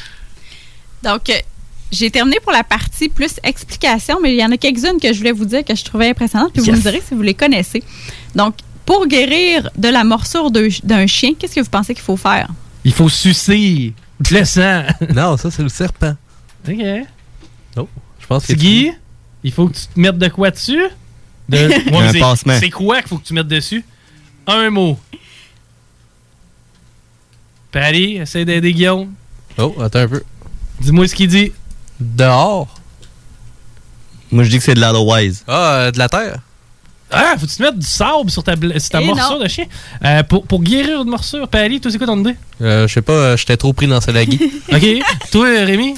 [SPEAKER 7] Donc, euh, j'ai terminé pour la partie plus explication, mais il y en a quelques-unes que je voulais vous dire que je trouvais impressionnantes, puis
[SPEAKER 5] Yes.
[SPEAKER 7] vous me direz si vous les connaissez. Donc, pour guérir de la morsure de- d'un chien, qu'est-ce que vous pensez qu'il faut faire?
[SPEAKER 5] Il faut sucer le sang.
[SPEAKER 21] Non, ça, c'est le serpent.
[SPEAKER 5] OK.
[SPEAKER 21] Oh, je pense que
[SPEAKER 5] C'est Guy, il faut que tu te mettes de quoi dessus? De...
[SPEAKER 2] Un
[SPEAKER 5] c'est-
[SPEAKER 2] pansement.
[SPEAKER 5] C'est quoi qu'il faut que tu mettes dessus? Un mot. Paris, essaie d'aider Guillaume.
[SPEAKER 21] Oh, attends un peu.
[SPEAKER 5] Dis-moi ce qu'il dit.
[SPEAKER 21] Dehors.
[SPEAKER 2] Moi, je dis que c'est de l'Halloween.
[SPEAKER 21] Ah, euh, de la terre.
[SPEAKER 5] Ah, faut que tu te mettes du sable sur ta, bla- sur ta
[SPEAKER 21] Eh
[SPEAKER 5] morsure
[SPEAKER 21] non.
[SPEAKER 5] de chien. Euh, pour, pour guérir une morsure. Paris, toi, c'est quoi ton idée?
[SPEAKER 21] Euh, je sais pas, euh, j'étais trop pris dans ce lagui.
[SPEAKER 5] OK. Toi, Rémi?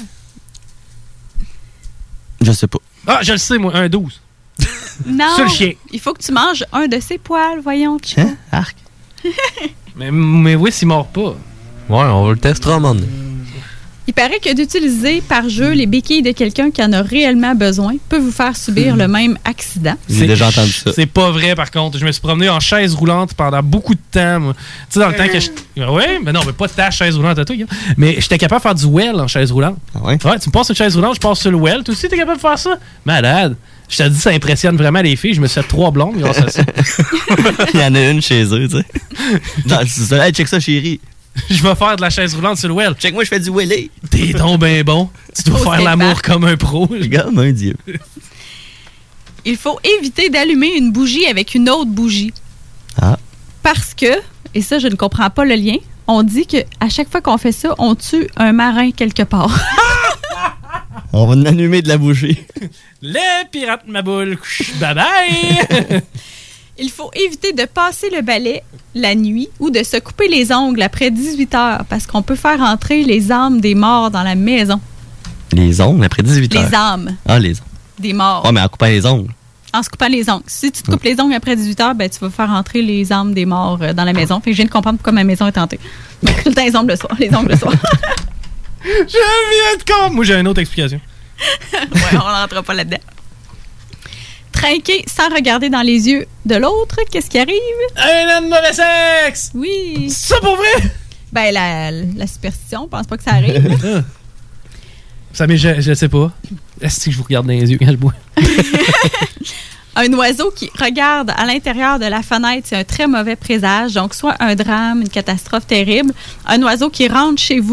[SPEAKER 2] Je sais pas.
[SPEAKER 5] Ah, je le sais, moi, un douze.
[SPEAKER 7] Non,
[SPEAKER 5] Sur le chien.
[SPEAKER 7] il faut que tu manges un de ses poils, voyons. Chico.
[SPEAKER 2] Hein? Arc.
[SPEAKER 5] Mais, mais oui, s'il mord pas.
[SPEAKER 21] Ouais, on va le tester un moment donné.
[SPEAKER 7] Il paraît que d'utiliser par jeu les béquilles de quelqu'un qui en a réellement besoin peut vous faire subir le même accident.
[SPEAKER 2] J'ai déjà entendu ça.
[SPEAKER 5] C'est pas vrai, par contre. Je me suis promené en chaise roulante pendant beaucoup de temps, moi. Tu sais, dans le temps que je. Ouais, mais non, mais pas de ta chaise roulante à toi, Guillaume. Mais j'étais capable de faire du well en chaise roulante.
[SPEAKER 2] Ah ouais?
[SPEAKER 5] Ouais, tu me passes une chaise roulante, je passe sur le well. Toi aussi, t'es capable de faire ça? Malade. Je te dis, ça impressionne vraiment les filles. Je me suis fait trois blondes grâce à ça.
[SPEAKER 2] Il y en a une chez eux, tu sais. Non, c'est ça. Hey, check ça, chérie.
[SPEAKER 5] Je vais faire de la chaise roulante sur le well.
[SPEAKER 2] Check moi, je fais du wheelie.
[SPEAKER 5] T'es donc ben bon. Tu dois
[SPEAKER 7] Au
[SPEAKER 5] faire l'amour
[SPEAKER 7] skatepark.
[SPEAKER 5] comme un pro.
[SPEAKER 2] Regarde, mon Dieu.
[SPEAKER 7] Il faut éviter d'allumer une bougie avec une autre bougie.
[SPEAKER 2] Ah.
[SPEAKER 7] Parce que, et ça, je ne comprends pas le lien, on dit qu'à chaque fois qu'on fait ça, on tue un marin quelque part.
[SPEAKER 2] On va en allumer de la bougie.
[SPEAKER 5] Les pirates ma boule. Bye bye.
[SPEAKER 7] Il faut éviter de passer le balai la nuit ou de se couper les ongles après dix-huit heures parce qu'on peut faire entrer les âmes des morts dans la maison.
[SPEAKER 2] Les ongles après dix-huit heures.
[SPEAKER 7] Les âmes
[SPEAKER 2] Ah, les ongles.
[SPEAKER 7] des morts.
[SPEAKER 2] Ah, mais en coupant les ongles.
[SPEAKER 7] En se coupant les ongles. Si tu te coupes les ongles après dix-huit heures, ben, tu vas faire entrer les âmes des morts euh, dans la maison. Fait que je viens de comprendre pourquoi ma maison est hantée. Donc, tout le temps les ongles le soir. Les ongles le soir.
[SPEAKER 5] Je viens de comprendre. Moi, j'ai une autre explication.
[SPEAKER 7] Ouais, on n'entrera pas là-dedans. Trinquer sans regarder dans les yeux de l'autre, qu'est-ce qui arrive?
[SPEAKER 5] Un an de mauvais sexe!
[SPEAKER 7] Oui.
[SPEAKER 5] C'est ça pour vrai?
[SPEAKER 7] Ben, la, la superstition, je pense pas que ça arrive.
[SPEAKER 5] Ça m'est, je, je sais pas. Est-ce que je vous regarde dans les yeux quand je bois?
[SPEAKER 7] Un oiseau qui regarde à l'intérieur de la fenêtre, c'est un très mauvais présage. Donc, soit un drame, une catastrophe terrible. Un oiseau qui rentre chez vous,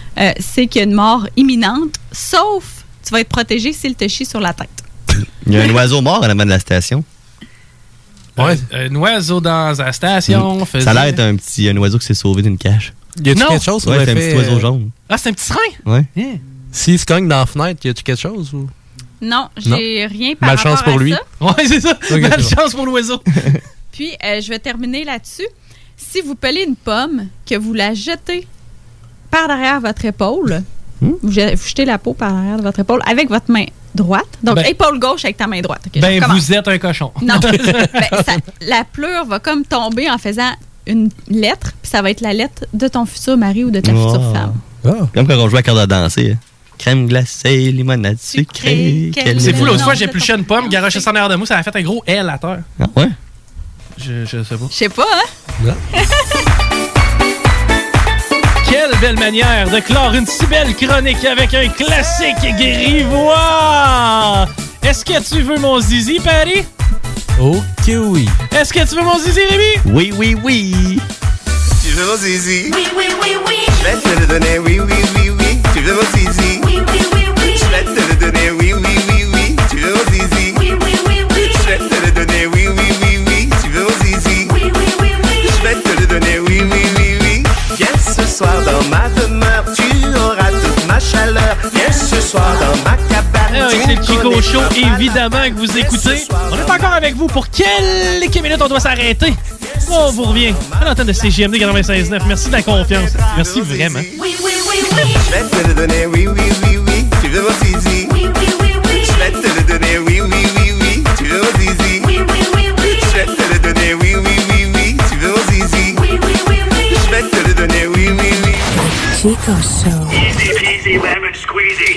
[SPEAKER 7] euh, c'est qu'il y a une mort imminente, sauf tu vas être protégé s'il te chie sur la tête.
[SPEAKER 2] Il y a un oiseau mort en avant de la station.
[SPEAKER 5] Ouais. Un, un oiseau dans la station.
[SPEAKER 2] Mm.
[SPEAKER 5] Faisait...
[SPEAKER 2] Ça a l'air d'être un petit un oiseau qui s'est sauvé d'une cage.
[SPEAKER 21] Y a-tu
[SPEAKER 5] Non.
[SPEAKER 21] quelque chose?
[SPEAKER 2] Ouais, c'est un
[SPEAKER 21] fait,
[SPEAKER 2] petit oiseau
[SPEAKER 21] euh,
[SPEAKER 2] jaune.
[SPEAKER 5] Ah, c'est un petit serein?
[SPEAKER 2] Ouais.
[SPEAKER 5] Yeah.
[SPEAKER 21] S'il se cogne dans la fenêtre, y a-tu quelque chose? Ou...
[SPEAKER 7] Non, j'ai
[SPEAKER 21] Non.
[SPEAKER 7] rien par
[SPEAKER 21] Malchance
[SPEAKER 7] rapport
[SPEAKER 21] pour
[SPEAKER 7] à
[SPEAKER 21] lui.
[SPEAKER 7] ça.
[SPEAKER 5] Ouais, c'est ça.
[SPEAKER 21] Okay,
[SPEAKER 5] Malchance pour l'oiseau.
[SPEAKER 7] Puis, euh, je vais terminer là-dessus. Si vous pelez une pomme, que vous la jetez par derrière votre épaule,
[SPEAKER 2] hmm?
[SPEAKER 7] vous, je- vous jetez la peau par derrière de votre épaule avec votre main droite. Donc,
[SPEAKER 5] Ben-
[SPEAKER 7] épaule gauche avec ta main droite. OK, je
[SPEAKER 5] Ben,
[SPEAKER 7] recommence.
[SPEAKER 5] vous êtes un cochon.
[SPEAKER 7] Non. Ben, ça- la pleure va comme tomber en faisant une lettre, puis ça va être la lettre de ton futur mari ou de ta
[SPEAKER 2] Oh.
[SPEAKER 7] future femme.
[SPEAKER 2] Comme quand on joue à corde à danser. hein. Crème glacée, limonade sucrée. quelle
[SPEAKER 5] C'est fou, l'autre
[SPEAKER 2] est-
[SPEAKER 5] fois, j'ai épluché une pomme, garoché ça en arrière de moi, ça a fait un gros L à terre.
[SPEAKER 2] Ah ouais?
[SPEAKER 5] Je, je sais pas.
[SPEAKER 7] Je sais pas, hein?
[SPEAKER 5] Quelle belle manière de clore une si belle chronique avec un classique grivois! Est-ce que tu veux mon zizi, Paris?
[SPEAKER 21] Ok, oui.
[SPEAKER 5] Est-ce que tu veux mon zizi, Rémi?
[SPEAKER 2] Oui, oui, oui.
[SPEAKER 10] Tu veux mon zizi?
[SPEAKER 8] Oui, oui, oui, oui.
[SPEAKER 10] Je vais te le donner, oui, oui, oui, oui. Tu veux mon zizi?
[SPEAKER 8] Oui, oui, oui, oui.
[SPEAKER 10] Je vais te le donner, oui, oui, oui, oui. Tu veux mon zizi?
[SPEAKER 8] Oui, oui, oui, oui.
[SPEAKER 10] Je vais te le donner, oui, oui, oui, oui. Tu veux mon zizi?
[SPEAKER 8] Oui, oui, oui, oui.
[SPEAKER 10] Je vais te le donner, oui, oui, oui, oui. Viens ce soir dans ma demeure, tu auras toute ma chaleur. Viens ce soir dans ma cabane.
[SPEAKER 5] Ah oui, c'est le Chico Show, évidemment, que vous écoutez. On est encore avec vous pour quelques minutes, on doit s'arrêter. On vous revient à l'antenne de C J M D quatre-vingt-seize neuf. Merci de la confiance. Merci vraiment.
[SPEAKER 8] Oui, oui, oui, oui.
[SPEAKER 10] Je vais te le donner, oui, oui, oui, oui. Tu veux mon zizi?
[SPEAKER 8] Oui, oui, oui, oui.
[SPEAKER 10] Je vais te le donner, oui, oui, oui, oui. Tu veux mon zizi?
[SPEAKER 8] Oui, oui, oui, oui.
[SPEAKER 10] Je vais te le donner, oui, oui, oui, oui. Tu veux mon zizi?
[SPEAKER 8] Oui, oui, oui, oui.
[SPEAKER 10] Je vais te le donner, oui, oui, oui.
[SPEAKER 8] Chico Show.
[SPEAKER 10] Easy peasy lemon squeezy.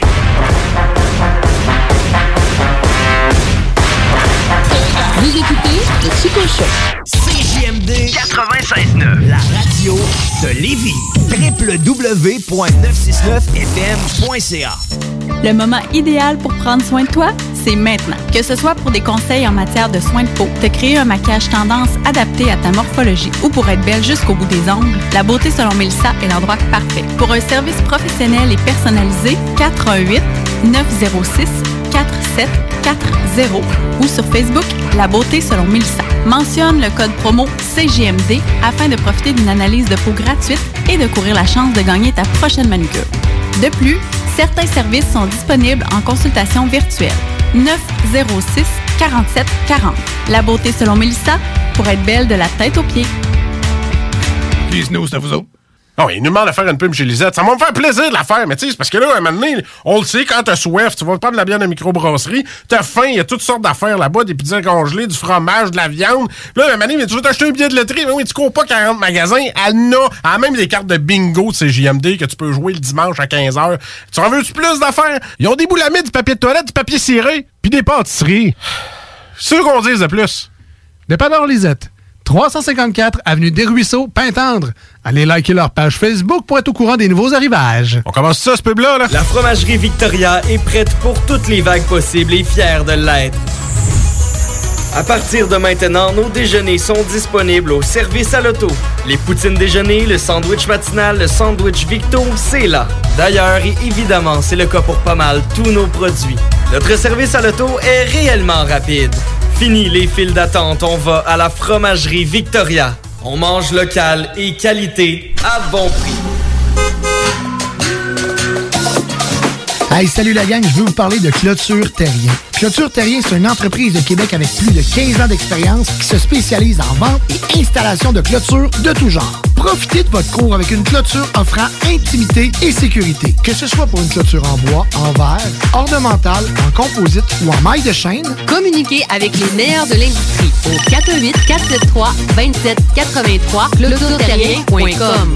[SPEAKER 8] Vous écoutez le Chico Show.
[SPEAKER 22] C J M D quatre-vingt-seize neuf, la radio de Lévis. w w w point neuf cent soixante-neuf f m point c a.
[SPEAKER 7] Le moment idéal pour prendre soin de toi, c'est maintenant. Que ce soit pour des conseils en matière de soins de peau, te créer un maquillage tendance adapté à ta morphologie ou pour être belle jusqu'au bout des ongles, la beauté selon Mélissa est l'endroit parfait. Pour un service professionnel et personnalisé, quatre un huit, neuf zéro six, quatre sept quatre zéro ou sur Facebook, La Beauté selon Mélissa. Mentionne le code promo C G M D afin de profiter d'une analyse de peau gratuite et de courir la chance de gagner ta prochaine manucure. De plus, certains services sont disponibles en consultation virtuelle. neuf zéro six, quarante-sept quarante. La Beauté selon Mélissa, pour être belle de la tête aux pieds.
[SPEAKER 11] Puis nous, c'est à vous autres. Oh, il nous demande de faire une pub chez Lisette. Ça va me faire plaisir de la faire, mais tu sais, c'est parce que là, à un moment donné, on le sait, quand t'as soif, tu vas prendre de la bière de microbrasserie, t'as faim, il y a toutes sortes d'affaires là-bas, des pizzas congelées, du fromage, de la viande. Puis là, à un moment donné, tu veux t'acheter un billet de loterie, mais oui, tu cours pas quarante magasins, elle en a, elle a même des cartes de bingo de C J M D que tu peux jouer le dimanche à quinze heures. Tu en veux-tu plus d'affaires? Ils ont des boulamides, du papier de toilette, du papier ciré, puis des pâtisseries. C'est sûr qu'on dise de plus.
[SPEAKER 12] Dépanneur Lisette, trois cent cinquante-quatre avenue des Ruisseaux, Pintendre. Allez liker leur page Facebook pour être au courant des nouveaux arrivages.
[SPEAKER 11] On commence ça, ce pub-là, là?
[SPEAKER 13] La fromagerie Victoria est prête pour toutes les vagues possibles et fière de l'être. À partir de maintenant, nos déjeuners sont disponibles au service à l'auto. Les poutines déjeuner, le sandwich matinal, le sandwich Victo, c'est là. D'ailleurs, et évidemment, c'est le cas pour pas mal tous nos produits. Notre service à l'auto est réellement rapide. Fini les files d'attente, on va à la fromagerie Victoria. On mange local et qualité à bon prix.
[SPEAKER 14] Hey, salut la gang, je veux vous parler de Clôture Terrien. Clôture Terrien, c'est une entreprise de Québec avec plus de quinze ans d'expérience qui se spécialise en vente et installation de clôtures de tout genre. Profitez de votre cour avec une clôture offrant intimité et sécurité. Que ce soit pour une clôture en bois, en verre, ornementale, en composite ou en maille de chaîne,
[SPEAKER 15] Communiquez avec les meilleurs de l'industrie au quatre un huit, quatre sept trois, deux sept huit trois clôture terrien point com.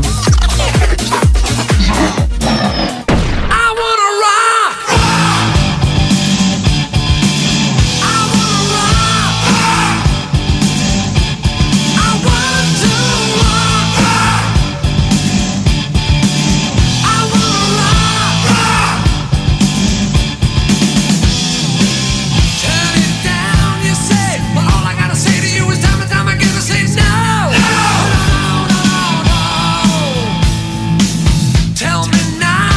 [SPEAKER 6] Tell me now.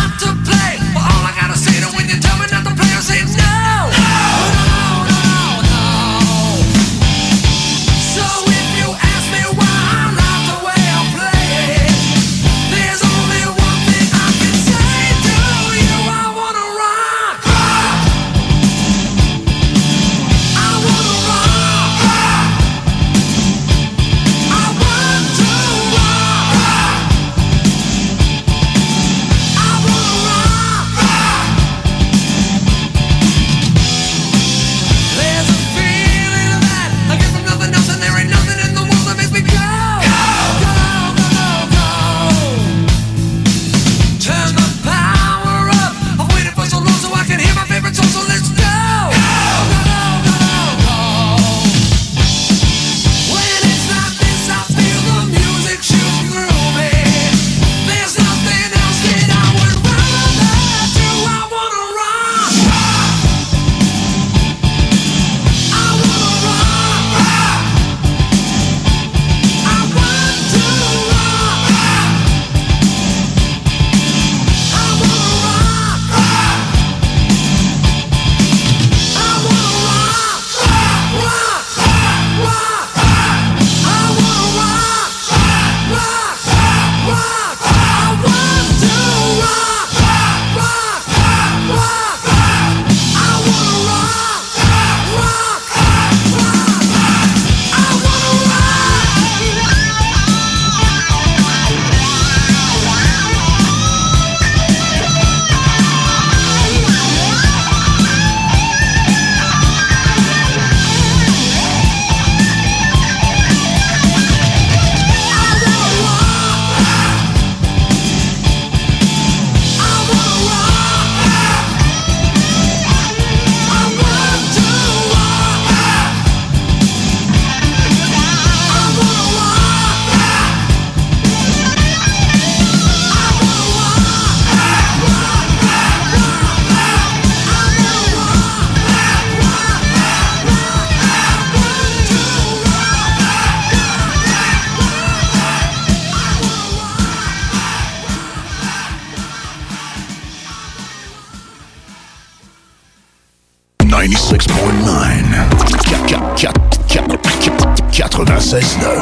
[SPEAKER 19] dix-neuf.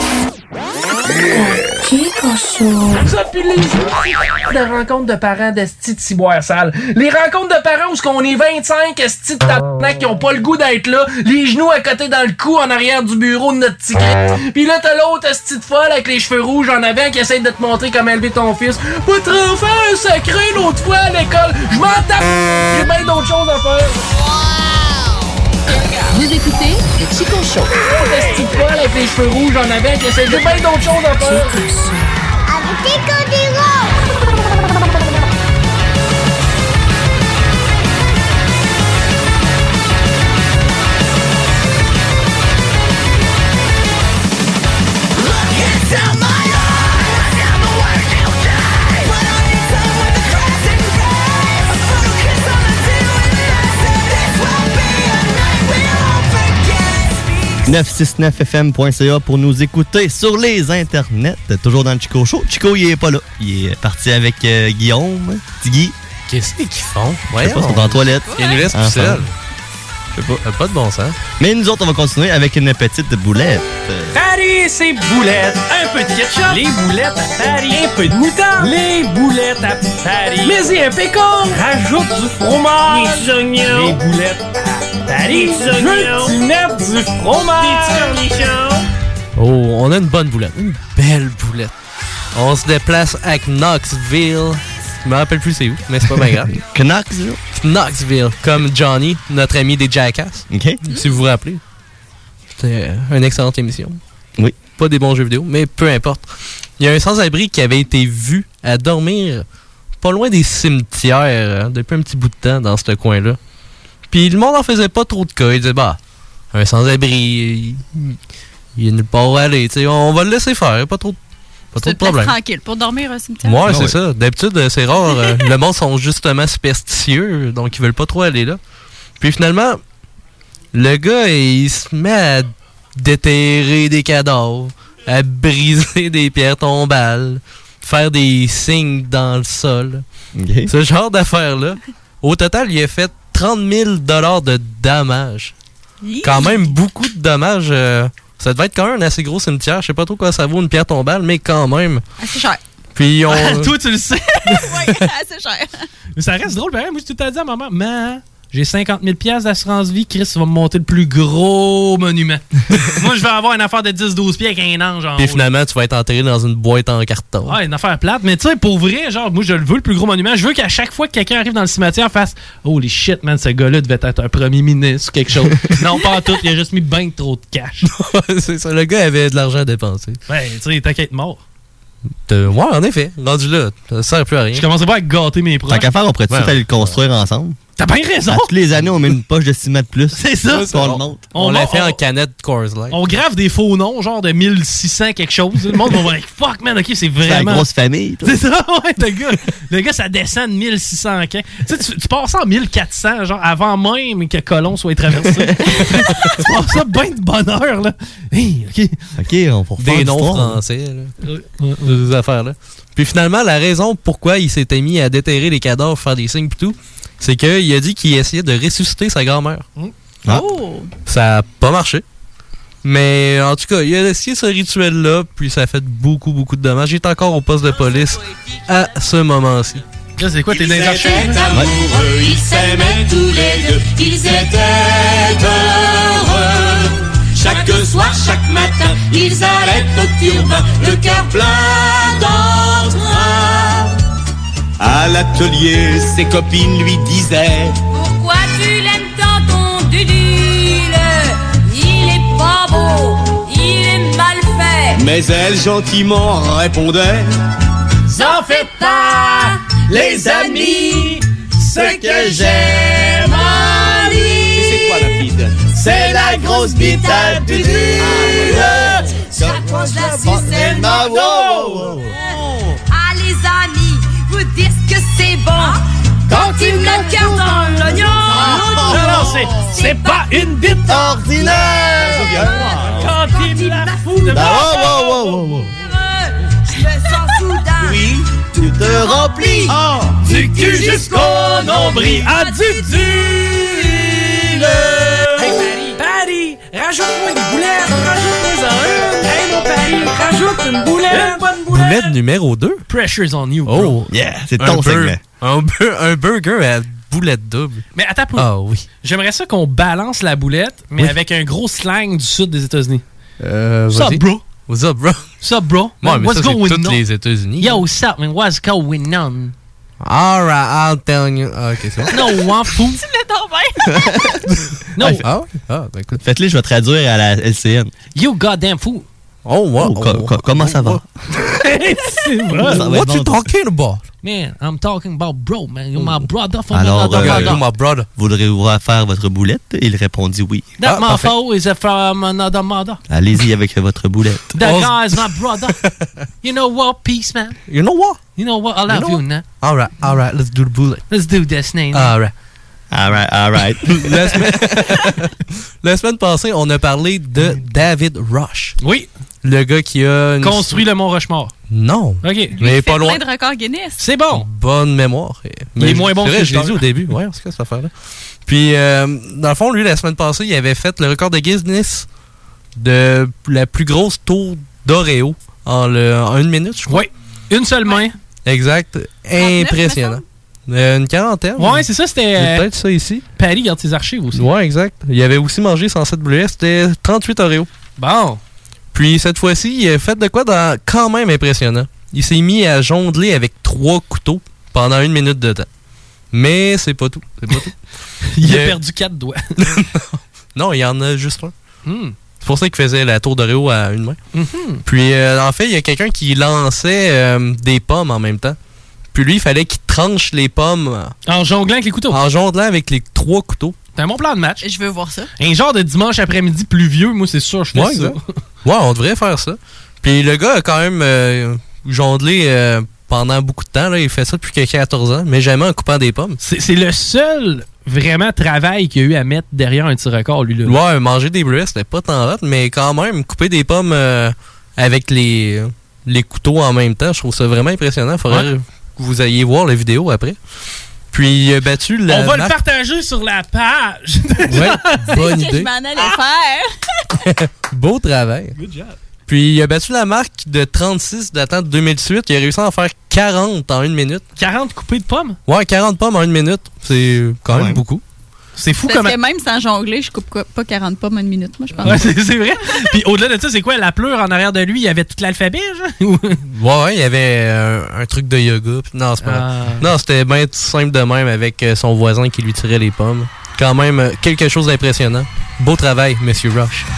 [SPEAKER 1] Chico Show. Ça, pis les de rencontres de parents d'esti de ciboire sale. Les rencontres de parents où on est vingt-cinq esti de tabarnak qui ont pas le goût d'être là, les genoux à côté dans le cou en arrière du bureau de notre tigre. Pis là, t'as l'autre esti de folle avec les cheveux rouges en avant qui essaie de te montrer comment élever ton fils. Votre enfant a sacré l'autre fois à l'école. Je m'en tape. J'ai bien d'autres choses à faire.
[SPEAKER 15] Vous écoutez le Chico Show.
[SPEAKER 1] Esti de folle avec les cheveux rouges en avant qui essaie de bien d'autres choses à faire.
[SPEAKER 23] Avec tes codérons.
[SPEAKER 2] neuf cent soixante-neuf F M point C A pour nous écouter sur les internets. Toujours dans le Chico Show. Chico, il est pas là. Il est parti avec euh, Guillaume. Petit Guy.
[SPEAKER 21] Qu'est-ce qu'ils font?
[SPEAKER 2] Je sais pas, ils sont en toilette.
[SPEAKER 21] Ils nous laissent tout seuls. Je sais pas. Pas de bon sens.
[SPEAKER 2] Mais nous autres, on va continuer avec une petite boulette.
[SPEAKER 5] Paris, c'est boulettes. Un peu de ketchup. Les boulettes à Paris. Un peu de moutarde. Les boulettes à Paris. Mais y un pécan. Rajoute du fromage. Des oignons. Les boulettes à Paris. Des oignons. Tu mets du fromage. Des cornichons.
[SPEAKER 21] Oh, on a une bonne boulette. Une belle boulette. On se déplace à Knoxville. Je me rappelle plus c'est où, mais c'est pas bien grave.
[SPEAKER 2] Knoxville?
[SPEAKER 21] Knoxville, comme Johnny, notre ami des Jackass.
[SPEAKER 2] OK.
[SPEAKER 21] Si vous vous rappelez. C'était une excellente émission.
[SPEAKER 2] Oui.
[SPEAKER 21] Pas des bons jeux vidéo, mais peu importe. Il y a un sans-abri qui avait été vu à dormir pas loin des cimetières hein, depuis un petit bout de temps dans ce coin-là. Puis le monde en faisait pas trop de cas. Il disait, bah, un sans-abri, il, il est nulle part où aller. T'sais, on va le laisser faire, pas trop de Pas trop de problème.
[SPEAKER 7] Tranquille pour dormir au cimetière.
[SPEAKER 21] Ouais,
[SPEAKER 7] Ah
[SPEAKER 21] c'est
[SPEAKER 7] oui.
[SPEAKER 21] ça. D'habitude, c'est rare. euh, le monde sont justement superstitieux, donc ils veulent pas trop aller là. Puis finalement, le gars, il se met à déterrer des cadavres, à briser des pierres tombales, faire des signes dans le sol.
[SPEAKER 2] Okay.
[SPEAKER 21] Ce genre d'affaires-là. Au total, il a fait trente mille dollars de dommages.
[SPEAKER 7] Hi.
[SPEAKER 21] Quand même beaucoup de dommages. euh, ça devait être quand même un assez gros cimetière. Je sais pas trop quoi ça vaut une pierre tombale, mais quand même.
[SPEAKER 7] Assez cher.
[SPEAKER 21] Puis on...
[SPEAKER 5] Toi, tu le sais.
[SPEAKER 7] Oui, assez cher.
[SPEAKER 5] Mais ça reste drôle, pareil. Moi, je t'ai dit à maman, mais j'ai cinquante mille dollars d'assurance vie. Chris va me monter le plus gros monument. Moi, je vais avoir une affaire de dix douze pieds avec un ange en
[SPEAKER 21] Puis
[SPEAKER 5] haut.
[SPEAKER 21] finalement, tu vas être enterré dans une boîte en carton.
[SPEAKER 5] Ouais, une affaire plate. Mais tu sais, pour vrai, genre, moi, je le veux, le plus gros monument. Je veux qu'à chaque fois que quelqu'un arrive dans le cimetière, fasse holy shit, man, ce gars-là devait être un premier ministre ou quelque chose. Non, pas en tout. Il a juste mis bien trop de cash.
[SPEAKER 21] C'est ça. Le gars avait de l'argent à dépenser.
[SPEAKER 5] Ouais, tu sais, t'inquiète mort.
[SPEAKER 21] Euh, ouais, en effet. Rendu là, ça sert plus à rien.
[SPEAKER 5] Je commençais pas à gâter mes proches.
[SPEAKER 2] Tant qu'à faire, on pourrait-tu
[SPEAKER 21] Ouais.
[SPEAKER 2] aller le construire ensemble?
[SPEAKER 5] T'as bien raison.
[SPEAKER 2] À toutes les années, on met une poche de ciment de plus.
[SPEAKER 5] C'est ça.
[SPEAKER 2] Puis on le monte.
[SPEAKER 21] On,
[SPEAKER 5] On
[SPEAKER 21] l'a
[SPEAKER 5] va-
[SPEAKER 21] fait
[SPEAKER 5] on-
[SPEAKER 21] en canette Coors Light.
[SPEAKER 5] On grave des faux noms, genre de mille six cents quelque chose. Le monde va voir, fuck man, ok, c'est
[SPEAKER 2] C'est
[SPEAKER 5] vraiment.
[SPEAKER 2] la grosse famille. toi.
[SPEAKER 5] C'est ça, ouais, le gars. Le gars, ça descend de mille six cents ans. Tu sais, tu, tu passes ça en mille quatre cents, genre avant même que Colomb soit traversé. Tu passes ça bien de bonne heure, là. Hey, ok.
[SPEAKER 2] OK, on va refaire
[SPEAKER 21] Des noms
[SPEAKER 2] l'histoire.
[SPEAKER 21] français, là. Ces affaires-là. Puis finalement, la raison pourquoi il s'était mis à déterrer les cadavres, faire des signes et tout, c'est qu'il a dit qu'il essayait de ressusciter sa grand-mère.
[SPEAKER 2] Ah.
[SPEAKER 7] Oh!
[SPEAKER 21] Ça a pas marché. Mais en tout cas, il a essayé ce rituel-là, puis ça a fait beaucoup, beaucoup de dommages. Il est encore au poste de police à ce moment-ci.
[SPEAKER 5] Là, c'est quoi, t'es dans les
[SPEAKER 6] Ils
[SPEAKER 5] archives?
[SPEAKER 6] étaient amoureux, ils s'aimaient tous les deux, ils étaient heureux. Chaque soir, chaque matin, ils allaient au turbin, le cœur plein d'entrain. À l'atelier, ses copines lui disaient:
[SPEAKER 8] Pourquoi tu l'aimes tant ton dudule? Il est pas beau, il est mal fait.
[SPEAKER 6] mais elle gentiment répondait:
[SPEAKER 8] J'en fais pas,
[SPEAKER 6] les amis, ce que j'aime en lui. C'est quoi la petite? C'est la grosse bite à Dudule.
[SPEAKER 8] Chaque fois que je la suce, elle m'en
[SPEAKER 6] wow.
[SPEAKER 8] Ah les amis, vous dites que c'est bon quand il me cœur dans l'oignon.
[SPEAKER 5] Non, non, c'est, c'est pas une bite ordinaire. Quand il me la fout de
[SPEAKER 2] Ah, wow, wow, wow, wow.
[SPEAKER 8] Je me sens soudain.
[SPEAKER 6] Oui,
[SPEAKER 2] Tu te remplis.
[SPEAKER 5] Ah, du cul jusqu'au nombril à Dudule. Hey, Paris, Paris, rajoute-moi des boulettes, rajoute-moi en une. Hey, mon rajoute une boulette. Une bonne boulette.
[SPEAKER 21] Boulette numéro deux.
[SPEAKER 5] Pressure's on you,
[SPEAKER 21] Oh,
[SPEAKER 5] bro.
[SPEAKER 21] yeah,
[SPEAKER 2] c'est
[SPEAKER 21] un
[SPEAKER 2] ton
[SPEAKER 21] bur-
[SPEAKER 2] segment.
[SPEAKER 21] Un, bur- un burger à boulette double.
[SPEAKER 5] Mais attends, pour...
[SPEAKER 21] Ah oui.
[SPEAKER 5] J'aimerais ça qu'on balance la boulette, mais
[SPEAKER 21] Oui.
[SPEAKER 5] avec un gros slang du sud des États-Unis.
[SPEAKER 21] Euh,
[SPEAKER 5] What's up,
[SPEAKER 21] vas-y.
[SPEAKER 5] bro?
[SPEAKER 21] What's up, bro?
[SPEAKER 5] What's up, bro?
[SPEAKER 21] Ouais, mais
[SPEAKER 5] What's
[SPEAKER 21] ça, c'est
[SPEAKER 5] going
[SPEAKER 21] toutes
[SPEAKER 5] on?
[SPEAKER 21] les États-Unis.
[SPEAKER 5] Yo, what's up, man? What's going on?
[SPEAKER 21] Alright, I'll tell you. Ah, ok, c'est bon.
[SPEAKER 5] No, one fou.
[SPEAKER 7] Tu l'as donc bien.
[SPEAKER 5] No.
[SPEAKER 21] Ah, ouais? Ah, ben écoute.
[SPEAKER 2] Faites-les, je vais traduire à la L C N.
[SPEAKER 5] You goddamn fool.
[SPEAKER 21] Oh, wow.
[SPEAKER 2] Oh, co- co- comment ça va?
[SPEAKER 5] C'est vrai.
[SPEAKER 2] Ça va
[SPEAKER 21] What
[SPEAKER 2] être
[SPEAKER 21] you
[SPEAKER 2] bon.
[SPEAKER 21] talking about?
[SPEAKER 5] Man, I'm talking about bro, man. You're my brother from
[SPEAKER 2] Alors,
[SPEAKER 5] another
[SPEAKER 2] euh,
[SPEAKER 5] mother.
[SPEAKER 21] my brother.
[SPEAKER 2] Voudrez-vous faire votre boulette? Il répondit oui.
[SPEAKER 5] That
[SPEAKER 21] Ah,
[SPEAKER 5] my
[SPEAKER 21] parfait.
[SPEAKER 5] foe is from another mother.
[SPEAKER 2] Allez-y avec votre boulette.
[SPEAKER 5] That
[SPEAKER 21] Oh.
[SPEAKER 5] guy's my brother. You know what, peace, man?
[SPEAKER 21] You know what?
[SPEAKER 5] You know what? I love
[SPEAKER 21] know
[SPEAKER 5] you,
[SPEAKER 21] what?
[SPEAKER 5] man.
[SPEAKER 21] Alright, alright, let's do the bullet.
[SPEAKER 5] Let's do this, name.
[SPEAKER 21] Alright.
[SPEAKER 2] Alright, alright.
[SPEAKER 21] La semaine... La semaine passée, on a parlé de David Rush.
[SPEAKER 5] Oui.
[SPEAKER 21] Le gars qui a... Une...
[SPEAKER 5] Construit le Mont Rochemort.
[SPEAKER 21] Non.
[SPEAKER 5] OK.
[SPEAKER 21] Mais pas loin.
[SPEAKER 7] Plein de records Guinness.
[SPEAKER 5] C'est bon.
[SPEAKER 21] Bonne mémoire.
[SPEAKER 5] Il est moins bon
[SPEAKER 21] c'est
[SPEAKER 5] que
[SPEAKER 21] vrai,
[SPEAKER 5] le
[SPEAKER 21] je l'ai dit
[SPEAKER 5] Star.
[SPEAKER 21] au début. Ouais, en tout cas, cette affaire-là. Puis, euh, dans le fond, lui, la semaine passée, il avait fait le record de Guinness de la plus grosse tour d'Oreo en, le, en une minute, je crois.
[SPEAKER 5] Oui. Une seule main.
[SPEAKER 21] Exact. Impressionnant. Euh, une quarantaine.
[SPEAKER 5] Ouais, c'est ça, c'était.
[SPEAKER 21] C'est
[SPEAKER 5] euh,
[SPEAKER 21] peut-être ça ici.
[SPEAKER 5] Paris garde ses archives aussi.
[SPEAKER 21] Ouais, exact. Il avait aussi mangé cent sept bleuets. C'était trente-huit Oreos.
[SPEAKER 5] Bon.
[SPEAKER 21] Puis cette fois-ci, il a fait de quoi dans quand même impressionnant. Il s'est mis à jongler avec trois couteaux pendant une minute de temps. Mais c'est pas tout. C'est pas tout.
[SPEAKER 5] Il,
[SPEAKER 21] Il
[SPEAKER 5] a
[SPEAKER 21] a-
[SPEAKER 5] perdu quatre doigts.
[SPEAKER 21] Non, il y en a juste un.
[SPEAKER 5] Hmm.
[SPEAKER 21] C'est pour ça qu'il faisait la tour d'Oreo à une main.
[SPEAKER 5] Mhm.
[SPEAKER 21] Puis euh, en fait, il y a quelqu'un qui lançait euh, des pommes en même temps. Puis lui, il fallait qu'il tranche les pommes
[SPEAKER 5] En jonglant avec les couteaux.
[SPEAKER 21] en jonglant avec les trois couteaux.
[SPEAKER 5] C'est un bon plan de match.
[SPEAKER 7] Je veux voir ça.
[SPEAKER 5] Un genre de dimanche après-midi pluvieux, moi, c'est sûr, je fais
[SPEAKER 21] Ouais,
[SPEAKER 5] ça.
[SPEAKER 21] exact. Ouais, on devrait faire ça. Puis le gars a quand même euh, jonglé euh, pendant beaucoup de temps. Là. Il fait ça depuis qu'il a quatorze ans, mais jamais en coupant des pommes.
[SPEAKER 5] C'est c'est le seul vraiment travail qu'il y a eu à mettre derrière un petit record, lui. Là.
[SPEAKER 21] Ouais, manger des bleuets, c'était pas tant hot, mais quand même, couper des pommes euh, avec les, les couteaux en même temps, je trouve ça vraiment impressionnant. Faudrait
[SPEAKER 5] Ouais.
[SPEAKER 21] que vous alliez voir la vidéo après. Puis il a battu la
[SPEAKER 5] On va
[SPEAKER 21] marque-
[SPEAKER 5] le partager sur la page.
[SPEAKER 21] Ouais, bonne
[SPEAKER 7] C'est ce que je
[SPEAKER 21] idée.
[SPEAKER 7] m'en allais faire.
[SPEAKER 21] Beau travail.
[SPEAKER 5] Good job.
[SPEAKER 21] Puis il a battu la marque de trente-six datant de deux mille dix-huit. Il a réussi à en faire quarante en une minute.
[SPEAKER 5] quarante coupées de pommes?
[SPEAKER 21] Ouais, quarante pommes en une minute. C'est quand même
[SPEAKER 2] Ouais.
[SPEAKER 21] beaucoup.
[SPEAKER 5] C'est fou
[SPEAKER 7] Parce
[SPEAKER 5] comment...
[SPEAKER 7] que même sans jongler, je coupe quoi- pas quarante pommes en une minute, moi, je pense.
[SPEAKER 5] Ouais, c'est c'est vrai. Puis au-delà de ça, c'est quoi? La pleure en arrière de lui, il y avait tout l'alphabet, genre? Ou-
[SPEAKER 21] Ouais, ouais, il y avait euh, un truc de yoga. Puis non, c'est pas
[SPEAKER 5] Ah.
[SPEAKER 21] Non, c'était bien tout simple de même avec euh, son voisin qui lui tirait les pommes. Quand même, euh, quelque chose d'impressionnant. Beau travail, Monsieur Rush.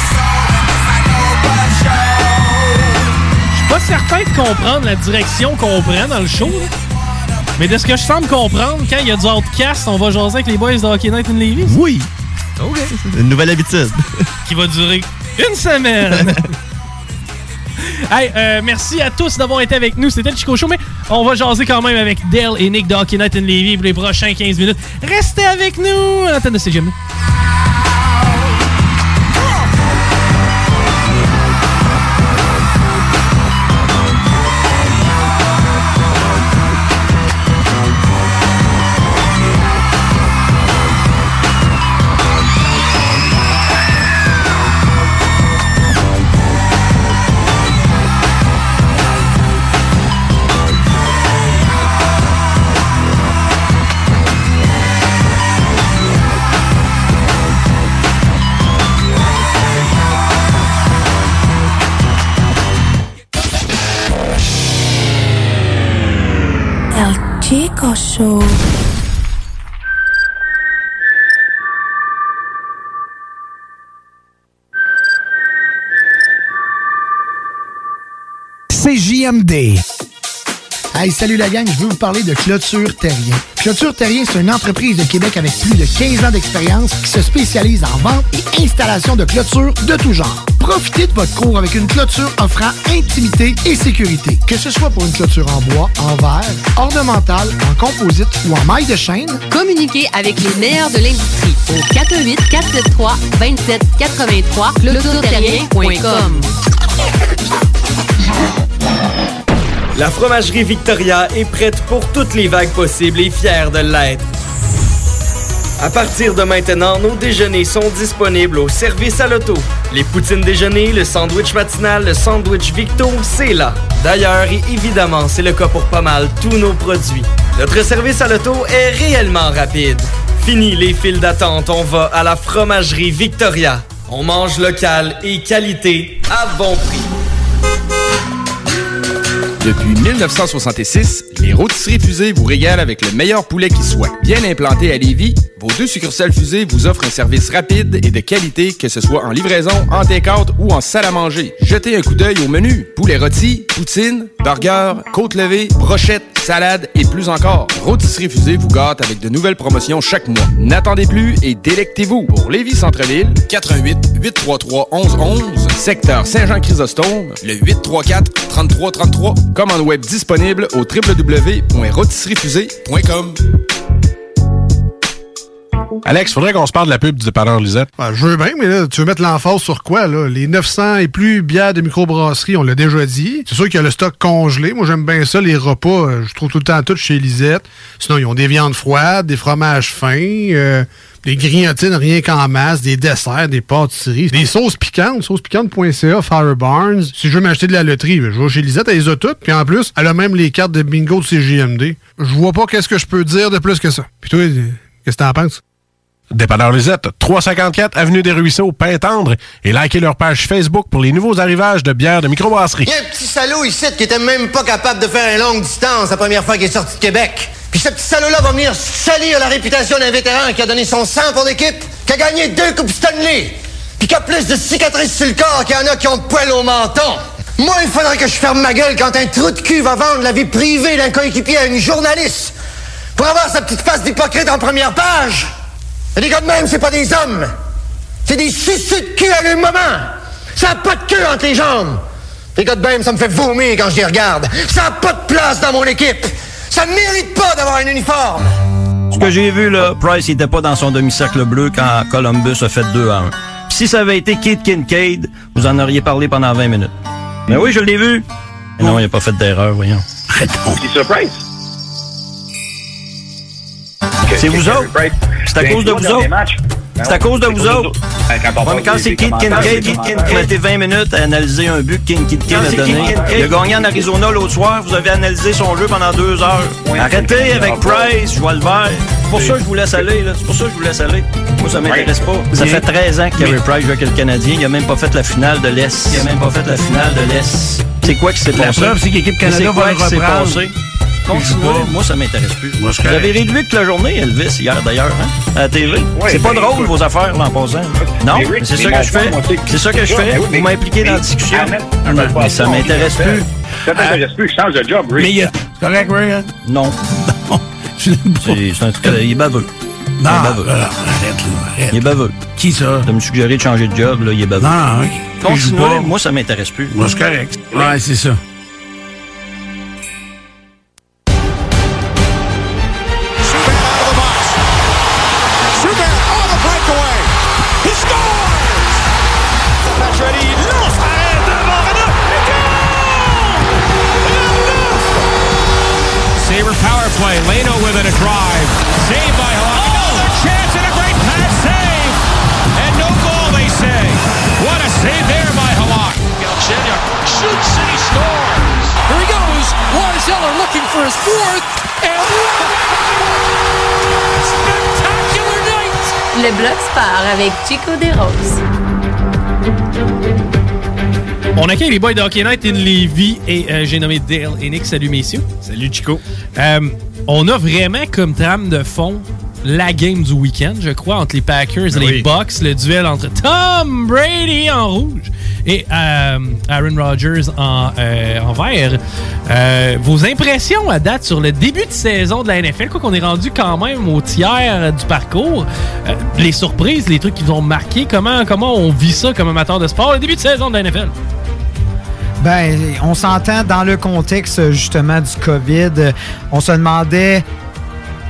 [SPEAKER 5] Je suis pas certain de comprendre la direction qu'on prend dans le show, là. Mais de ce que je semble comprendre, quand il y a du outcast, on va jaser avec les boys de Hockey Night in Levis.
[SPEAKER 2] Oui.
[SPEAKER 5] OK.
[SPEAKER 2] Une nouvelle habitude.
[SPEAKER 5] Qui va durer une semaine. Hey, euh, merci à tous d'avoir été avec nous. C'était le Chico Show, mais on va jaser quand même avec Dale et Nick de Hockey Night in Levis pour les prochains quinze minutes. Restez avec nous à l'antenne de C G M D.
[SPEAKER 4] El Chico Show.
[SPEAKER 14] C J M D. Hey, salut la gang, je veux vous parler de Clôture Terrien. Clôture Terrien, c'est une entreprise de Québec avec plus de quinze ans d'expérience qui se spécialise en vente et installation de clôtures de tout genre. Profitez de votre cour avec une clôture offrant intimité et sécurité. Que ce soit pour une clôture en bois, en verre, ornementale, en composite ou en maille de chaîne,
[SPEAKER 15] Communiquez avec les meilleurs de l'industrie au quatre un huit, quatre sept trois, deux sept huit trois clôture terrien point com.
[SPEAKER 13] La fromagerie Victoria est prête pour toutes les vagues possibles et fière de l'être. À partir de maintenant, nos déjeuners sont disponibles au service à l'auto. Les poutines déjeuner, le sandwich matinal, le sandwich Victo, c'est là. D'ailleurs, et évidemment, c'est le cas pour pas mal tous nos produits. Notre service à l'auto est réellement rapide. Fini les files d'attente, on va à la fromagerie Victoria. On mange local et qualité à bon prix.
[SPEAKER 4] Depuis mille neuf cent soixante-six, les rôtisseries Fusées vous régalent avec le meilleur poulet qui soit. Bien implanté à Lévis, vos deux succursales Fusées vous offrent un service rapide et de qualité, que ce soit en livraison, en take-out ou en salle à manger. Jetez un coup d'œil au menu. Poulet rôti, poutine, burger, côte levée, brochette, salade et plus encore. Rôtisserie Fusée vous gâte avec de nouvelles promotions chaque mois. N'attendez plus et délectez-vous. Pour Lévis Centre-Ville, quatre un huit, huit trois trois, onze onze. Secteur Saint-Jean-Chrysostome, le huit trois quatre, trente-trois trente-trois. Commande web disponible au w w w point rôtisserie fusée point com.
[SPEAKER 11] Alex, faudrait qu'on se parle de la pub du dépanneur Lisette.
[SPEAKER 12] Ben, je veux bien, mais là, tu veux mettre l'emphase sur quoi, là? Les neuf cents et plus bières de microbrasserie, on l'a déjà dit. C'est sûr qu'il y a le stock congelé. Moi, j'aime bien ça, les repas. Euh, je trouve tout le temps tout chez Lisette. Sinon, ils ont des viandes froides, des fromages fins, euh, des grignotines rien qu'en masse, des desserts, des pâtisseries, des sauces piquantes, sauce piquante point c a, Fire Barnes. Si je veux m'acheter de la loterie, ben, je vais chez Lisette, elle les a toutes. Puis en plus, elle a même les cartes de bingo de C J M D. Je vois pas qu'est-ce que je peux dire de plus que ça. Puis toi, qu'est-ce que t'en penses?
[SPEAKER 11] Dépanneur Lisette, trois cent cinquante-quatre Avenue des Ruisseaux, Pintendre, et likez leur page Facebook pour les nouveaux arrivages de bières de microbrasserie.
[SPEAKER 16] Il y a un petit salaud ici qui était même pas capable de faire une longue distance la première fois qu'il est sorti de Québec. Puis ce petit salaud-là va venir salir la réputation d'un vétéran qui a donné son sang pour l'équipe, qui a gagné deux coupes Stanley, puis qui a plus de cicatrices sur le corps qu'il y en a qui ont de poils au menton. Moi, il faudrait que je ferme ma gueule quand un trou de cul va vendre la vie privée d'un coéquipier à une journaliste pour avoir sa petite face d'hypocrite en première page. Et les gars de même, c'est pas des hommes. C'est des suceux de cul à leur moment. Ça a pas de queue entre les jambes. Les gars de même, ça me fait vomir quand je les regarde. Ça a pas de place dans mon équipe. Ça mérite pas d'avoir un uniforme.
[SPEAKER 17] Ce que j'ai vu, là, Price, il était pas dans son demi-cercle bleu quand Columbus a fait deux à un. Puis si ça avait été Keith Kincaid, vous en auriez parlé pendant vingt minutes. Mais oui, je l'ai vu. Mais non, il a pas fait d'erreur, voyons.
[SPEAKER 18] C'est surprise.
[SPEAKER 17] C'est vous autres. C'est à cause de vous autres. C'est à cause de vous autres. Ouais, mais quand c'est Keith Kincaid, Keith Kincaid a été vingt minutes à analyser un but que Keith Kincaid a donné. Il a gagné en Arizona l'autre soir. Vous avez analysé son jeu pendant deux heures. Arrêtez avec Price, je vois le vert. C'est pour ça que je vous laisse aller. C'est pour ça que je vous laisse aller. Moi, ça m'intéresse pas. Ça fait treize ans que Carey Price joue avec le Canadien. Il a même pas fait la finale de l'Est. Il a même pas fait la finale de l'Est. C'est quoi qui s'est passé?
[SPEAKER 20] La preuve, c'est que l'équipe Canada va le reprendre.
[SPEAKER 17] Continuez, moi ça m'intéresse plus. Moi, vous avez réduit toute la journée, Elvis, hier d'ailleurs, hein, à la T V. Ouais, c'est pas drôle vos affaires là, en passant. Non, mais c'est ça que je fais. C'est ça que je fais. Vous m'impliquez dans la discussion. Mais ça m'intéresse plus.
[SPEAKER 18] Ça t'intéresse plus, je change de job, Rick.
[SPEAKER 20] Mais c'est correct, Rick?
[SPEAKER 17] Non. C'est un truc. Il est baveux.
[SPEAKER 20] Non, arrête là, arrête.
[SPEAKER 17] Il est baveux.
[SPEAKER 20] Qui ça?
[SPEAKER 17] Tu me suggéré de changer de job, là, il est baveux.
[SPEAKER 20] Non,
[SPEAKER 17] continuez, moi ça m'intéresse plus.
[SPEAKER 20] Moi c'est correct. Ouais, c'est ça.
[SPEAKER 26] Play. Leno with it, a drive. Saved by Halak. Oh! Another chance and a great pass save. And no goal, they say. What a save there by Halak. Galchenyuk shoots and he scores. Here he goes. Lars Eller looking for his fourth. And spectacular night.
[SPEAKER 15] Le bloc sport avec Chico Desroses.
[SPEAKER 5] On accueille les boys de Hockey Night in Lévis et euh, j'ai nommé Dale et Nick. Salut messieurs.
[SPEAKER 20] Salut Chico.
[SPEAKER 5] Euh, on a vraiment comme trame de fond la game du week-end, je crois, entre les Packers et oui. les Bucks, le duel entre Tom Brady en rouge et euh, Aaron Rodgers en, euh, en vert. Euh, vos impressions à date sur le début de saison de la N F L, quoi qu'on est rendu quand même au tiers du parcours, euh, les surprises, les trucs qui vous ont marqué, comment, comment on vit ça comme amateur de sport, le début de saison de la N F L?
[SPEAKER 27] Ben, on s'entend dans le contexte justement du COVID. On se demandait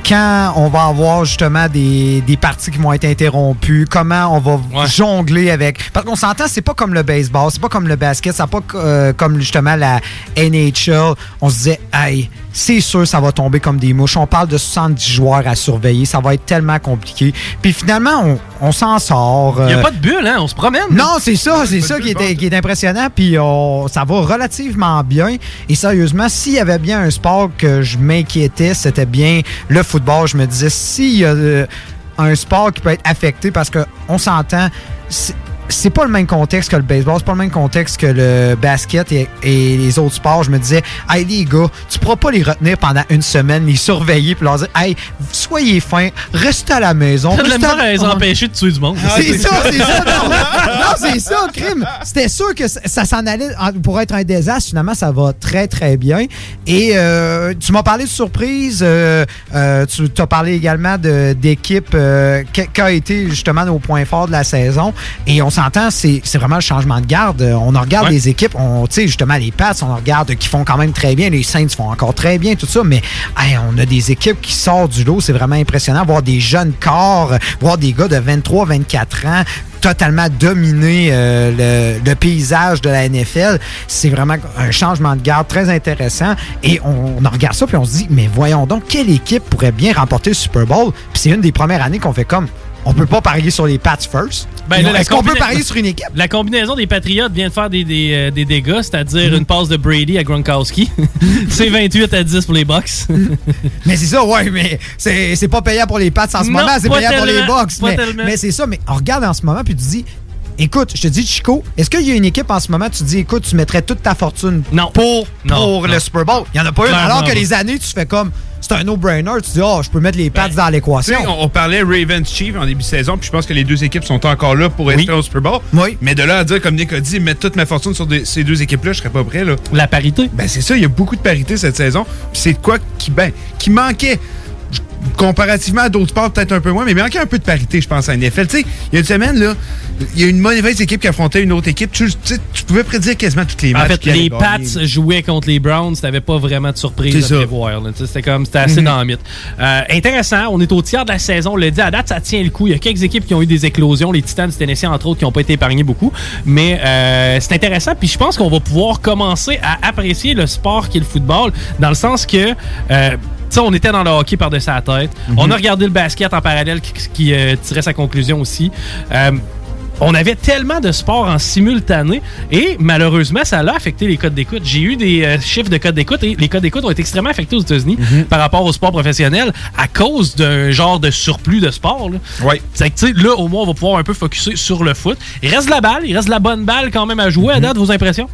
[SPEAKER 27] quand on va avoir justement des, des parties qui vont être interrompues, comment on va ouais. jongler avec... Parce qu'on s'entend, c'est pas comme le baseball, c'est pas comme le basket, c'est pas euh, comme justement la N H L. On se disait, hey, c'est sûr ça va tomber comme des mouches. On parle de soixante-dix joueurs à surveiller, ça va être tellement compliqué. Puis finalement, on, on s'en sort.
[SPEAKER 5] Il euh... n'y a pas de bulle, hein? On se promène.
[SPEAKER 27] Non, c'est ça, c'est ça qui est, qui est impressionnant. Puis on, ça va relativement bien. Et sérieusement, s'il y avait bien un sport que je m'inquiétais, c'était bien le football. Je me disais, s'il y a euh, un sport qui peut être affecté, parce qu'on s'entend, c'est, c'est pas le même contexte que le baseball, c'est pas le même contexte que le basket et, et les autres sports. Je me disais, hey les gars, tu pourras pas les retenir pendant une semaine, les surveiller puis leur dire, hey, soyez fins, restez à la maison.
[SPEAKER 5] T'as de la misère à les empêcher de tuer du monde.
[SPEAKER 27] C'est, c'est ça, c'est ça. Non, non c'est ça, crime. C'était sûr que ça, ça s'en allait pour être un désastre. Finalement, ça va très, très bien. Et euh, tu m'as parlé de surprise. Euh, euh, tu t'as parlé également de, d'équipe euh, qui a été justement nos points forts de la saison. Et on s'entend, c'est, c'est vraiment le changement de garde. On regarde ouais. les équipes, on, tu sais, justement, les Pats, on regarde qui font quand même très bien, les Saints font encore très bien, tout ça, mais hey, on a des équipes qui sortent du lot, c'est vraiment impressionnant. Voir des jeunes corps, voir des gars de vingt-trois vingt-quatre ans totalement dominer euh, le, le paysage de la N F L, c'est vraiment un changement de garde très intéressant. Et on, on regarde ça, puis on se dit, mais voyons donc, quelle équipe pourrait bien remporter le Super Bowl? Puis c'est une des premières années qu'on fait comme, on peut pas parier sur les Pats first. Ben, là, est-ce qu'on combina- peut parier sur une équipe?
[SPEAKER 5] La combinaison des Patriots vient de faire des, des, euh, des dégâts, c'est-à-dire mm-hmm. une passe de Brady à Gronkowski. C'est vingt-huit à dix pour les Bucks.
[SPEAKER 27] Mais c'est ça, ouais, mais c'est, c'est pas payant pour les Pats en ce non, moment, c'est payant pour les Bucks. Mais, mais c'est ça, mais on regarde en ce moment, puis tu dis, écoute, je te dis, Chico, est-ce qu'il y a une équipe en ce moment, tu te dis, écoute, tu mettrais toute ta fortune
[SPEAKER 5] non.
[SPEAKER 27] pour,
[SPEAKER 5] non,
[SPEAKER 27] pour
[SPEAKER 5] non.
[SPEAKER 27] le Super Bowl? Il n'y en a pas une. Alors non, que non. les années, tu fais comme, c'est un no-brainer, tu dis, oh, je peux mettre les Pats ben, dans l'équation.
[SPEAKER 3] On, on parlait Ravens-Chiefs en début de saison, puis je pense que les deux équipes sont encore là pour rester oui. au Super Bowl.
[SPEAKER 27] Oui.
[SPEAKER 3] Mais de là à dire, comme Nick a dit, mettre toute ma fortune sur de, ces deux équipes-là, je serais pas prêt. Là.
[SPEAKER 5] La parité?
[SPEAKER 3] Ben c'est ça, il y a beaucoup de parité cette saison. Puis c'est de quoi qui, ben, qui manquait. Comparativement à d'autres sports, peut-être un peu moins, mais il manquait un peu de parité, je pense, à N F L. Tu sais, il y a une semaine, là, il y a une mauvaise équipe qui affrontait une autre équipe. Tu, tu, tu pouvais prédire quasiment toutes les matchs.
[SPEAKER 5] En fait, les Pats gagner. jouaient contre les Browns. T'avais pas vraiment de surprise c'est à prévoir. Là. C'était comme, c'était assez mm-hmm. dans le mythe. Euh, intéressant. On est au tiers de la saison. On l'a dit, à date, ça tient le coup. Il y a quelques équipes qui ont eu des éclosions. Les Titans du Tennessee, entre autres, qui n'ont pas été épargnés beaucoup. Mais euh, c'est intéressant. Puis je pense qu'on va pouvoir commencer à apprécier le sport qui est le football, dans le sens que... Euh, Ça, on était dans le hockey par-dessus la tête. Mm-hmm. On a regardé le basket en parallèle qui, qui euh, tirait sa conclusion aussi. Euh, on avait tellement de sports en simultané et malheureusement, ça a affecté les codes d'écoute. J'ai eu des euh, chiffres de codes d'écoute et les codes d'écoute ont été extrêmement affectés aux États-Unis mm-hmm. par rapport au sport professionnel à cause d'un genre de surplus de sport. Là.
[SPEAKER 3] Oui.
[SPEAKER 5] C'est que, tu sais, là, au moins, on va pouvoir un peu focusser sur le foot. Il reste de la balle, il reste de la bonne balle quand même à jouer. Mm-hmm. À date, vos impressions?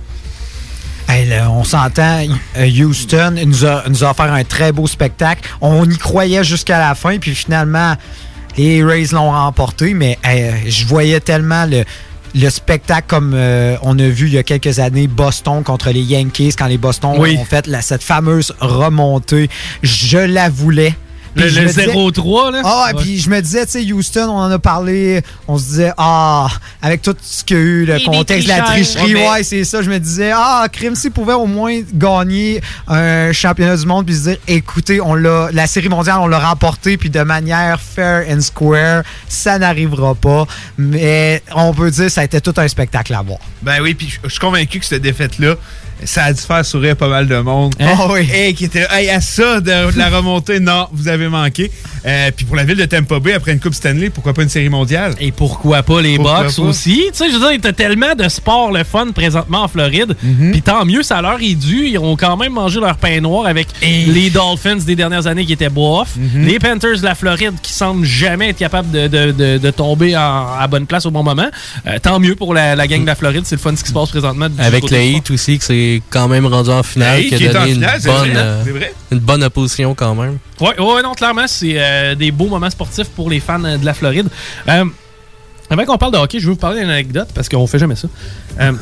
[SPEAKER 27] Hey, là, on s'entend, Houston nous a, nous a offert un très beau spectacle. On y croyait jusqu'à la fin, puis finalement, les Rays l'ont remporté, mais hey, je voyais tellement le, le spectacle comme euh, on a vu il y a quelques années, Boston contre les Yankees, quand les Boston oui. ont fait la, cette fameuse remontée. Je la voulais.
[SPEAKER 5] Le, le zéro trois, là.
[SPEAKER 27] Ah, ouais. Puis je me disais, tu sais, Houston, on en a parlé, on se disait, ah, avec tout ce qu'il y a eu, le Et contexte de la tricherie, ouais, ouais, c'est ça. Je me disais, ah, Crime, s'il pouvait au moins gagner un championnat du monde, puis se dire, écoutez, on l'a, la série mondiale, on l'a remportée, puis de manière fair and square, ça n'arrivera pas. Mais on peut dire, ça a été tout un spectacle à voir.
[SPEAKER 3] Ben oui, puis je suis convaincu que cette défaite-là, ça a dû faire sourire pas mal de monde.
[SPEAKER 27] Hein? Oh oui.
[SPEAKER 3] Hey, qui était, hey, à ça de, de la remontée, non, vous avez manqué. Euh, puis pour la ville de Tampa Bay, après une Coupe Stanley, pourquoi pas une série mondiale?
[SPEAKER 5] Et pourquoi pas les Bucks aussi? Tu sais, je veux dire, t'as tellement de sport le fun présentement en Floride. Mm-hmm. Puis tant mieux, ça leur est dû. Ils ont quand même mangé leur pain noir avec Et... les Dolphins des dernières années qui étaient bof. Mm-hmm. Les Panthers de la Floride qui semblent jamais être capables de, de, de, de tomber en, à bonne place au bon moment. Euh, tant mieux pour la, la gang de la Floride. C'est le fun ce qui se passe présentement.
[SPEAKER 21] Avec le Heat aussi, que c'est quand même rendu en finale, qui a donné une, finale, bonne, vrai, euh, une bonne opposition quand même.
[SPEAKER 5] Oui, ouais, non, clairement, c'est euh, des beaux moments sportifs pour les fans de la Floride. Euh, avant qu'on parle de hockey, je vais vous parler d'une anecdote, parce qu'on fait jamais ça. Euh,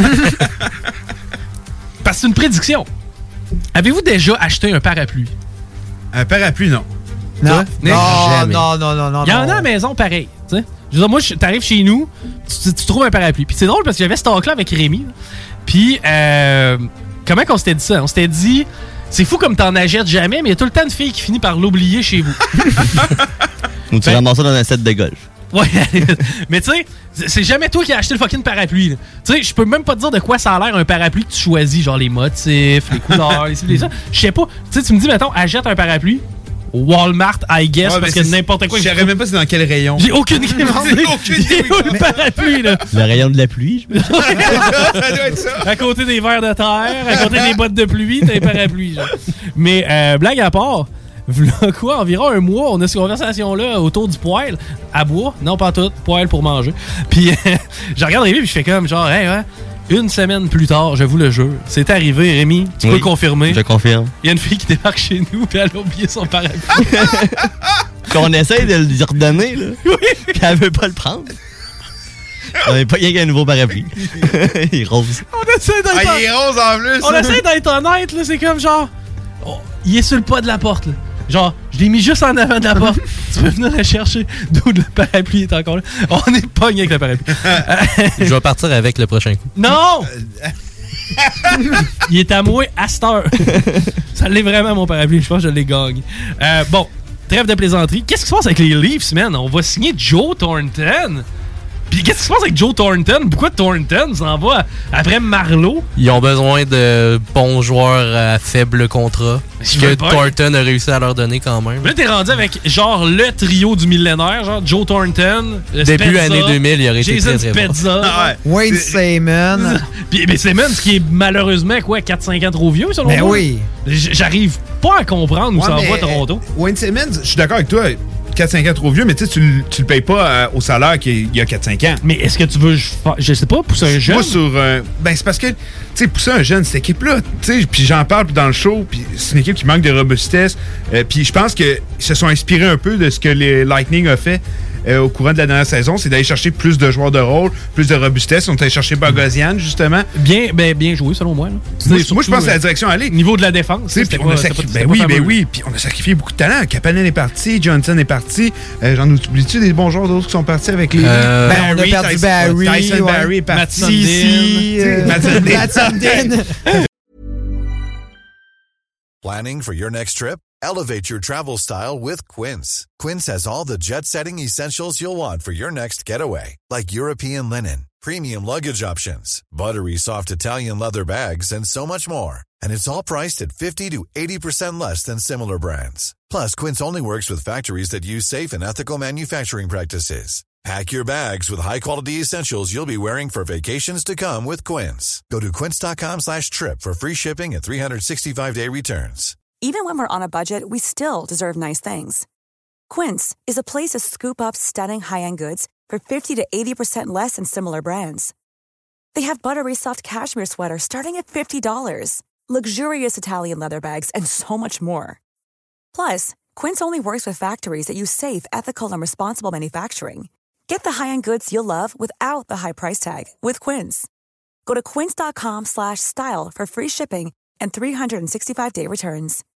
[SPEAKER 5] parce que c'est une prédiction. Avez-vous déjà acheté un parapluie?
[SPEAKER 3] Un parapluie, non.
[SPEAKER 27] Non, non, non, non, non, non.
[SPEAKER 5] Il y en a à la maison pareil, tu sais. Je veux dire, moi, t'arrives chez nous, tu, tu trouves un parapluie. Puis c'est drôle parce que j'avais ce talk-là avec Rémi. Puis, euh, comment qu'on s'était dit ça? On s'était dit, c'est fou comme t'en achètes jamais, mais il y a tout le temps une fille qui finit par l'oublier chez vous.
[SPEAKER 2] Ou tu
[SPEAKER 5] Ben-
[SPEAKER 2] ramasses ça dans un set de golf.
[SPEAKER 5] Ouais, mais tu sais, c'est- c'est jamais toi qui as acheté le fucking parapluie. là. Tu sais, je peux même pas te dire de quoi ça a l'air un parapluie que tu choisis, genre les motifs, les couleurs, les ci, les ça. Je sais pas. Tu sais, tu me dis, mettons, achète un parapluie. Walmart, I guess,
[SPEAKER 3] Ouais,
[SPEAKER 5] parce
[SPEAKER 3] mais
[SPEAKER 5] que
[SPEAKER 3] c'est-
[SPEAKER 5] n'importe quoi.
[SPEAKER 3] Je savais même pas c'est dans quel rayon.
[SPEAKER 5] J'ai aucune idée.
[SPEAKER 3] J'ai aucune idée.
[SPEAKER 5] J'ai où le parapluie, là?
[SPEAKER 2] Le rayon de la pluie, je me
[SPEAKER 3] Ça doit être ça.
[SPEAKER 5] À côté des verres de terre, à côté des bottes de pluie, t'as un parapluie. Genre. Mais euh, blague à part, v'là quoi, environ un mois, on a cette conversation-là autour du poêle à bois. Non, pas tout, poêle pour manger. Puis je regarde Rémi, puis je fais comme genre, hey, ouais. Une semaine plus tard, je vous le jure, c'est arrivé, Rémi, tu
[SPEAKER 2] Oui,
[SPEAKER 5] peux confirmer.
[SPEAKER 2] Je confirme.
[SPEAKER 5] Il y a une fille qui débarque chez nous, puis elle a oublié son parapluie.
[SPEAKER 2] Qu'on essaye de le redonner, là. Puis elle veut pas le prendre. On n'est pas rien qu'un nouveau parapluie. Il est rose.
[SPEAKER 5] On essaie d'être
[SPEAKER 3] Ah, il est rose en plus.
[SPEAKER 5] On essaie d'être honnête, là, c'est comme genre. oh, il est sur le pas de la porte, là. Genre, je l'ai mis juste en avant de la porte. Tu peux venir la chercher d'où le parapluie est encore là. On est pogné avec le parapluie.
[SPEAKER 21] Je vais partir avec le prochain coup.
[SPEAKER 5] Non! Il est à moi à cette heure. Ça l'est vraiment, mon parapluie. Je pense que je l'ai gagné. Euh, bon, trêve de plaisanterie. Qu'est-ce qui se passe avec les Leafs, man? On va signer Joe Thornton. Puis qu'est-ce qui se passe avec Joe Thornton? Pourquoi Thornton s'en va après Marleau?
[SPEAKER 21] Ils ont besoin de bons joueurs à faible contrat. Ce
[SPEAKER 5] ils
[SPEAKER 21] que
[SPEAKER 5] veulent pas.
[SPEAKER 21] Thornton a réussi à leur donner quand même.
[SPEAKER 5] Là, t'es rendu avec genre le trio du millénaire, genre Joe Thornton, euh,
[SPEAKER 21] Début
[SPEAKER 5] Spezza,
[SPEAKER 21] année deux mille, il aurait été
[SPEAKER 5] Jason
[SPEAKER 21] très, très bon.
[SPEAKER 5] Spezza.
[SPEAKER 27] Ah Wayne Simon.
[SPEAKER 5] Puis mais Simmons qui est malheureusement quoi, quatre cinq ans trop vieux selon
[SPEAKER 27] Ben
[SPEAKER 5] moi.
[SPEAKER 27] oui.
[SPEAKER 5] J- J'arrive pas à comprendre où
[SPEAKER 3] Ouais,
[SPEAKER 5] ça
[SPEAKER 3] mais,
[SPEAKER 5] va Toronto.
[SPEAKER 3] Wayne Simmons, je suis d'accord avec toi, quatre cinq ans trop vieux, mais tu sais, tu le- tu le payes pas euh, au salaire qu'il y a quatre cinq ans.
[SPEAKER 5] Mais est-ce que tu veux, je, je sais pas, pousser un jeune?
[SPEAKER 3] Moi, sur. euh, ben, c'est parce que, tu sais, pousser un jeune, cette équipe-là, tu sais, puis j'en parle dans le show, puis c'est une équipe qui manque de robustesse. euh, puis je pense qu'ils se sont inspirés un peu de ce que les Lightning a fait euh, au courant de la dernière saison, c'est d'aller chercher plus de joueurs de rôle, plus de robustesse. Ils sont allés chercher Bogosian, justement.
[SPEAKER 5] Bien, ben, bien joué, selon moi. Là.
[SPEAKER 3] Moi,
[SPEAKER 5] C'est
[SPEAKER 3] moi, je pense que c'est
[SPEAKER 5] euh,
[SPEAKER 3] la direction à aller.
[SPEAKER 5] Niveau de la défense.
[SPEAKER 3] Tu sais,
[SPEAKER 5] c'était
[SPEAKER 3] puis on a
[SPEAKER 5] pas-
[SPEAKER 3] sacri-
[SPEAKER 5] c'était pas-
[SPEAKER 3] ben
[SPEAKER 5] c'était
[SPEAKER 3] oui,
[SPEAKER 5] pas
[SPEAKER 3] ben
[SPEAKER 5] fameux.
[SPEAKER 3] oui, puis on a sacrifié beaucoup de talent. Kapanen est parti, Johnson est parti. Euh, J'en oublie-tu des bons joueurs d'autres qui sont partis avec les.
[SPEAKER 27] Euh, Ben, on a perdu
[SPEAKER 3] Tyson-
[SPEAKER 27] Barry,
[SPEAKER 3] Tyson
[SPEAKER 27] ouais.
[SPEAKER 3] Barry est
[SPEAKER 27] Matt
[SPEAKER 3] parti.
[SPEAKER 27] Sundin.
[SPEAKER 3] Tu sais,
[SPEAKER 27] Euh,
[SPEAKER 3] Matt Sundin.
[SPEAKER 27] Matt Sundin.
[SPEAKER 1] Planning for your next trip? Elevate your travel style with Quince. Quince has all the jet-setting essentials you'll want for your next getaway, like European linen, premium luggage options, buttery soft Italian leather bags, and so much more. And it's all priced at fifty to eighty percent less than similar brands. Plus, Quince only works with factories that use safe and ethical manufacturing practices. Pack your bags with high-quality essentials you'll be wearing for vacations to come with Quince. Go to quince.com slash trip for free shipping and three sixty-five day returns.
[SPEAKER 9] Even when we're on a budget, we still deserve nice things. Quince is a place to scoop up stunning high-end goods for fifty to eighty percent less than similar brands. They have buttery soft cashmere sweaters starting at fifty dollars, luxurious Italian leather bags, and so much more. Plus, Quince only works with factories that use safe, ethical, and responsible manufacturing. Get the high-end goods you'll love without the high price tag with Quince. Go to quince.com slash style for free shipping and three sixty-five day returns.